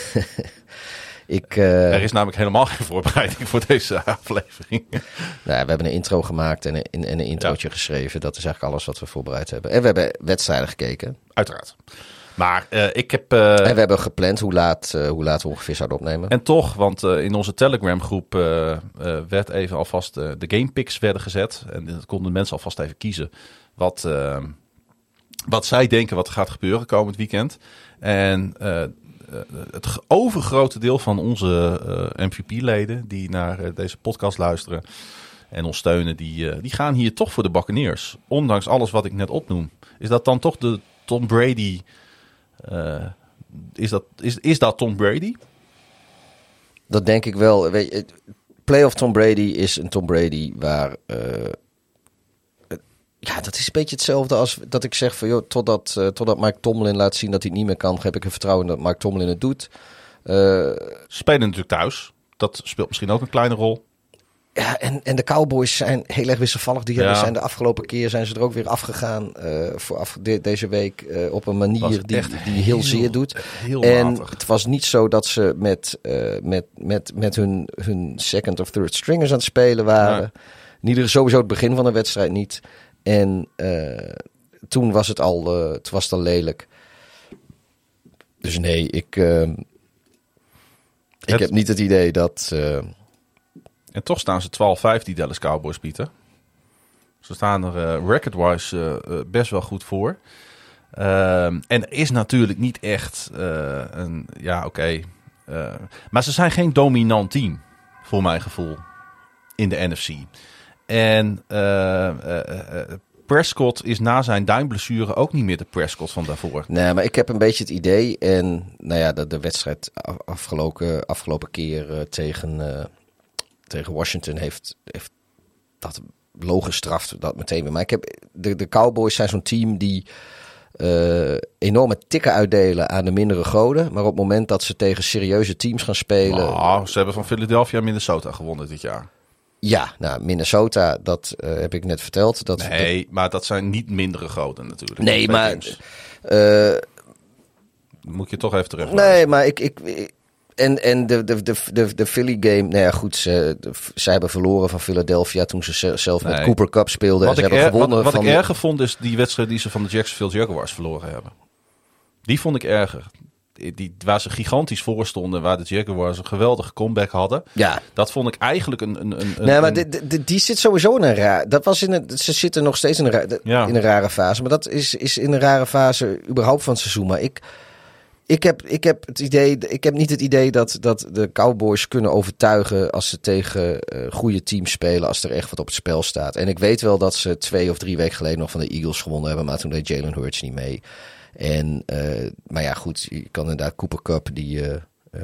ik, uh... Er is namelijk helemaal geen voorbereiding voor deze aflevering. Nou, we hebben een intro gemaakt en een, en een introotje ja. geschreven. Dat is eigenlijk alles wat we voorbereid hebben. En we hebben wedstrijden gekeken. Uiteraard. Maar uh, ik heb... Uh... En we hebben gepland hoe laat, uh, hoe laat we ongeveer zouden opnemen. En toch, want uh, in onze Telegram groep uh, uh, werd even alvast uh, de gamepicks werden gezet. En dat konden mensen alvast even kiezen wat, uh, wat zij denken wat er gaat gebeuren komend weekend. En uh, het overgrote deel van onze uh, M V P-leden die naar uh, deze podcast luisteren en ons steunen, die, uh, die gaan hier toch voor de Buccaneers. Ondanks alles wat ik net opnoem. Is dat dan toch de Tom Brady... Uh, is, dat, is, is dat Tom Brady? Dat denk ik wel. Weet je, playoff Tom Brady is een Tom Brady waar... Uh, ja, dat is een beetje hetzelfde als dat ik zeg van, joh, totdat, uh, totdat Mike Tomlin laat zien dat hij het niet meer kan, heb ik er vertrouwen dat Mike Tomlin het doet. Uh, Ze spelen natuurlijk thuis. Dat speelt misschien ook een kleine rol. Ja, en, en de Cowboys zijn heel erg wisselvallig. Die Ja. hebben, zijn de afgelopen keer zijn ze er ook weer afgegaan uh, voor af, de, deze week uh, op een manier die, die heel, heel zeer doet. Heel en matig. het was niet zo dat ze met, uh, met, met, met hun, hun second of third stringers aan het spelen waren. Nee. In ieder geval sowieso het begin van de wedstrijd niet. En uh, toen was het al, uh, het was het al lelijk. Dus nee, ik, uh, ik Het- heb niet het idee dat... Uh, En toch staan ze twaalf vijf, die Dallas Cowboys, Pieter. Ze staan er uh, record-wise uh, uh, best wel goed voor. Um, en er is natuurlijk niet echt uh, een... Ja, oké. Okay, uh, maar ze zijn geen dominant team, voor mijn gevoel, in de N F C. En uh, uh, uh, Prescott is na zijn duimblessure ook niet meer de Prescott van daarvoor. Nee, maar ik heb een beetje het idee. En nou ja, de, de wedstrijd af- afgelopen, afgelopen keer uh, tegen, uh, tegen Washington heeft, heeft dat logisch straft dat meteen weer. Maar ik heb, de, de Cowboys zijn zo'n team die uh, enorme tikken uitdelen aan de mindere goden. Maar op het moment dat ze tegen serieuze teams gaan spelen... Oh, ze hebben van Philadelphia en Minnesota gewonnen dit jaar. Ja, nou, Minnesota, dat uh, heb ik net verteld. Dat, Nee, dat, maar dat zijn niet mindere goden natuurlijk. nee, Twee maar... teams. Uh, Moet je toch even terug. Nee, maar ik... ik, ik en en de, de, de, de, de Philly game... Nou ja, goed, ze, de, ze hebben verloren van Philadelphia toen ze zelf met Nee. Cooper Cup speelden. Wat, Ze ik, hebben er, gewonnen wat, wat van... ik erger vond is die wedstrijd die ze van de Jacksonville Jaguars verloren hebben. Die vond ik erger. Die, die, waar ze gigantisch voor stonden, waar de Jaguars een geweldige comeback hadden. Ja. Dat vond ik eigenlijk een... een, een Nee, maar een, die, die, die zit sowieso in een raar... Dat was in een, ze zitten nog steeds in een, ra, Ja. in een rare fase. Maar dat is, is in een rare fase überhaupt van het seizoen. Maar ik... Ik heb, ik heb het idee, ik heb niet het idee dat, dat de Cowboys kunnen overtuigen als ze tegen uh, goede teams spelen, als er echt wat op het spel staat. En ik weet wel dat ze twee of drie weken geleden nog van de Eagles gewonnen hebben, maar toen deed Jalen Hurts niet mee. En, uh, maar ja, goed, je kan inderdaad Cooper Cup, die, uh, uh,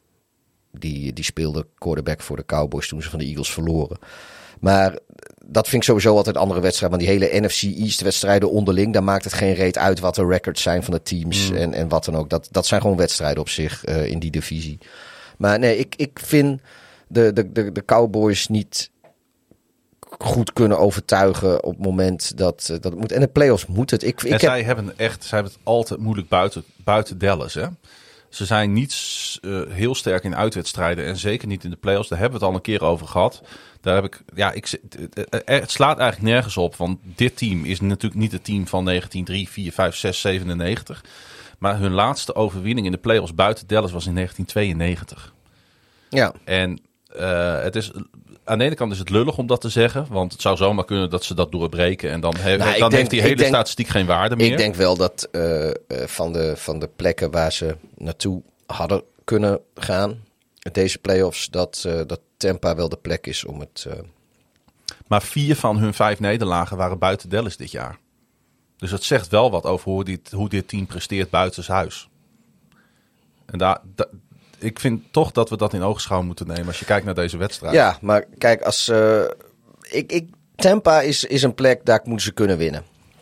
die, die speelde quarterback voor de Cowboys toen ze van de Eagles verloren. Maar dat vind ik sowieso altijd een andere wedstrijd. Want die hele N F C East wedstrijden onderling, daar maakt het geen reet uit wat de records zijn van de teams. Mm. En, en wat dan ook. Dat, dat zijn gewoon wedstrijden op zich uh, in die divisie. Maar nee, ik, ik vind de, de, de, de Cowboys niet goed kunnen overtuigen op het moment dat, uh, dat het moet. En de playoffs moet het. Ik, ik en heb... zij hebben echt, zij hebben het altijd moeilijk buiten, buiten Dallas, hè? Ze zijn niet uh, heel sterk in uitwedstrijden en zeker niet in de playoffs. Daar hebben we het al een keer over gehad. Daar heb ik, ja, ik, het slaat eigenlijk nergens op, want dit team is natuurlijk niet het team van negentien drie, vier, vijf, zes, zevenennegentig. Maar hun laatste overwinning in de playoffs buiten Dallas was in negentien tweeënnegentig. Ja. En uh, het is, aan de ene kant is het lullig om dat te zeggen, want het zou zomaar kunnen dat ze dat doorbreken en dan, he, nou, dan denk, heeft die hele denk, statistiek geen waarde meer. Ik denk wel dat uh, uh, van, de, van de plekken waar ze naartoe hadden kunnen gaan, deze playoffs, dat, uh, dat Tampa wel de plek is om het... Uh... Maar vier van hun vijf nederlagen waren buiten Dallas dit jaar. Dus het zegt wel wat over hoe dit, hoe dit team presteert buitenshuis. En daar, da, ik vind toch dat we dat in oogschouw moeten nemen als je kijkt naar deze wedstrijd. Ja, maar kijk, als uh, ik, ik, Tampa is, is een plek, daar moeten ze kunnen winnen.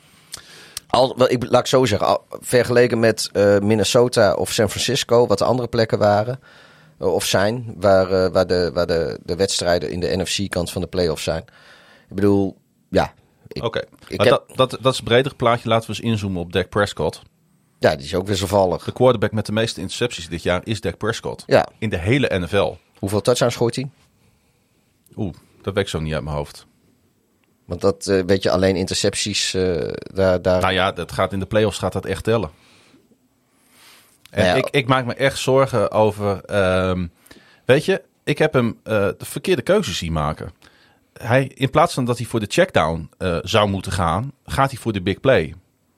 Al, wel, ik, laat ik zo zeggen, al, vergeleken met uh, Minnesota of San Francisco, wat de andere plekken waren... Of zijn, waar, uh, waar, de, waar de, de wedstrijden in de N F C-kant van de playoffs zijn. Ik bedoel, ja. Oké, okay. heb... dat, dat, dat is een breder plaatje. Laten we eens inzoomen op Dak Prescott. Ja, die is ook wisselvallig. De quarterback met de meeste intercepties dit jaar is Dak Prescott. Ja. In de hele N F L. Hoeveel touchdowns gooit hij? Oeh, dat weet ik zo niet uit mijn hoofd. Want dat, uh, weet je, alleen intercepties, uh, daar, daar... Nou ja, dat gaat in de playoffs gaat dat echt tellen. En nou ja, ik, ik maak me echt zorgen over... Um, weet je, ik heb hem uh, de verkeerde keuzes zien maken. Hij, in plaats van dat hij voor de checkdown uh, zou moeten gaan, gaat hij voor de big play.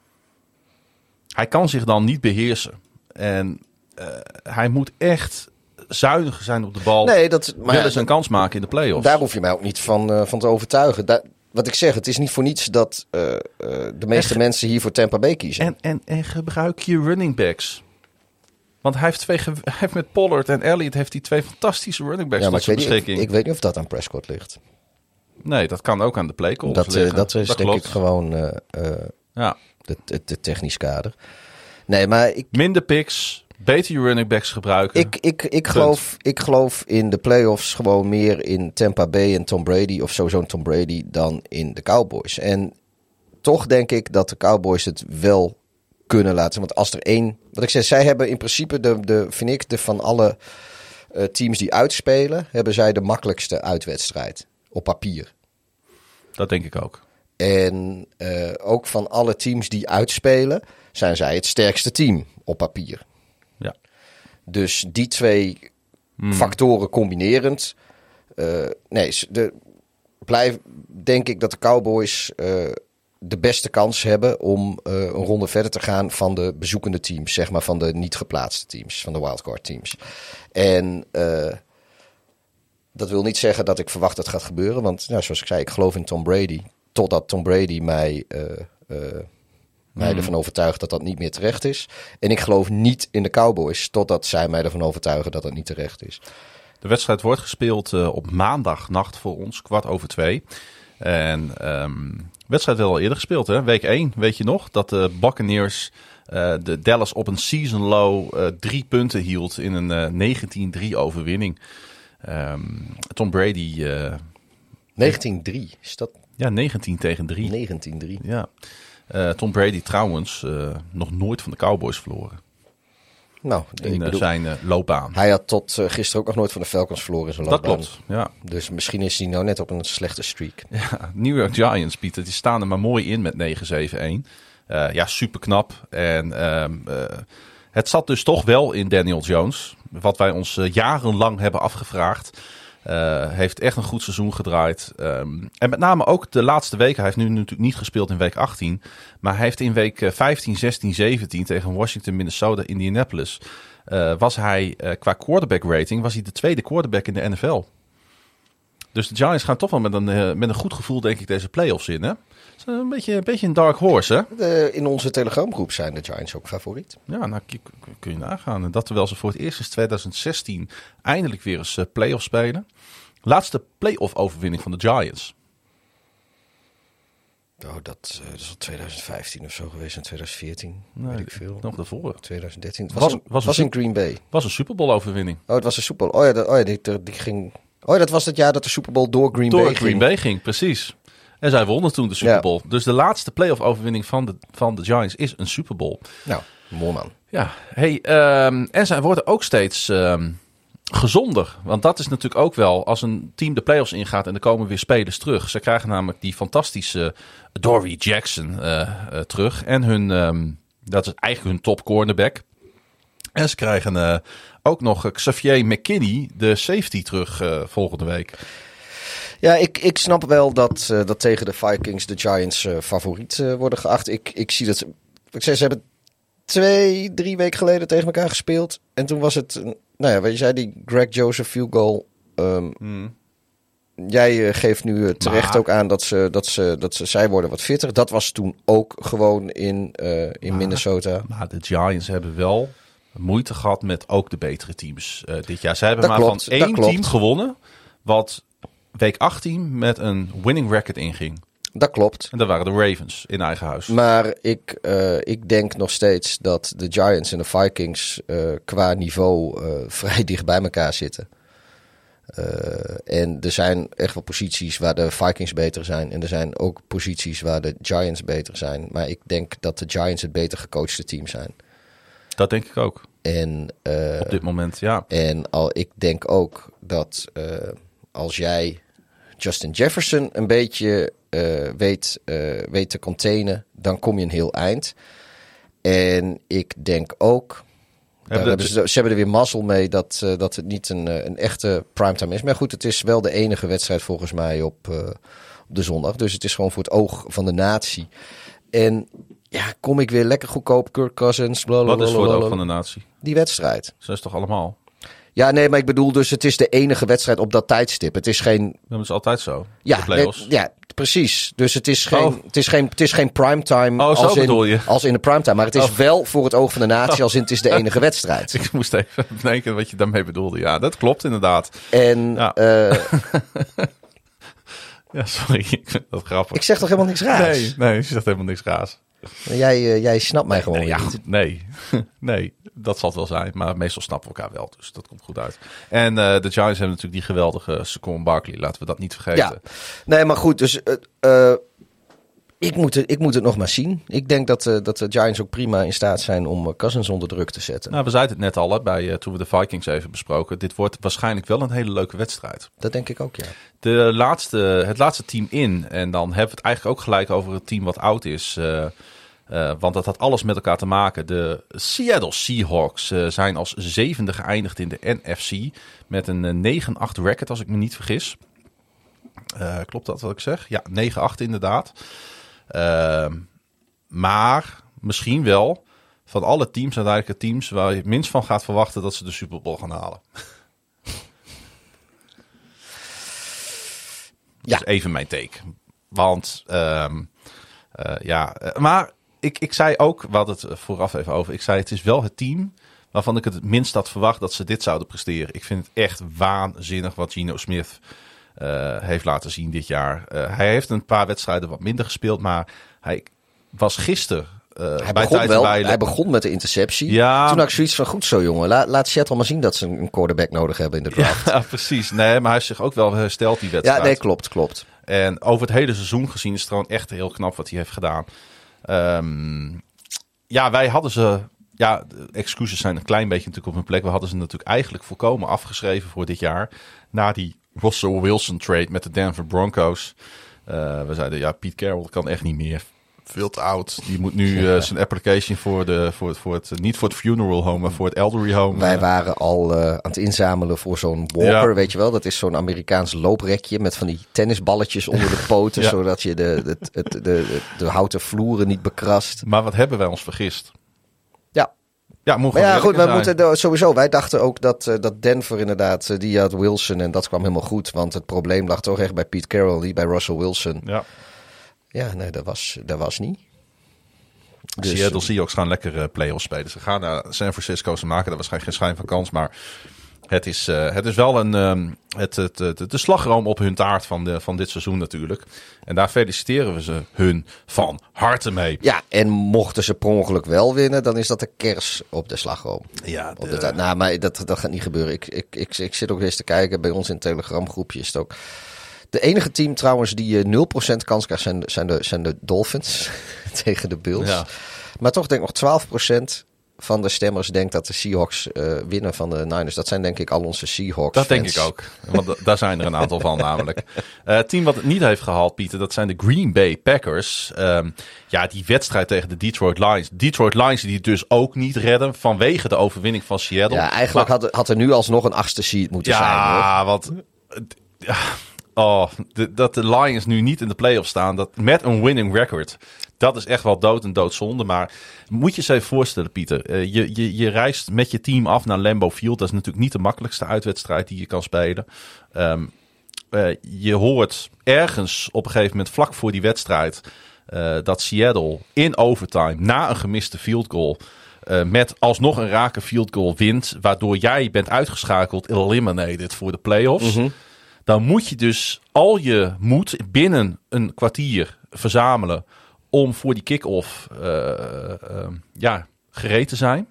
Hij kan zich dan niet beheersen. En uh, hij moet echt zuinig zijn op de bal. Nee, dat... Maar willen ze een kans maken in de playoffs. Daar hoef je mij ook niet van, uh, van te overtuigen. Daar, wat ik zeg, het is niet voor niets dat uh, uh, de meeste en, mensen hier voor Tampa Bay kiezen. En, en, en gebruik je running backs. Want hij heeft, twee, hij heeft met Pollard en Elliott heeft hij twee fantastische running backs ja, maar tot zijn ik beschikking. Weet niet, ik, ik weet niet of dat aan Prescott ligt. Nee, dat kan ook aan de playcalls Dat, liggen. uh, dat is dat denk klopt. ik gewoon uh, uh, ja. de, de, de technisch kader. Nee, maar ik... Minder picks, beter je running backs gebruiken. Ik, ik, ik, geloof, ik geloof in de playoffs gewoon meer in Tampa Bay en Tom Brady, of sowieso Tom Brady, dan in de Cowboys. En toch denk ik dat de Cowboys het wel kunnen laten. Want als er één... Wat ik zeg, zij hebben in principe, de, de, vind ik, de, van alle uh, teams die uitspelen, hebben zij de makkelijkste uitwedstrijd op papier. Dat denk ik ook. En uh, ook van alle teams die uitspelen, zijn zij het sterkste team op papier. Ja. Dus die twee hmm. factoren combinerend. Uh, nee, de, blijf, denk ik dat de Cowboys uh, de beste kans hebben om uh, een ronde verder te gaan van de bezoekende teams. Zeg maar van de niet geplaatste teams, van de wildcard teams. En uh, dat wil niet zeggen dat ik verwacht dat het gaat gebeuren. Want nou, zoals ik zei, ik geloof in Tom Brady. Totdat Tom Brady mij... Uh, uh, mij ervan overtuigt dat dat niet meer terecht is. En ik geloof niet in de Cowboys, totdat zij mij ervan overtuigen dat dat niet terecht is. De wedstrijd wordt gespeeld uh, op maandagnacht voor ons, kwart over twee. En um, de wedstrijd werd al eerder gespeeld, hè? Week één, weet je nog? Dat de Buccaneers uh, de Dallas op een season low uh, drie punten hield in een uh, negentien drie overwinning. Um, Tom Brady... Uh, negentien drie, is dat? Ja, negentien tegen drie. negentien drie. Ja. Uh, Tom Brady trouwens uh, nog nooit van de Cowboys verloren. Nou, in ik bedoel, zijn uh, loopbaan. Hij had tot uh, gisteren ook nog nooit van de Falcons verloren in zijn loopbaan. Dat klopt, ja. Dus misschien is hij nou net op een slechte streak. Ja, New York Giants, Pieter, die staan er maar mooi in met negen zeven een. Uh, ja, super knap. En uh, uh, het zat dus toch wel in Daniel Jones. Wat wij ons uh, jarenlang hebben afgevraagd. Uh, heeft echt een goed seizoen gedraaid. Um, en met name ook de laatste weken. Hij heeft nu natuurlijk niet gespeeld in week achttien. Maar hij heeft in week vijftien, zestien, zeventien tegen Washington, Minnesota, Indianapolis. Uh, was hij uh, qua quarterback rating was hij de tweede quarterback in de N F L. Dus de Giants gaan toch wel met een, uh, met een goed gevoel denk ik deze playoffs in. Hè? Een beetje, een beetje een dark horse, hè? De, in onze Telegram-groep zijn de Giants ook favoriet. Ja, nou kun je nagaan. En dat terwijl ze voor het eerst sinds twintig zestien eindelijk weer eens uh, playoffs spelen. Laatste playoff overwinning van de Giants. Oh, dat, uh, dat is al twintig vijftien of zo geweest, in twintig veertien. Nee, weet ik veel. Nog daarvoor. twintig dertien. Het was, was, in, was, was een, in Green Bay. Was een Super Bowl overwinning. Oh, het was een Super Bowl. Oh ja, dat, oh ja die, die ging... Oh ja, dat was het jaar dat de Super Bowl door Green door Bay Green ging. Bay ging, precies. En zij wonnen toen de Super Bowl. Ja. Dus de laatste playoff overwinning van de, van de Giants is een Super Bowl. Nou, mooi man. Ja, hey, um, en zij worden ook steeds um, gezonder. Want dat is natuurlijk ook wel, als een team de playoffs ingaat en er komen weer spelers terug. Ze krijgen namelijk die fantastische Dory Jackson uh, uh, terug. En hun, um, dat is eigenlijk hun top cornerback. En ze krijgen uh, ook nog Xavier McKinney, de safety, terug uh, volgende week. Ja, ik, ik snap wel dat, uh, dat tegen de Vikings de Giants uh, favoriet uh, worden geacht. Ik, ik zie dat... Ik zei, ze hebben twee, drie weken geleden tegen elkaar gespeeld. En toen was het... Nou ja, wat je zei, die Greg Joseph field goal. Um, hmm. Jij uh, geeft nu uh, terecht maar, ook aan dat ze, dat ze, dat ze... Zij worden wat fitter. Dat was toen ook gewoon in, uh, in maar, Minnesota. Maar de Giants hebben wel moeite gehad met ook de betere teams uh, dit jaar. Zij hebben dat maar klopt, van één team gewonnen, wat week achttien met een winning record inging. Dat klopt. En dat waren de Ravens in eigen huis. Maar ik, uh, ik denk nog steeds dat de Giants en de Vikings uh, qua niveau uh, vrij dicht bij elkaar zitten. Uh, en er zijn echt wel posities waar de Vikings beter zijn. En er zijn ook posities waar de Giants beter zijn. Maar ik denk dat de Giants het beter gecoachte team zijn. Dat denk ik ook. En, uh, op dit moment, ja. En al, ik denk ook dat uh, als jij Justin Jefferson een beetje uh, weet, uh, weet te containen, dan kom je een heel eind. En ik denk ook... Hebben de, hebben ze, ze hebben er weer mazzel mee dat, uh, dat het niet een, een echte primetime is. Maar goed, het is wel de enige wedstrijd volgens mij op, uh, op de zondag. Dus het is gewoon voor het oog van de natie. En ja, kom ik weer lekker goedkoop Kirk Cousins. Blablabla. Wat is voor het oog van de natie? Die wedstrijd. Zo is toch allemaal? Ja, nee, maar ik bedoel dus, het is de enige wedstrijd op dat tijdstip. Het is geen... Dat is altijd zo. Ja, nee, ja, precies. Dus het is geen, oh. het is geen, het is geen primetime oh, als, in, je. als in de primetime. Maar het is oh. wel voor het oog van de natie oh. als in het is de enige wedstrijd. Ik moest even denken wat je daarmee bedoelde. Ja, dat klopt inderdaad. En... Ja. Uh, Ja, sorry, ik vind dat grappig. Ik zeg toch helemaal niks raars? Nee, nee, je zegt helemaal niks raars. Jij, uh, jij snapt mij gewoon nee, ja, niet. goed, nee. nee, dat zal het wel zijn. Maar meestal snappen we elkaar wel, dus dat komt goed uit. En uh, de Giants hebben natuurlijk die geweldige Saquon Barkley. Laten we dat niet vergeten. Ja, nee, maar goed, dus... Uh, uh, Ik moet, het, ik moet het nog maar zien. Ik denk dat, uh, dat de Giants ook prima in staat zijn om uh, Cousins onder druk te zetten. Nou, we zeiden het net al hè, bij, uh, toen we de Vikings even besproken. Dit wordt waarschijnlijk wel een hele leuke wedstrijd. Dat denk ik ook, ja. De laatste, het laatste team in. En dan hebben we het eigenlijk ook gelijk over het team wat oud is. Uh, uh, want dat had alles met elkaar te maken. De Seattle Seahawks uh, zijn als zevende geëindigd in de N F C. Met een uh, negen acht record, als ik me niet vergis. Uh, klopt dat wat ik zeg? Ja, negen acht inderdaad. Uh, maar misschien wel van alle teams uiteindelijk de teams waar je het minst van gaat verwachten dat ze de Super Bowl gaan halen. Ja. Dat is even mijn take. Want um, uh, ja, maar ik, ik zei ook, we hadden het vooraf even over. Ik zei het is wel het team waarvan ik het minst had verwacht dat ze dit zouden presteren. Ik vind het echt waanzinnig wat Geno Smith Uh, heeft laten zien dit jaar. Uh, hij heeft een paar wedstrijden wat minder gespeeld, maar hij was gisteren uh, hij, bij begon wel, bij... hij begon met de interceptie. Ja, Toen had ik zoiets van, goed zo jongen, laat, laat Seattle maar zien dat ze een quarterback nodig hebben in de draft. Ja, precies. Nee, maar hij heeft zich ook wel hersteld die wedstrijd. Ja, nee, klopt, klopt. En over het hele seizoen gezien is het gewoon echt heel knap wat hij heeft gedaan. Um, ja, wij hadden ze... Ja, de excuses zijn een klein beetje natuurlijk op hun plek. We hadden ze natuurlijk eigenlijk volkomen afgeschreven voor dit jaar. Na die Russell Wilson trade met de Denver Broncos. Uh, we zeiden, ja, Pete Carroll kan echt niet meer. Veel te oud. Die moet nu uh, zijn application voor, de, voor, het, voor het... Niet voor het funeral home, maar voor het elderly home. Wij waren al uh, aan het inzamelen voor zo'n walker, Ja. weet je wel. Dat is zo'n Amerikaans looprekje met van die tennisballetjes onder de poten. Ja. Zodat Zodat je de, de, de, de, de, de houten vloeren niet bekrast. Maar wat hebben wij ons vergist? Ja. Ja, mogen Maar ja, we goed, wij zijn. moeten de- sowieso. Wij dachten ook dat, uh, dat Denver inderdaad, uh, die had Wilson en dat kwam helemaal goed. Want het probleem lag toch echt bij Pete Carroll, niet bij Russell Wilson. Ja. Ja, nee, dat was, dat was niet. Dus, Seattle Seahawks gaan lekker uh, play-offs spelen. Ze gaan naar San Francisco. Ze maken daar waarschijnlijk geen schijn van kans. Maar het is, uh, het is wel een, um, het, het, het, de slagroom op hun taart van, de, van dit seizoen natuurlijk. En daar feliciteren we ze hun van harte mee. Ja, en mochten ze per ongeluk wel winnen, dan is dat de kers op de slagroom. Ja, Op de taart. Nou, maar dat, dat gaat niet gebeuren. Ik, ik, ik, ik zit ook eens te kijken. Bij ons in het Telegram groepje is het ook. De enige team trouwens die uh, nul procent kans krijgt zijn de, zijn de, zijn de Dolphins tegen de Bills. Ja. Maar toch denk ik nog twaalf procent van de stemmers denkt dat de Seahawks uh, winnen van de Niners. Dat zijn denk ik al onze Seahawks Dat fans. denk ik ook. Want d- daar zijn er een aantal van namelijk. Uh, het team wat het niet heeft gehaald, Pieter, dat zijn de Green Bay Packers. Um, ja, die wedstrijd tegen de Detroit Lions. Detroit Lions die het dus ook niet redden vanwege de overwinning van Seattle. Ja, eigenlijk Maar- had, had er nu alsnog een achtste seed moeten zijn. Hoor. Ja, want... Ja, oh, de, dat de Lions nu niet in de playoffs staan, dat, met een winning record, dat is echt wel dood en doodzonde. Maar moet je eens even voorstellen, Pieter. Uh, je, je, je reist met je team af naar Lambeau Field. Dat is natuurlijk niet de makkelijkste uitwedstrijd die je kan spelen. Um, uh, je hoort ergens op een gegeven moment vlak voor die wedstrijd uh, dat Seattle in overtime na een gemiste field goal Uh, met alsnog een rake field goal wint, waardoor jij bent uitgeschakeld, eliminated voor de playoffs. Mm-hmm. Dan moet je dus al je moed binnen een kwartier verzamelen om voor die kick-off uh, uh, ja, gereed te zijn.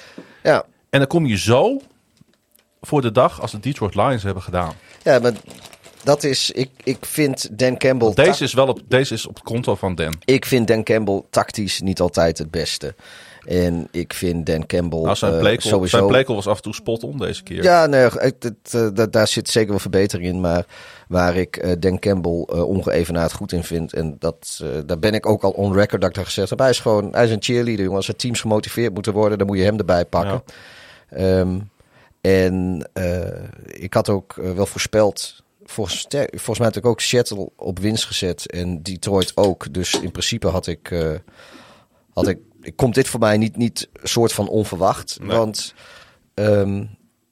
Ja. En dan kom je zo voor de dag als de Detroit Lions hebben gedaan. Ja, maar dat is, ik, ik vind Dan Campbell... Deze is wel op, deze is op het konto van Dan. Ik vind Dan Campbell tactisch niet altijd het beste. En ik vind Dan Campbell Nou, zijn uh, play-call, sowieso... zijn play-call was af en toe spot-on deze keer. Ja, nee, het, het, uh, dat, daar zit zeker wel verbetering in. Maar waar ik uh, Dan Campbell uh, ongeëvenaard goed in vind... en dat, uh, daar ben ik ook al on record dat ik daar gezegd heb... hij is gewoon, hij is een cheerleader, jongen. Als er teams gemotiveerd moeten worden, dan moet je hem erbij pakken. Ja. Um, en uh, ik had ook uh, wel voorspeld... Volgens, volgens mij had ik ook Seattle op winst gezet en Detroit ook. Dus in principe had ik... Uh, had ik komt dit voor mij niet, niet soort van onverwacht. Nee. Want um,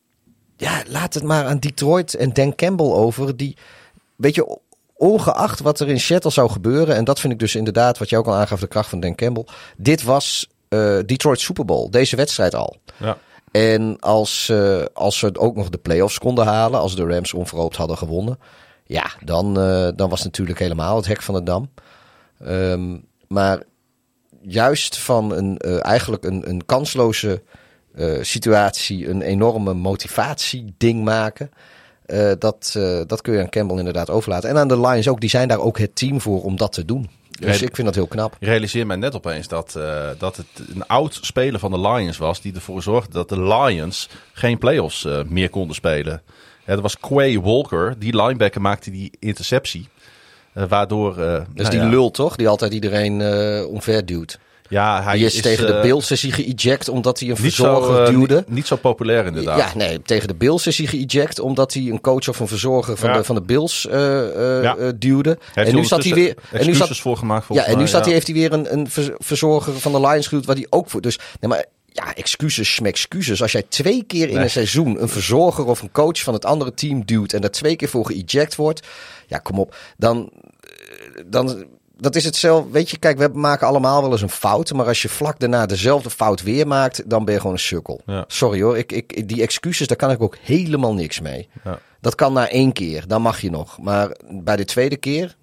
ja, laat het maar aan Detroit en Dan Campbell over. Die, weet je, ongeacht wat er in Seattle zou gebeuren... en dat vind ik dus inderdaad, wat jij ook al aangaf, de kracht van Dan Campbell. Dit was uh, Detroit Super Bowl, deze wedstrijd al. Ja. En als, uh, als ze ook nog de playoffs konden halen... als de Rams onverhoopt hadden gewonnen... Ja, dan, uh, dan was het natuurlijk helemaal het hek van de dam. Um, maar juist van een, uh, eigenlijk een, een kansloze uh, situatie een enorme motivatieding maken. Uh, dat, uh, dat kun je aan Campbell inderdaad overlaten. En aan de Lions ook, die zijn daar ook het team voor om dat te doen. Dus Re- ik vind dat heel knap. Ik realiseer mij net opeens dat, uh, dat het een oud speler van de Lions was die ervoor zorgde dat de Lions geen playoffs uh, meer konden spelen. Ja, dat was Quay Walker. Die linebacker maakte die interceptie. Uh, waardoor... Uh, dat is nou die ja. lul toch? Die altijd iedereen uh, omver duwt. Ja, hij die is, is tegen uh, de Bills is hij geëject omdat hij een niet verzorger zo, uh, duwde. Niet, niet zo populair inderdaad. Ja, nee, tegen de Bills is hij geëject omdat hij een coach of een verzorger van, ja. de, van de Bills uh, uh, ja. uh, duwde. Hij en nu zat hij weer... En nu zat, voor gemaakt, ja, en nu mij, zat ja. hij, heeft hij weer een, een verzorger van de Lions geduwd waar hij ook voor... Dus, nee, maar ja, excuses, schmexcuses. Als jij twee keer in nee. een seizoen een verzorger of een coach van het andere team duwt en daar twee keer voor geëject wordt, ja, kom op, dan... dan dat is hetzelfde. Weet je, kijk, we maken allemaal wel eens een fout. Maar als je vlak daarna dezelfde fout weer maakt, dan ben je gewoon een sukkel. Ja. Sorry hoor, ik, ik, die excuses, daar kan ik ook helemaal niks mee. Ja. Dat kan na één keer, dan mag je nog. Maar bij de tweede keer...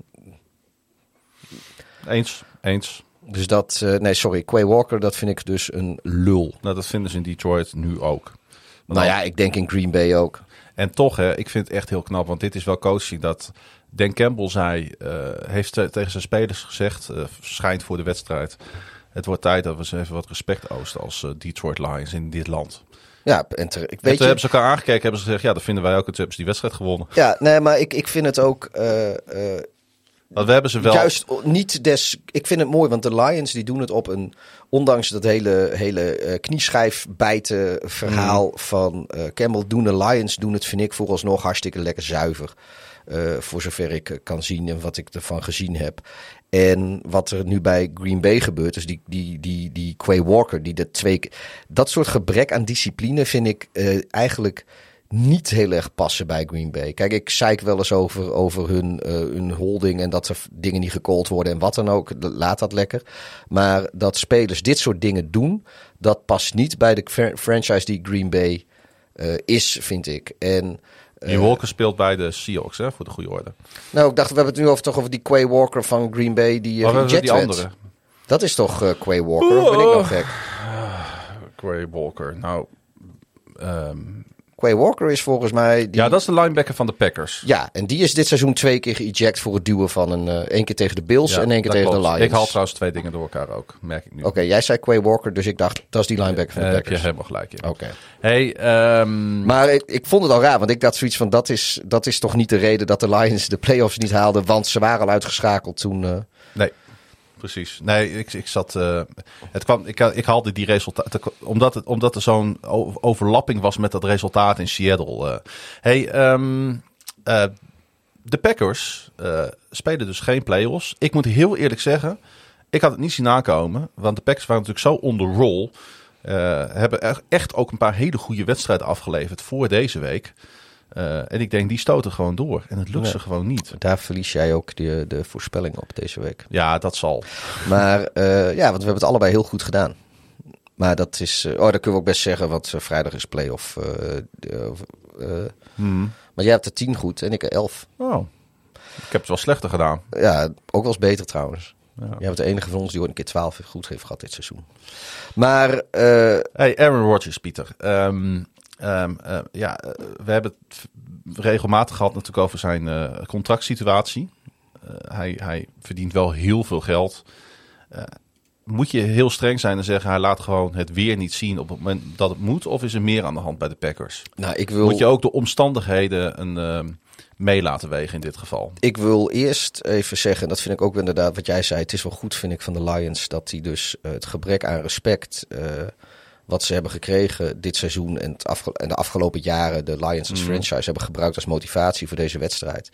Eens, eens. Dus dat, uh, nee sorry, Quay Walker, dat vind ik dus een lul. Nou, dat vinden ze in Detroit nu ook. Maar nou dan, ja, ik denk in Green Bay ook. En toch, hè, ik vind het echt heel knap. Want dit is wel coaching dat... Dan Campbell zei, uh, heeft tegen zijn spelers gezegd, uh, schijnt voor de wedstrijd. Het wordt tijd dat we ze even wat respect oosten als uh, Detroit Lions in dit land. Ja, en ter, ik weet en toen je, hebben ze elkaar aangekeken, hebben ze gezegd, ja, dat vinden wij ook. En toen hebben ze die wedstrijd gewonnen. Ja, nee, maar ik, ik vind het ook... Uh, uh, Want we hebben ze wel... Juist niet des... Ik vind het mooi, want de Lions die doen het op een... Ondanks dat hele, hele uh, knieschijfbijten verhaal mm. van uh, Campbell doen de Lions doen het, vind ik, vooralsnog hartstikke lekker zuiver. Uh, voor zover ik uh, kan zien en wat ik ervan gezien heb. En wat er nu bij Green Bay gebeurt, dus die, die, die, die Quay Walker, die de twee... Dat soort gebrek aan discipline vind ik uh, eigenlijk niet heel erg passen bij Green Bay. Kijk, ik zeik wel eens over, over hun, uh, hun holding en dat er dingen niet gecallt worden en wat dan ook. Laat dat lekker. Maar dat spelers dit soort dingen doen, dat past niet bij de fr- franchise die Green Bay uh, is, vind ik. En... Die Walker speelt bij de Seahawks, hè, voor de goede orde. Nou, ik dacht, we hebben het nu over, toch over die Quay Walker van Green Bay die uh, eject die werd. andere. Dat is toch uh, Quay Walker? Of ben ik nou gek? Quay Walker, nou... Um... Quay Walker is volgens mij... Die... Ja, dat is de linebacker van de Packers. Ja, en die is dit seizoen twee keer geëject voor het duwen van een... Uh, één keer tegen de Bills ja, en één keer tegen klopt. de Lions. Ik haal trouwens twee dingen door elkaar ook, merk ik nu. Oké, okay, jij zei Quay Walker, dus ik dacht, dat is die linebacker van de uh, Packers. Heb je helemaal gelijk in. Oké. Okay. Hey, um... Maar ik, ik vond het al raar, want ik dacht zoiets van, dat is, dat is toch niet de reden dat de Lions de playoffs niet haalden, want ze waren al uitgeschakeld toen... Uh... Nee. Precies. Nee, ik, ik zat. Uh, het kwam. Ik, ik haalde die resultaten. Omdat, het, omdat er zo'n overlapping was met dat resultaat in Seattle. Uh. Hey, um, uh, de Packers uh, spelen dus geen playoffs. Ik moet heel eerlijk zeggen, ik had het niet zien aankomen. Want de Packers waren natuurlijk zo on the roll. Uh, hebben echt ook een paar hele goede wedstrijden afgeleverd voor deze week. Uh, en ik denk, die stoten gewoon door. En het lukt nee. ze gewoon niet. Daar verlies jij ook de, de voorspelling op deze week. Ja, dat zal. Maar uh, ja, want we hebben het allebei heel goed gedaan. Maar dat is... Uh, oh, dat kunnen we ook best zeggen, want uh, vrijdag is play-off. Uh, uh, uh, hmm. Maar jij hebt er tien goed en ik er elf. Oh, ik heb het wel slechter gedaan. Ja, ook wel eens beter trouwens. Ja. Jij bent de enige van ons die ooit een keer twaalf goed heeft gehad dit seizoen. Maar... Uh, hey, Aaron Rodgers, Pieter. Um, Um, uh, ja, uh, we hebben het regelmatig gehad natuurlijk over zijn uh, contractsituatie. Uh, hij, hij verdient wel heel veel geld. Uh, moet je heel streng zijn en zeggen, hij laat gewoon het weer niet zien op het moment dat het moet? Of is er meer aan de hand bij de Packers? Nou, ik wil... Moet je ook de omstandigheden een, uh, mee laten wegen in dit geval? Ik wil eerst even zeggen, en dat vind ik ook inderdaad wat jij zei. Het is wel goed, vind ik, van de Lions dat die dus uh, het gebrek aan respect... Uh, wat ze hebben gekregen dit seizoen en, het afge- en de afgelopen jaren... de Lions als mm. franchise hebben gebruikt als motivatie voor deze wedstrijd.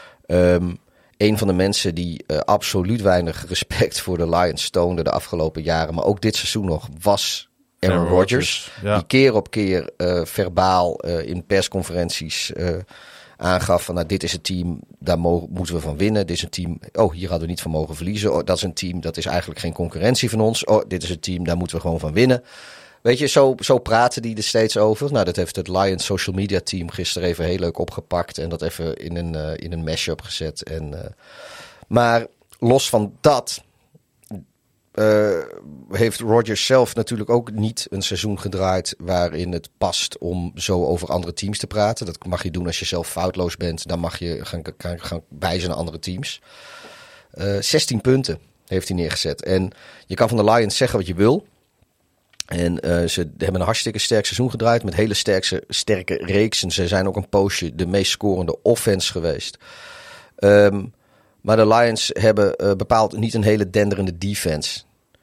Um, een van de mensen die uh, absoluut weinig respect voor de Lions toonde de afgelopen jaren... maar ook dit seizoen nog, was Aaron, Aaron Rodgers. Ja. Die keer op keer uh, verbaal uh, in persconferenties uh, aangaf van... Nou, dit is een team, daar mogen, moeten we van winnen. Dit is een team, oh, hier hadden we niet van mogen verliezen. Oh, dat is een team, dat is eigenlijk geen concurrentie van ons. Oh, dit is een team, daar moeten we gewoon van winnen. weet je, zo, zo praten die er steeds over. Nou, dat heeft het Lions social media team gisteren even heel leuk opgepakt. En dat even in een, uh, in een mashup gezet. En, uh, maar los van dat... Uh, heeft Rodgers zelf natuurlijk ook niet een seizoen gedraaid waarin het past om zo over andere teams te praten. Dat mag je doen als je zelf foutloos bent. Dan mag je gaan, gaan, gaan wijzen naar andere teams. Uh, zestien punten heeft hij neergezet. En je kan van de Lions zeggen wat je wil. En uh, ze hebben een hartstikke sterk seizoen gedraaid met hele sterke, sterke reeksen. Ze zijn ook een poosje de meest scorende offense geweest. Um, Maar de Lions hebben uh, bepaald niet een hele denderende defense.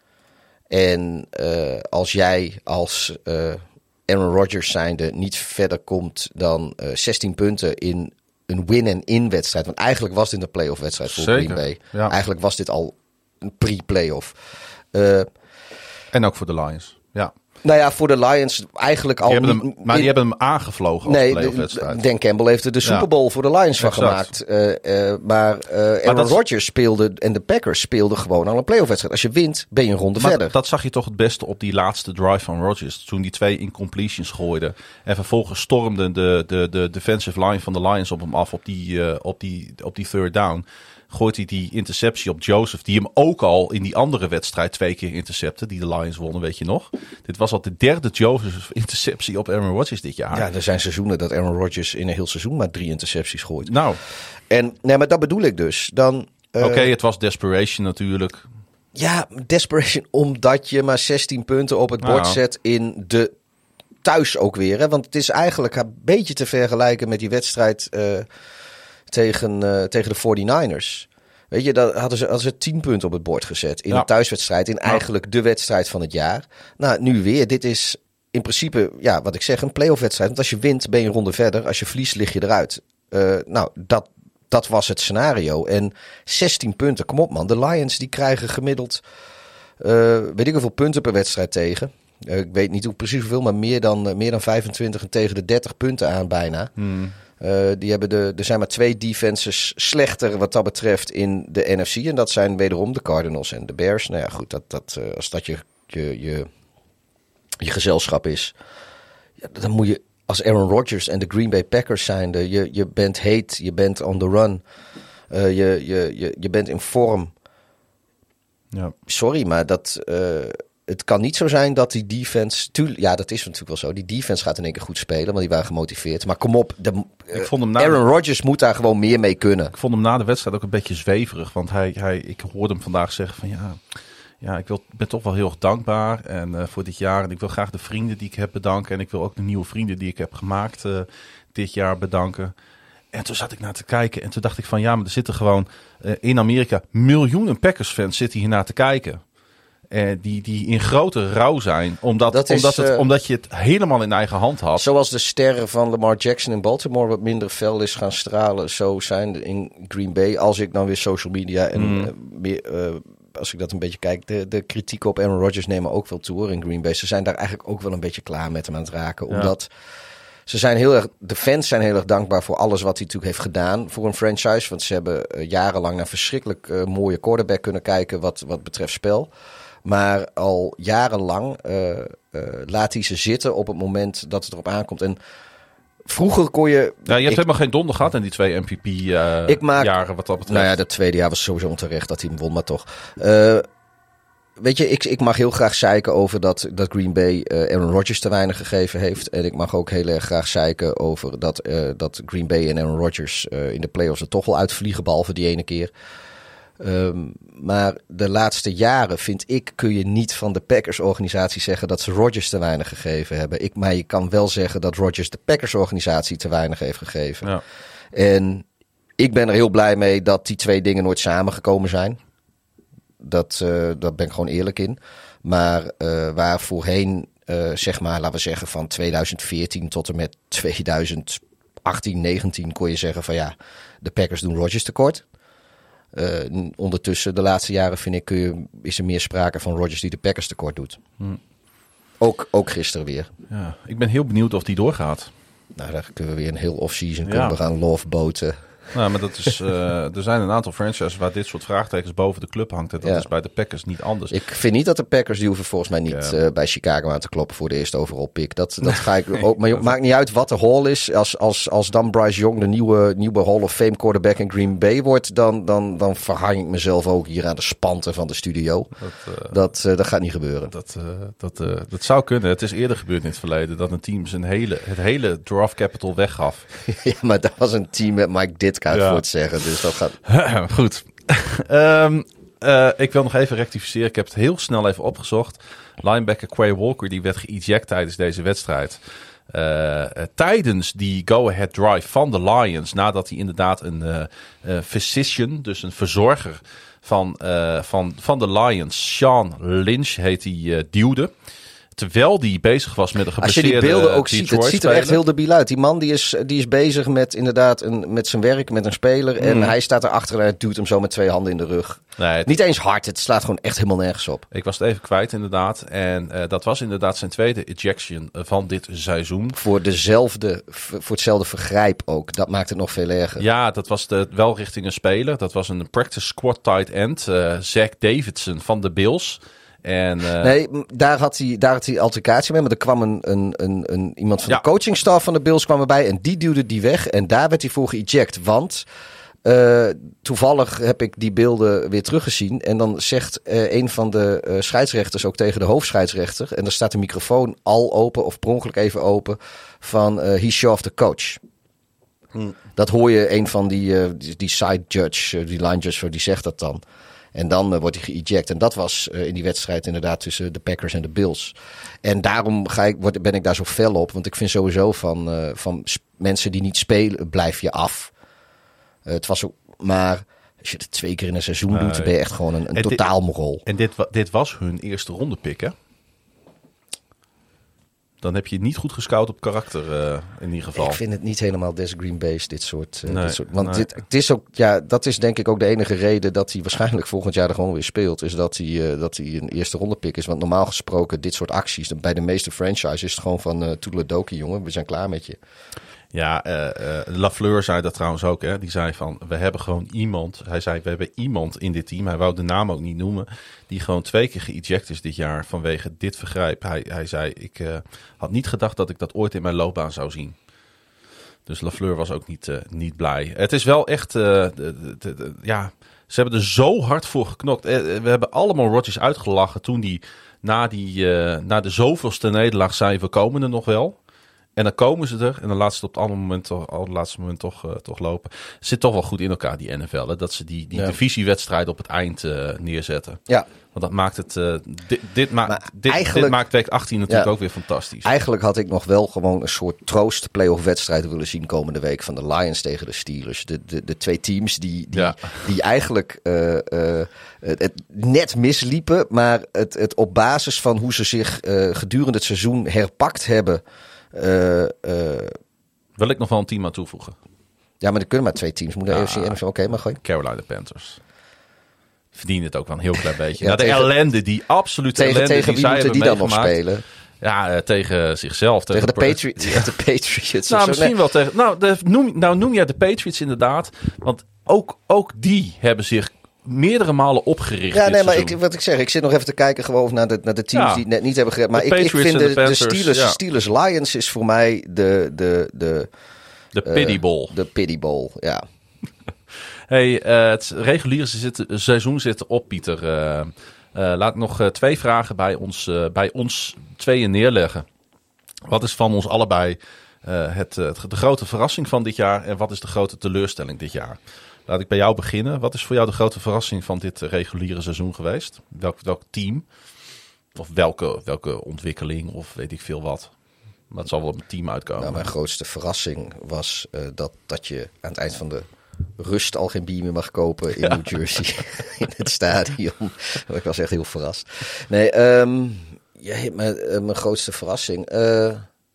En uh, als jij als uh, Aaron Rodgers zijnde niet verder komt dan uh, zestien punten in een win-en-in wedstrijd. Want eigenlijk was dit een playoff wedstrijd voor Zeker, Green Bay. ja. Eigenlijk was dit al een pre-playoff. Uh, En ook voor de Lions, ja. Nou ja, voor de Lions eigenlijk al... Die hebben hem, niet, maar die hebben hem aangevlogen als nee, playoff-wedstrijd. Dan Campbell heeft er de Super Bowl ja. voor de Lions van exact. gemaakt. Uh, uh, maar uh, Aaron maar Rodgers speelde en de Packers speelden gewoon al een playoff-wedstrijd. Als je wint, ben je een ronde maar verder. Dat zag je toch het beste op die laatste drive van Rodgers. Toen die twee incompletions gooide. En vervolgens stormde de, de, de defensive line van de Lions op hem af op die, uh, op die, op die third down. Gooit hij die interceptie op Joseph, die hem ook al in die andere wedstrijd twee keer intercepte, die de Lions wonnen, weet je nog. Dit was al de derde Joseph-interceptie op Aaron Rodgers dit jaar. Ja, er zijn seizoenen dat Aaron Rodgers in een heel seizoen maar drie intercepties gooit. Nou. En nee, maar dat bedoel ik dus. Dan. Uh, Oké, okay, het was desperation natuurlijk. Ja, desperation omdat je maar zestien punten op het bord nou. zet in de thuis ook weer. Hè? Want het is eigenlijk een beetje te vergelijken met die wedstrijd... Uh, Tegen, uh, tegen de forty-niners. Weet je, dat hadden ze, hadden ze tien punten op het bord gezet. In ja. een thuiswedstrijd. In eigenlijk ja. de wedstrijd van het jaar. Nou, nu weer. Dit is in principe, ja, wat ik zeg, een playoff wedstrijd. Want als je wint, ben je een ronde verder. Als je verliest, lig je eruit. Uh, nou, dat, dat was het scenario. En zestien punten, kom op man. De Lions die krijgen gemiddeld, uh, weet ik hoeveel punten per wedstrijd tegen. Uh, ik weet niet hoe precies hoeveel, maar meer dan, uh, meer dan vijfentwintig en tegen de dertig punten aan bijna. Hmm. Uh, die hebben de, er zijn maar twee defenses slechter wat dat betreft in de N F C. En dat zijn wederom de Cardinals en de Bears. Nou ja, goed, dat, dat, uh, als dat je, je, je, je gezelschap is, ja, dan moet je als Aaron Rodgers en de Green Bay Packers zijnde, je, je bent heet, je bent on the run, uh, je, je, je, je bent in vorm. Ja. Sorry, maar dat... Uh, Het kan niet zo zijn dat die defense... Tuurlijk, ja, dat is natuurlijk wel zo. Die defense gaat in één keer goed spelen, want die waren gemotiveerd. Maar kom op, de, uh, ik vond hem na Aaron de... Rodgers moet daar gewoon meer mee kunnen. Ik vond hem na de wedstrijd ook een beetje zweverig. Want hij, hij, ik hoorde hem vandaag zeggen van ja... Ja, ik wil, ben toch wel heel erg dankbaar en, uh, voor dit jaar. En ik wil graag de vrienden die ik heb bedanken. En ik wil ook de nieuwe vrienden die ik heb gemaakt uh, dit jaar bedanken. En toen zat ik naar te kijken. En toen dacht ik van ja, maar er zitten gewoon uh, in Amerika miljoenen Packers-fans zitten hier naar te kijken. Uh, die, die in grote rouw zijn. Omdat, is, omdat, het, uh, omdat je het helemaal in eigen hand had. Zoals de sterren van Lamar Jackson in Baltimore wat minder fel is gaan stralen. Zo zijn in Green Bay. Als ik dan weer social media en mm. uh, meer, uh, als ik dat een beetje kijk. De, de kritiek op Aaron Rodgers nemen ook veel toe in Green Bay. Ze zijn daar eigenlijk ook wel een beetje klaar met hem aan het raken. Ja. Omdat ze zijn heel erg, de fans zijn heel erg dankbaar voor alles wat hij natuurlijk heeft gedaan voor een franchise. Want ze hebben uh, jarenlang naar verschrikkelijk uh, mooie quarterback kunnen kijken wat, wat betreft spel. Maar al jarenlang uh, uh, laat hij ze zitten op het moment dat het erop aankomt. En vroeger kon je... Ja, je hebt ik, helemaal geen donder gehad in die twee M V P-jaren uh, wat dat betreft. Nou ja, dat tweede jaar was sowieso onterecht dat hij hem won, maar toch. Uh, weet je, ik, ik mag heel graag zeiken over dat, dat Green Bay uh, Aaron Rodgers te weinig gegeven heeft. En ik mag ook heel erg graag zeiken over dat, uh, dat Green Bay en Aaron Rodgers uh, in de playoffs er toch wel uitvliegen, behalve die ene keer. Um, maar de laatste jaren, vind ik, kun je niet van de Packers-organisatie zeggen dat ze Rodgers te weinig gegeven hebben. Ik, maar je kan wel zeggen dat Rodgers de Packers-organisatie te weinig heeft gegeven. Ja. En ik ben er heel blij mee dat die twee dingen nooit samengekomen zijn. Dat, uh, dat ben ik gewoon eerlijk in. Maar uh, waar voorheen, uh, zeg maar, laten we zeggen van tweeduizend veertien tot en met tweeduizend achttien, negentien kon je zeggen van ja, de Packers doen Rodgers tekort. Uh, ondertussen, de laatste jaren vind ik, kun je, is er meer sprake van Rodgers die de Packers tekort doet. Hmm. Ook, ook gisteren weer. Ja, ik ben heel benieuwd of die doorgaat. Nou, dan kunnen we weer een heel off-season ja. we gaan loveboten. Nou, maar dat is, uh, er zijn een aantal franchises waar dit soort vraagtekens boven de club hangt. En dat ja. is bij de Packers niet anders. Ik vind niet dat de Packers, die hoeven volgens mij niet ja. uh, bij Chicago aan te kloppen voor de eerste overall pick. Dat, dat ga ik ook. Maar het maakt niet uit wat de Hall is. Als, als, als dan Bryce Young de nieuwe, nieuwe Hall of Fame quarterback in Green Bay wordt, dan, dan, dan verhang ik mezelf ook hier aan de spanten van de studio. Dat, uh, dat, uh, dat gaat niet gebeuren. Dat, uh, dat, uh, dat zou kunnen. Het is eerder gebeurd in het verleden dat een team zijn hele, het hele draft capital weggaf. Ja, maar dat was een team met Mike Ditka ja. voor het zeggen. Dus dat gaat... Goed. um, uh, ik wil nog even rectificeren. Ik heb het heel snel even opgezocht. Linebacker Quay Walker die werd geëject tijdens deze wedstrijd. Uh, uh, tijdens die go-ahead drive van de Lions. Nadat hij inderdaad een uh, uh, physician, dus een verzorger van, uh, van, van de Lions, Sean Lynch heet hij, uh, duwde. Terwijl die bezig was met een geblesseerde Als je die beelden ook Detroit ziet, het ziet er echt heel debiel uit. Die man die is, die is bezig met inderdaad een, met zijn werk, met een speler. Mm. En hij staat erachter en hij duwt hem zo met twee handen in de rug. Nee, het... Niet eens hard, het slaat gewoon echt helemaal nergens op. Ik was het even kwijt inderdaad. En uh, dat was inderdaad zijn tweede ejection van dit seizoen. Voor, dezelfde, voor hetzelfde vergrijp ook. Dat maakt het nog veel erger. Ja, dat was de, wel richting een speler. Dat was een practice squad tight end. Uh, Zach Davidson van de Bills. En, uh... Nee, daar had hij, daar had hij altercatie mee. Maar er kwam een, een, een, een, iemand van ja. de coachingstaf van de Bills kwam erbij. En die duwde die weg. En daar werd hij voor geëject. Want uh, toevallig heb ik die beelden weer teruggezien. En dan zegt uh, een van de uh, scheidsrechters ook tegen de hoofdscheidsrechter. En dan staat de microfoon al open of per ongeluk even open. Van uh, he shoved the coach. Hmm. Dat hoor je een van die, uh, die, die side judge, uh, die line judge, die zegt dat dan. En dan uh, wordt hij geëject. En dat was uh, in die wedstrijd inderdaad tussen de Packers en de Bills. En daarom ga ik, word, ben ik daar zo fel op. Want ik vind sowieso van, uh, van sp- mensen die niet spelen, blijf je af. Uh, het was ook, maar als je het twee keer in een seizoen doet, dan ben je echt gewoon een, een totaalmogol. En dit, dit was hun eerste ronde pick, hè? Dan heb je niet goed gescout op karakter uh, in ieder geval. Ik vind het niet helemaal des Green Bay's, dit soort. Uh, nee, dit soort want nee. dit, het is ook, ja, dat is denk ik ook de enige reden dat hij waarschijnlijk volgend jaar er gewoon weer speelt. Is dat hij, uh, dat hij een eerste ronde pick is. Want normaal gesproken, dit soort acties, bij de meeste franchises is het gewoon van uh, toedeledokie, jongen, we zijn klaar met je. Ja, uh, uh, Lafleur zei dat trouwens ook. Hè? Die zei van, we hebben gewoon iemand. Hij zei, we hebben iemand in dit team. Hij wou de naam ook niet noemen. Die gewoon twee keer geëject is dit jaar vanwege dit vergrijp. Hij, hij zei, ik uh, had niet gedacht dat ik dat ooit in mijn loopbaan zou zien. Dus Lafleur was ook niet, uh, niet blij. Het is wel echt, uh, de, de, de, de, ja, ze hebben er zo hard voor geknokt. Uh, we hebben allemaal Rodgers uitgelachen toen die na, die, uh, na de zoveelste nederlaag zei, we komen er nog wel. En dan komen ze er en dan laten ze het op het andere moment toch, op het laatste moment toch, uh, toch lopen. Het zit toch wel goed in elkaar, die N F L. Hè? Dat ze die, die ja. divisiewedstrijd op het eind uh, neerzetten. Ja. Want dat maakt het. Uh, dit, dit, ma- dit, dit maakt week achttien natuurlijk ja, ook weer fantastisch. Eigenlijk had ik nog wel gewoon een soort troost playoff wedstrijd willen zien komende week van de Lions tegen de Steelers. De, de, de twee teams die, die, ja. die eigenlijk uh, uh, het net misliepen, maar het, het op basis van hoe ze zich uh, gedurende het seizoen herpakt hebben. Uh, uh, Wil ik nog wel een team aan toevoegen? Ja, maar er kunnen maar twee teams. Moet de A F C en Oké, okay, maar gooi. Carolina Panthers. Verdienen het ook wel een heel klein beetje. Ja, nou, de tegen, ellende, die absolute tegen, ellende tegen die zij hebben die dan nog spelen? Ja, uh, tegen zichzelf. Tegen, tegen, de, Patri- ja. tegen de Patriots. Nou, zo, misschien nee. wel tegen... Nou, de, noem, nou, noem jij de Patriots inderdaad. Want ook, ook die hebben zich meerdere malen opgericht. Ja, nee, maar ik, wat ik zeg, ik zit nog even te kijken gewoon naar de, naar de teams ja. die het net niet hebben gered. Maar ik, ik vind de, de, Panthers, de Steelers, ja. Steelers Lions is voor mij de... De, de, de uh, pity bowl. De pity bowl, ja. Hey, uh, het reguliere zit, seizoen zit op, Pieter. Uh, uh, laat ik nog uh, twee vragen bij ons, uh, bij ons tweeën neerleggen. Wat is van ons allebei uh, het, het, de grote verrassing van dit jaar en wat is de grote teleurstelling dit jaar? Laat ik bij jou beginnen. Wat is voor jou de grote verrassing van dit reguliere seizoen geweest? Welk, welk team? Of welke, welke ontwikkeling? Of weet ik veel wat? Maar het zal wel op een team uitkomen. Nou, mijn grootste verrassing was uh, dat, dat je aan het eind van de rust al geen bier meer mag kopen in ja. New Jersey. In het stadion. Ik was echt heel verrast. Nee, um, ja, mijn, uh, mijn grootste verrassing. Uh,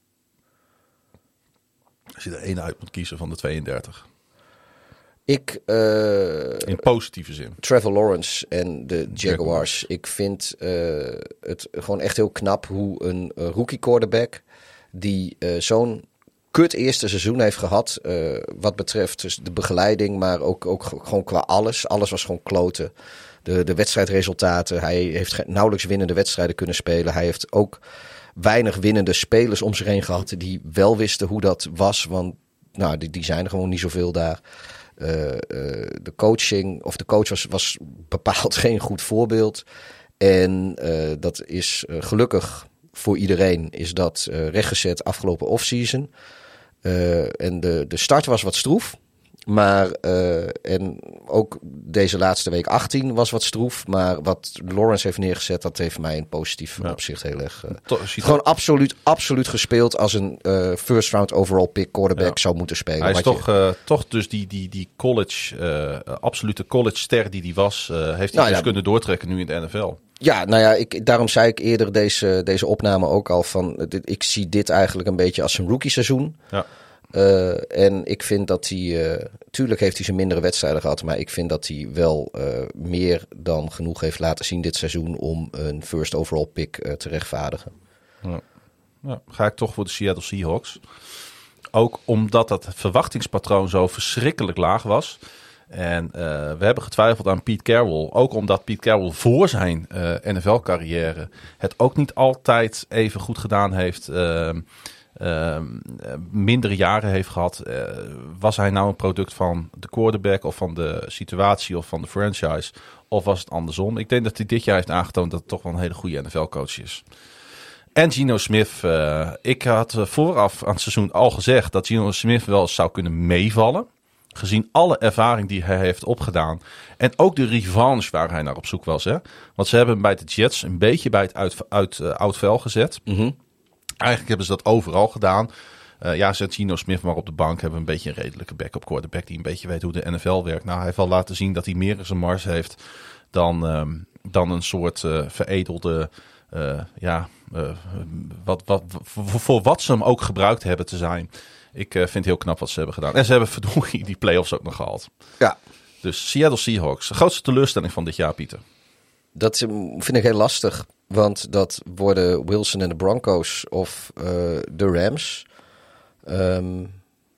Als je er één uit moet kiezen van de tweeëndertig. Ik, uh, in positieve zin. Trevor Lawrence en de Jaguars. Ik vind uh, het gewoon echt heel knap hoe een uh, rookie quarterback die uh, zo'n kut eerste seizoen heeft gehad. Uh, wat betreft dus de begeleiding, maar ook, ook gewoon qua alles. Alles was gewoon kloten. De, de wedstrijdresultaten. Hij heeft ge- nauwelijks winnende wedstrijden kunnen spelen. Hij heeft ook weinig winnende spelers om zich heen gehad die wel wisten hoe dat was. Want nou, die, die zijn er gewoon niet zoveel daar. Uh, uh, de coaching, of de coach was, was bepaald geen goed voorbeeld. En uh, dat is uh, gelukkig voor iedereen is dat uh, rechtgezet afgelopen offseason. Uh, en de, de start was wat stroef. Maar uh, en ook deze laatste week achttien was wat stroef. Maar wat Lawrence heeft neergezet, dat heeft mij in positief ja. opzicht heel erg... Uh, to- gewoon toch... absoluut, absoluut gespeeld als een uh, first round overall pick quarterback ja. zou moeten spelen. Hij is toch, je... uh, toch dus die, die, die college, uh, absolute college ster die die was, uh, heeft hij nou, dus ja, kunnen doortrekken nu in de N F L. Ja, nou ja, ik, daarom zei ik eerder deze, deze opname ook al van... Dit, ik zie dit eigenlijk een beetje als een rookie seizoen. Ja. Uh, en ik vind dat hij... Uh, tuurlijk heeft hij zijn mindere wedstrijden gehad... maar ik vind dat hij wel uh, meer dan genoeg heeft laten zien dit seizoen... om een first overall pick uh, te rechtvaardigen. Ja. Ja, ga ik toch voor de Seattle Seahawks. Ook omdat dat verwachtingspatroon zo verschrikkelijk laag was... En uh, we hebben getwijfeld aan Pete Carroll. Ook omdat Pete Carroll voor zijn uh, N F L-carrière... het ook niet altijd even goed gedaan heeft... Uh, Uh, mindere jaren heeft gehad. Uh, was hij nou een product van de quarterback of van de situatie of van de franchise? Of was het andersom? Ik denk dat hij dit jaar heeft aangetoond dat het toch wel een hele goede N F L-coach is. En Geno Smith. Uh, ik had vooraf aan het seizoen al gezegd dat Geno Smith wel eens zou kunnen meevallen. Gezien alle ervaring die hij heeft opgedaan. En ook de revanche waar hij naar op zoek was. Hè? Want ze hebben hem bij de Jets een beetje bij het uit, uit, uh, oud vel gezet. Mm-hmm. Eigenlijk hebben ze dat overal gedaan. Uh, ja, zet Geno Smith maar op de bank. Hebben we een beetje een redelijke backup quarterback die een beetje weet hoe de N F L werkt. Nou, hij heeft wel laten zien dat hij meer in zijn mars heeft dan, um, dan een soort uh, veredelde... Uh, ja, uh, wat, wat, voor, voor wat ze hem ook gebruikt hebben te zijn. Ik uh, vind het heel knap wat ze hebben gedaan. En ze hebben verdorie die playoffs ook nog gehaald. Ja. Dus Seattle Seahawks. De grootste teleurstelling van dit jaar, Pieter. Dat vind ik heel lastig. Want dat worden Wilson en de Broncos of uh, de Rams. Um,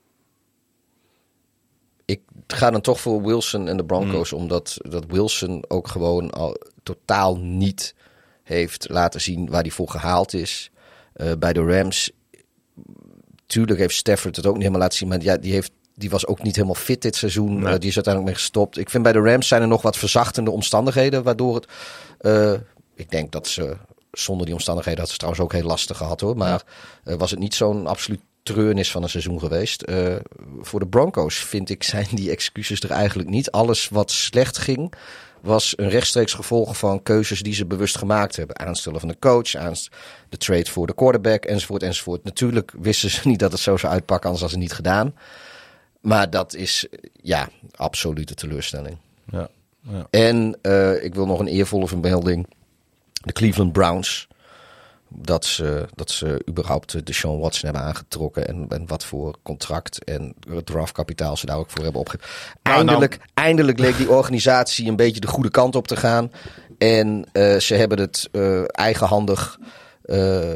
ik ga dan toch voor Wilson en de Broncos. Mm. Omdat dat Wilson ook gewoon al totaal niet heeft laten zien waar hij voor gehaald is. Uh, bij de Rams, tuurlijk heeft Stafford het ook niet helemaal laten zien. Maar ja, die, heeft, die was ook niet helemaal fit dit seizoen. Nee. Uh, die is uiteindelijk mee gestopt. Ik vind bij de Rams zijn er nog wat verzachtende omstandigheden. Waardoor het... Uh, ik denk dat ze zonder die omstandigheden had ze trouwens ook heel lastig gehad hoor. Maar ja. uh, was het niet zo'n absoluut treurnis van een seizoen geweest. Uh, voor de Broncos vind ik zijn die excuses er eigenlijk niet. Alles wat slecht ging was een rechtstreeks gevolg van keuzes die ze bewust gemaakt hebben. Aanstellen van de coach, aanst- de trade voor de quarterback enzovoort enzovoort. Natuurlijk wisten ze niet dat het zo zou uitpakken, anders hadden ze het niet gedaan. Maar dat is ja, absolute teleurstelling. Ja. Ja. En uh, ik wil nog een eervolle vermelding. De Cleveland Browns. Dat ze, dat ze überhaupt Deshaun Watson hebben aangetrokken. En, en wat voor contract en draftkapitaal ze daar ook voor hebben opgegeven. Eindelijk, nou, nou. eindelijk leek die organisatie een beetje de goede kant op te gaan. En uh, ze hebben het uh, eigenhandig uh,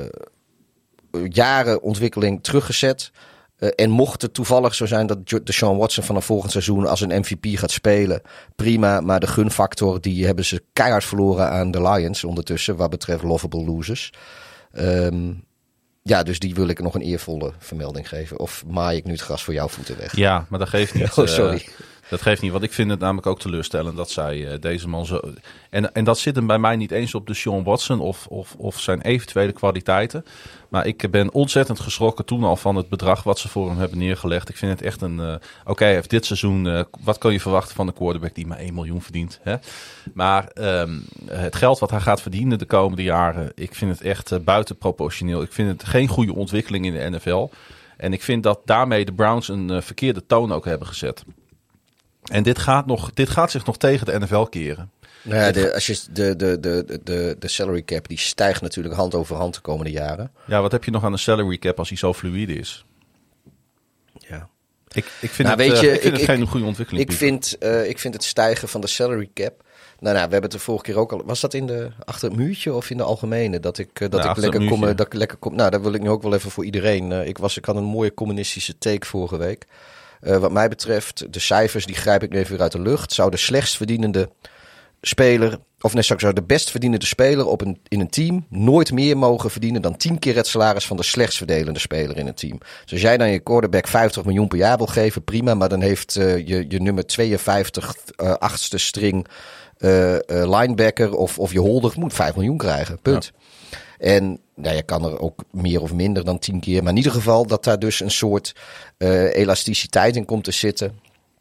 jaren ontwikkeling teruggezet. Uh, en mocht het toevallig zo zijn dat Deshaun Watson vanaf volgend seizoen als een M V P gaat spelen, prima. Maar de gunfactor, die hebben ze keihard verloren aan de Lions ondertussen, wat betreft lovable losers. Um, ja, dus die wil ik nog een eervolle vermelding geven. Of maai ik nu het gras voor jouw voeten weg? Ja, maar dat geeft niet. Oh, sorry. Uh, dat geeft niet, want ik vind het namelijk ook teleurstellend dat zij uh, deze man zo... En, en dat zit hem bij mij niet eens op Deshaun Watson of, of, of zijn eventuele kwaliteiten. Maar ik ben ontzettend geschrokken toen al van het bedrag wat ze voor hem hebben neergelegd. Ik vind het echt een... Uh, Oké, okay, hij heeft dit seizoen... Uh, wat kan je verwachten van een quarterback die maar één miljoen verdient? Hè? Maar um, het geld wat hij gaat verdienen de komende jaren... Ik vind het echt uh, buitenproportioneel. Ik vind het geen goede ontwikkeling in de N F L. En ik vind dat daarmee de Browns een uh, verkeerde toon ook hebben gezet. En dit gaat, nog, dit gaat zich nog tegen de N F L keren. Nou ja, de, als je, de, de, de, de, de salary cap die stijgt natuurlijk hand over hand de komende jaren. Ja, wat heb je nog aan een salary cap als hij zo fluïde is? Ja. Ik, ik vind, Nou, het, weet uh, je, ik vind ik- het geen ik- goede ontwikkeling. Ik vind, uh, ik vind het stijgen van de salary cap. Nou, nou, we hebben het de vorige keer ook al. Was dat in de achter het muurtje of in de algemene? Dat ik, uh, dat Nou, ik achter het lekker kom. muurtje. Dat ik lekker kom. Nou, dat wil ik nu ook wel even voor iedereen. Uh, ik, was, ik had een mooie communistische take vorige week. Uh, wat mij betreft, de cijfers die grijp ik nu even weer uit de lucht. Zou de slechtst verdienende speler, of nee, zou de best verdienende speler op een, in een team nooit meer mogen verdienen dan tien keer het salaris van de slechtst verdelende speler in een team. Dus als jij dan je quarterback vijftig miljoen per jaar wil geven, prima. Maar dan heeft uh, je, je nummer tweeënvijftig, uh, achtste string uh, uh, linebacker of, of je holder moet vijf miljoen krijgen. Punt. Ja. En nou, je kan er ook meer of minder dan tien keer. Maar in ieder geval dat daar dus een soort uh, elasticiteit in komt te zitten.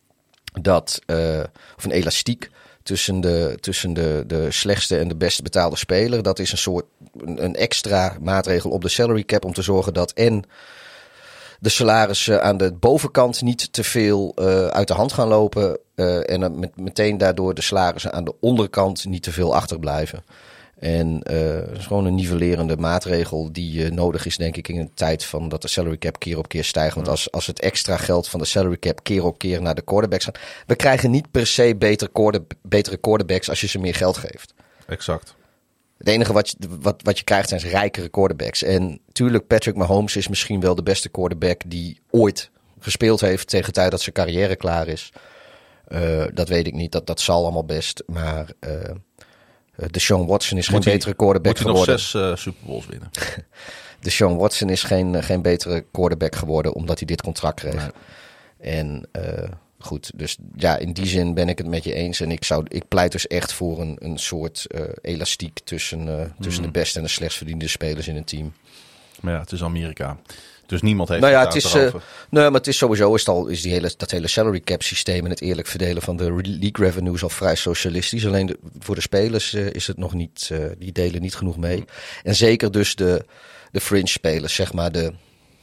Dat, uh, of een elastiek tussen, de, tussen de, de slechtste en de best betaalde speler. Dat is een soort een, een extra maatregel op de salary cap om te zorgen dat en de salarissen aan de bovenkant niet te veel uh, uit de hand gaan lopen. Uh, en uh, met, meteen daardoor de salarissen aan de onderkant niet te veel achterblijven. En uh, het is gewoon een nivellerende maatregel die uh, nodig is, denk ik, in een tijd van dat de salary cap keer op keer stijgt. Want als, als het extra geld van de salary cap keer op keer naar de quarterbacks gaat. We krijgen niet per se beter quarter, betere quarterbacks als je ze meer geld geeft. Exact. Het enige wat je, wat, wat je krijgt zijn rijkere quarterbacks. En tuurlijk, Patrick Mahomes is misschien wel de beste quarterback die ooit gespeeld heeft tegen de tijd dat zijn carrière klaar is. Uh, dat weet ik niet, dat, dat zal allemaal best. Maar uh, Deshaun Watson is moet geen hij, betere quarterback moet hij geworden. nog zes uh, Super Bowls winnen. Deshaun Watson is geen, uh, geen betere quarterback geworden omdat hij dit contract kreeg. Nee. En uh, goed, dus ja, in die zin ben ik het met je eens. En ik, zou, ik pleit dus echt voor een, een soort uh, elastiek tussen, uh, tussen mm. de beste en de slechtst verdiende spelers in een team. Maar ja, het is Amerika. Dus niemand heeft nou ja, het, het is, erover. Uh, nee, maar het is sowieso is, het al, is die hele, dat hele salary cap systeem en het eerlijk verdelen van de league revenues al vrij socialistisch. Alleen de, voor de spelers uh, is het nog niet, uh, die delen niet genoeg mee. En zeker dus de, de fringe spelers, zeg maar de,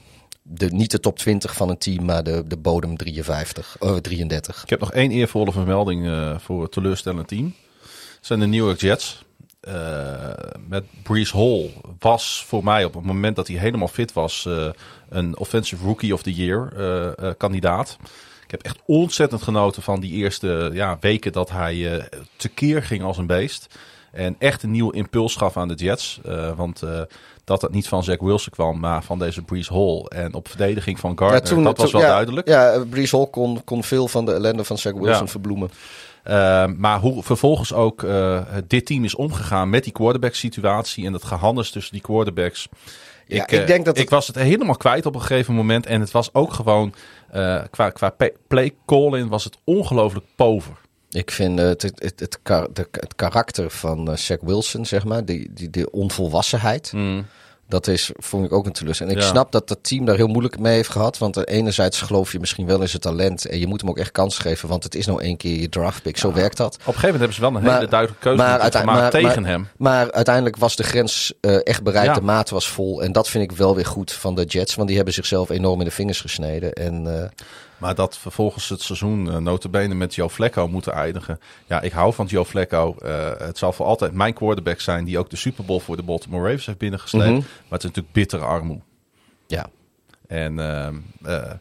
de, niet de top twintig van een team, maar de, de bodem drieënvijftig, uh, drieëndertig. Ik heb nog één eervolle vermelding uh, voor het teleurstellende team. Het zijn de New York Jets. Uh, met Breece Hall was voor mij op het moment dat hij helemaal fit was uh, een Offensive Rookie of the Year uh, uh, kandidaat. Ik heb echt ontzettend genoten van die eerste ja, weken dat hij uh, tekeer ging als een beest. En echt een nieuwe impuls gaf aan de Jets. Uh, want uh, dat het niet van Zach Wilson kwam, maar van deze Breece Hall. En op verdediging van Gardner, ja, toen, dat was toen, wel ja, duidelijk. Ja, Breece Hall kon, kon veel van de ellende van Zach Wilson ja. verbloemen. Uh, maar hoe vervolgens ook uh, dit team is omgegaan met die quarterback situatie en het gehandels tussen die quarterbacks. Ja, ik, ik, uh, denk dat ik het... was het helemaal kwijt op een gegeven moment. En het was ook gewoon, uh, qua, qua play call-in was het ongelooflijk pover. Ik vind het, het, het, het, het, het karakter van uh, Zach Wilson, zeg maar, die, die, die onvolwassenheid... Mm. Dat is, vond ik ook een teleurstelling. En ik ja. snap dat dat team daar heel moeilijk mee heeft gehad. Want enerzijds geloof je misschien wel in zijn talent. En je moet hem ook echt kans geven. Want het is nou één keer je draftpick. Zo ja. werkt dat. Op een gegeven moment hebben ze wel een maar, hele duidelijke keuze maar gemaakt maar, tegen maar, hem. Maar uiteindelijk was de grens uh, echt bereikt. Ja. De maat was vol. En dat vind ik wel weer goed van de Jets. Want die hebben zichzelf enorm in de vingers gesneden. En... Uh, Maar dat vervolgens het seizoen uh, nota bene met Joe Flacco moeten eindigen. Ja, ik hou van Joe Flacco. Uh, het zal voor altijd mijn quarterback zijn die ook de Super Bowl voor de Baltimore Ravens heeft binnengesleept. Mm-hmm. Maar het is natuurlijk bittere armoede. Ja. En uh, uh,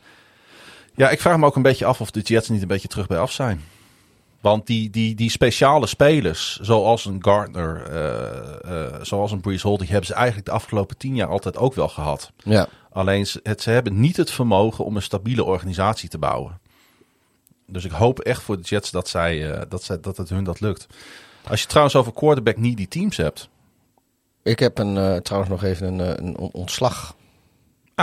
ja, ik vraag me ook een beetje af of de Jets niet een beetje terug bij af zijn. Want die, die, die speciale spelers, zoals een Gardner, uh, uh, zoals een Breece Hall, die hebben ze eigenlijk de afgelopen tien jaar altijd ook wel gehad. Ja. Alleen ze, het, ze hebben niet het vermogen om een stabiele organisatie te bouwen. Dus ik hoop echt voor de Jets dat, zij, uh, dat, zij, dat het hun dat lukt. Als je trouwens over quarterback needy teams hebt. Ik heb een, uh, trouwens nog even een, een ontslag. Ah,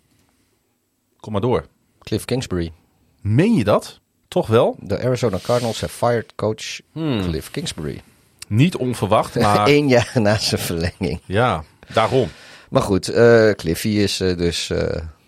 kom maar door. Cliff Kingsbury. Meen je dat? Toch wel? De Arizona Cardinals have fired coach hmm. Cliff Kingsbury. Niet onverwacht, maar... Eén jaar na zijn verlenging. Ja, daarom. Maar goed, uh, Cliffy is uh, dus... Uh...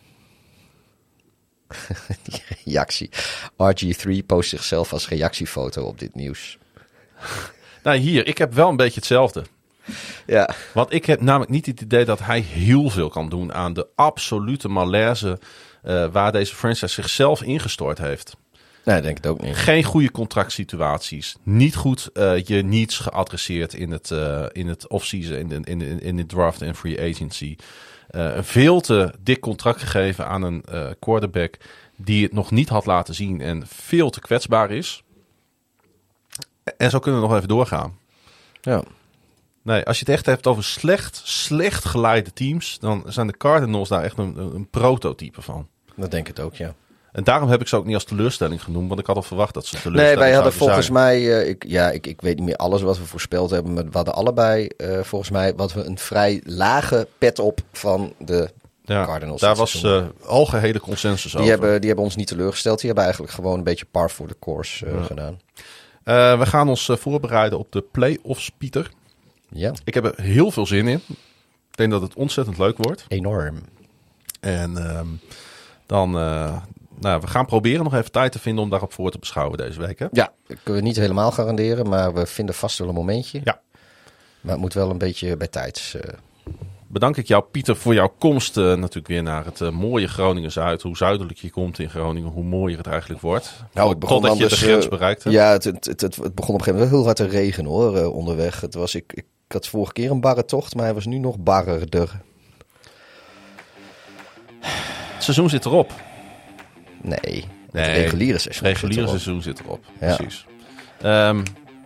Die reactie. R G drie post zichzelf als reactiefoto op dit nieuws. Nou, hier, ik heb wel een beetje hetzelfde. Ja. Want ik heb namelijk niet het idee dat hij heel veel kan doen aan de absolute malaise uh, waar deze franchise zichzelf ingestort heeft. Nee, denk ik ook niet. Geen goede contractsituaties. Niet goed uh, je needs geadresseerd in het, uh, in het offseason, in de, in, de, in de draft en free agency. Uh, een veel te dik contract gegeven aan een uh, quarterback die het nog niet had laten zien en veel te kwetsbaar is. En zo kunnen we nog even doorgaan. Ja. Nee, als je het echt hebt over slecht, slecht geleide teams, dan zijn de Cardinals daar echt een, een prototype van. Dat denk ik ook, ja. En daarom heb ik ze ook niet als teleurstelling genoemd, want ik had al verwacht dat ze teleurstelling Nee, wij hadden volgens zijn. mij, uh, ik, ja, ik, ik weet niet meer alles wat we voorspeld hebben, maar we hadden allebei uh, volgens mij wat we een vrij lage pet op van de ja, Cardinals. Daar was uh, algehele consensus die over. Hebben, die hebben ons niet teleurgesteld, die hebben eigenlijk gewoon een beetje par voor de course uh, ja. gedaan. Uh, we gaan ons uh, voorbereiden op de play-offs, Pieter. Ja. Ik heb er heel veel zin in. Ik denk dat het ontzettend leuk wordt. Enorm. En uh, dan, uh, nou, we gaan proberen nog even tijd te vinden om daarop voor te beschouwen deze week. Hè? Ja, dat kunnen we niet helemaal garanderen, maar we vinden vast wel een momentje. Ja. Maar het moet wel een beetje bij tijds. Uh... Bedank ik jou, Pieter, voor jouw komst uh, natuurlijk weer naar het uh, mooie Groningen-Zuid. Hoe zuidelijk je komt in Groningen, hoe mooier het eigenlijk wordt. Nou, het begon Totdat je anders, de grens uh, bereikt hebt. Ja, het, het, het, het begon op een gegeven moment heel hard te regenen hoor, uh, onderweg. Het was, ik, ik had vorige keer een barre tocht, maar hij was nu nog barrerder. Het seizoen zit erop. Nee, nee het reguliere seizoen, het reguliere zit, erop. seizoen zit erop. Ja. Precies. Um,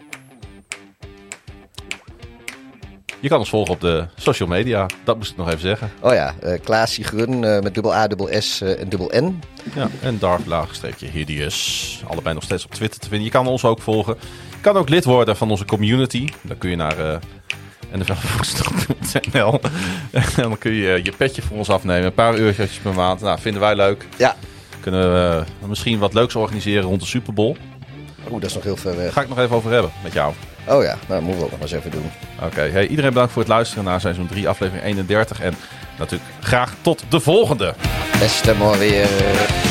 je kan ons volgen op de social media. Dat moest ik nog even zeggen. Oh ja, uh, Klaas Grun uh, met dubbel A, dubbel S uh, en dubbel N. Ja, en Darth laagstreepje Hideous. Allebei nog steeds op Twitter te vinden. Je kan ons ook volgen. Je kan ook lid worden van onze community. Dan kun je naar uh, N F L Voetstap punt N L en dan kun je je petje voor ons afnemen. Een paar eurotjes per maand. Nou, vinden wij leuk. Ja. Kunnen we uh, misschien wat leuks organiseren rond de Super Bowl. Oeh, dat is nog heel ver weg. Daar ga ik nog even over hebben met jou. Oh ja, nou, dat moeten we ook nog maar eens even doen. Oké, okay. Hey, iedereen bedankt voor het luisteren naar seizoen drie, aflevering eenendertig. En natuurlijk graag tot de volgende. Beste mooi weer.